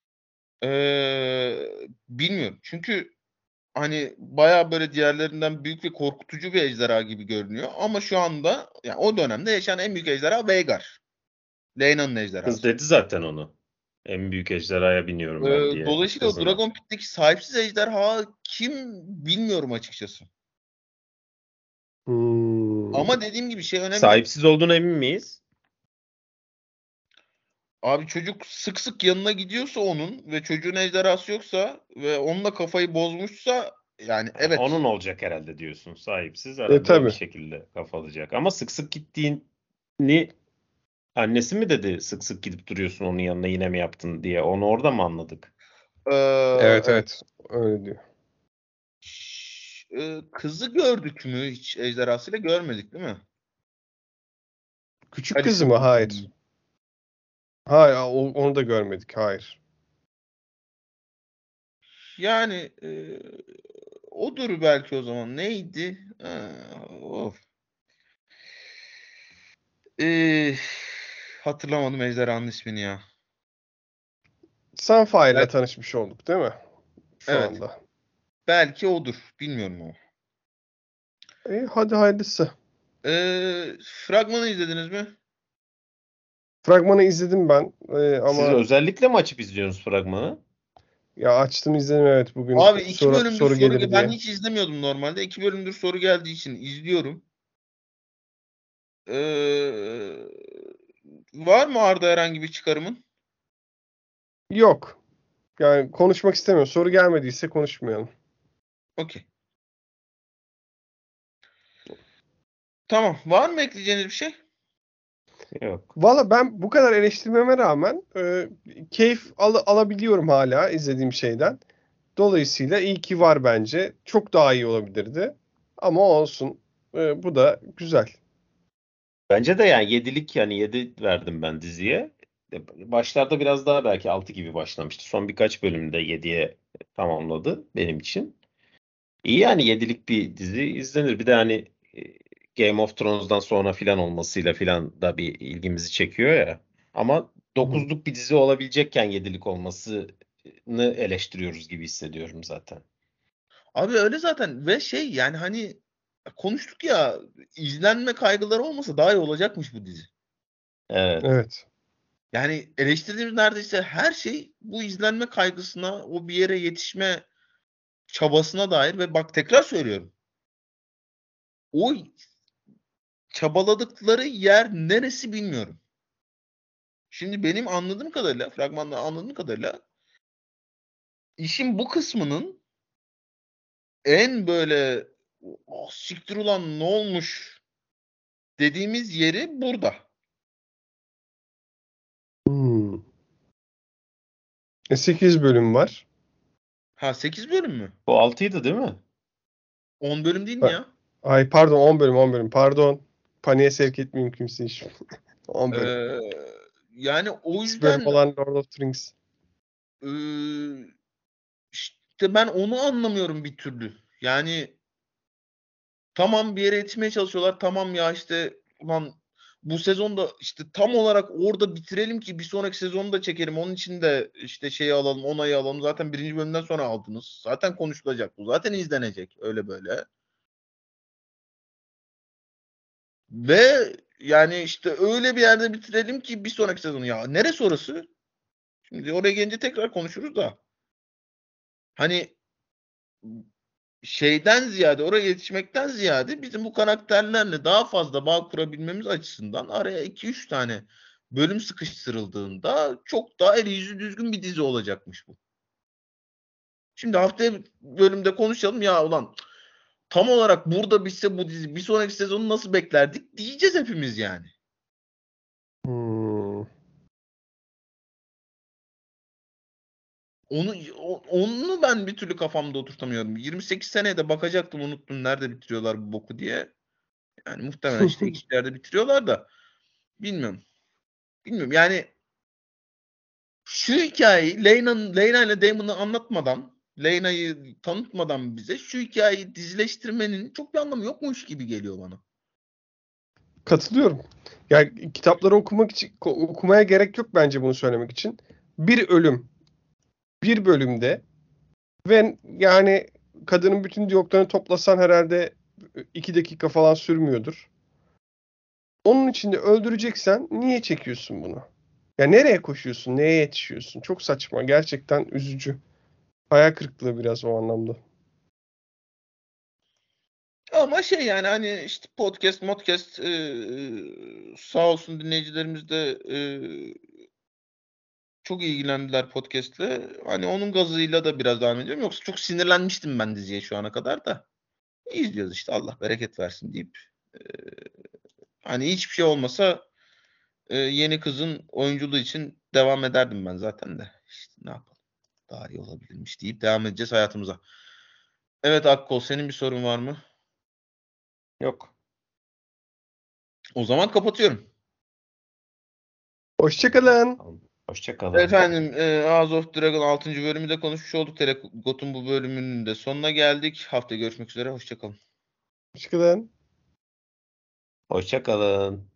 Ee, bilmiyorum. Çünkü hani bayağı böyle diğerlerinden büyük ve korkutucu bir ejderha gibi görünüyor. Ama şu anda yani o dönemde yaşayan en büyük ejderha Vhagar. Lyana'nın Kız ejderhası. dedi zaten onu. En büyük ejderhaya biniyorum ben Ee, diye dolayısıyla o kızına. Dragon Pit'teki sahipsiz ejderha kim bilmiyorum açıkçası. Hmm. Ama dediğim gibi şey önemli. Sahipsiz olduğuna emin miyiz? Abi çocuk sık sık yanına gidiyorsa onun ve çocuğun ejderhası yoksa ve onunla kafayı bozmuşsa yani Ha, evet. onun olacak herhalde diyorsun. Sahipsiz E herhalde o bir tabii. şekilde kafalayacak. Ama sık sık gittiğini annesi mi dedi, sık sık gidip duruyorsun onun yanına, yine mi yaptın diye. Onu orada mı anladık? Ee, Evet evet. evet. Öyle diyor. Ş- e, kızı gördük mü hiç ejderhasıyla görmedik değil mi? Küçük kızı mı? Alicent'ın Hayır. kızını. Hayır, o- onu da görmedik. Hayır. Yani e, odur belki o zaman. Neydi? Ha, of. Ee, hatırlamadım ejderhanın ismini ya. Sunfire'la Belki, tanışmış olduk değil mi? Şu evet. anda. Belki odur. Bilmiyorum ama. E, hadi hayırlısı. Ee, fragmanı izlediniz mi? Fragmanı izledim ben. E, Siz ama özellikle mi açıp izliyorsunuz fragmanı? ya açtım izledim, evet, bugün Abi iki soru bölümdür soru soru gelir ge- ben diye. hiç izlemiyordum normalde. İki bölümdür soru geldiği için izliyorum. Ee, var mı Arda herhangi bir çıkarımın? Yok. Yani konuşmak istemiyorum. Soru gelmediyse konuşmayalım. Okey. Tamam. Var mı ekleyeceğiniz bir şey? Yok. Valla ben bu kadar eleştirmeme rağmen e, keyif al- alabiliyorum hala izlediğim şeyden. Dolayısıyla iyi ki var bence. Çok daha iyi olabilirdi. Ama olsun. E, bu da güzel. Bence de yani yedilik, yani yedi verdim ben diziye. E, Başlarda biraz daha belki altı gibi başlamıştı. Son birkaç bölümde yediye tamamladı benim için. İyi, yani yedilik bir dizi izlenir. Bir de hani e, Game of Thrones'dan sonra filan olmasıyla filan da bir ilgimizi çekiyor ya. Ama Hı hı. dokuzluk bir dizi olabilecekken yedilik olmasını eleştiriyoruz gibi hissediyorum zaten. Abi öyle zaten ve şey yani hani konuştuk ya izlenme kaygıları olmasa daha iyi olacakmış bu dizi. Evet. Evet. Yani eleştirdiğimiz neredeyse her şey bu izlenme kaygısına, o bir yere yetişme çabasına dair ve bak tekrar söylüyorum. O çabaladıkları yer neresi bilmiyorum. Şimdi benim anladığım kadarıyla, fragmanda anladığım kadarıyla işin bu kısmının en böyle "Ah, siktir ulan ne olmuş" dediğimiz yeri burada. Hmm. E, sekiz bölüm var. Ha sekiz bölüm mü? Bu altıydı değil mi? on bölüm değil mi Ha- ya? Ay pardon, on bölüm on bölüm pardon. Paniğe sevk etmeyeyim kimseyi şimdi. on bölüm. Ee, yani o sekiz bölüm yüzden olan Lord of the Rings. ee, işte ben onu anlamıyorum bir türlü. Yani tamam bir yere yetişmeye çalışıyorlar. Tamam ya işte ulan bu sezonda işte tam olarak orada bitirelim ki bir sonraki sezonu da çekelim. Onun için de işte şeyi alalım, onayı alalım. Zaten birinci bölümden sonra aldınız. Zaten konuşulacak bu. Zaten izlenecek. Öyle böyle. Ve yani işte öyle bir yerde bitirelim ki bir sonraki sezonu. Ya neresi orası? Şimdi oraya gelince tekrar konuşuruz da. Hani şeyden ziyade oraya yetişmekten ziyade bizim bu karakterlerle daha fazla bağ kurabilmemiz açısından araya iki üç tane bölüm sıkıştırıldığında çok daha eli yüzü düzgün bir dizi olacakmış bu. Şimdi haftaya bölümde konuşalım ya ulan tam olarak burada bitse bu dizi bir sonraki sezonu nasıl beklerdik diyeceğiz hepimiz yani. Hmm. Onu o- onu ben bir türlü kafamda oturtamıyorum. yirmi sekiz seneye de bakacaktım unuttum nerede bitiriyorlar bu boku diye. Yani muhtemelen işte ikişerde bitiriyorlar da bilmiyorum. Bilmiyorum yani şu hikayeyi Leyna'nın Leyna ile Damon'ı anlatmadan, Leyna'yı tanıtmadan bize şu hikayeyi dizileştirmenin çok bir anlamı yokmuş gibi geliyor bana. Katılıyorum. Yani kitapları okumak için okumaya gerek yok bence bunu söylemek için. Bir ölüm, bir bölümde ve yani kadının bütün diyaloglarını toplasan herhalde iki dakika falan sürmüyordur. Onun için de öldüreceksen niye çekiyorsun bunu? Ya nereye koşuyorsun? Neye yetişiyorsun? Çok saçma. Gerçekten üzücü. Hayal kırıklığı biraz o anlamda. Ama şey yani hani işte podcast, modcast e, sağ olsun dinleyicilerimiz de e, çok ilgilendiler podcast'le. Hani onun gazıyla da biraz devam ediyorum. Yoksa çok sinirlenmiştim ben diziye şu ana kadar da. İzliyoruz işte Allah bereket versin deyip e, hani hiçbir şey olmasa e, yeni kızın oyunculuğu için devam ederdim ben zaten de. İşte ne yapalım? Daha iyi olabilirmiş deyip devam edeceğiz hayatımıza. Evet Akkol senin bir sorun var mı? Yok. O zaman kapatıyorum. Hoşçakalın. Hoşça kalın. Efendim e, House of Dragon altıncı bölümü de konuşmuş olduk. Telegot'un bu bölümünün de sonuna geldik. Haftaya görüşmek üzere. Hoşçakalın. Hoşçakalın. Hoşça kalın.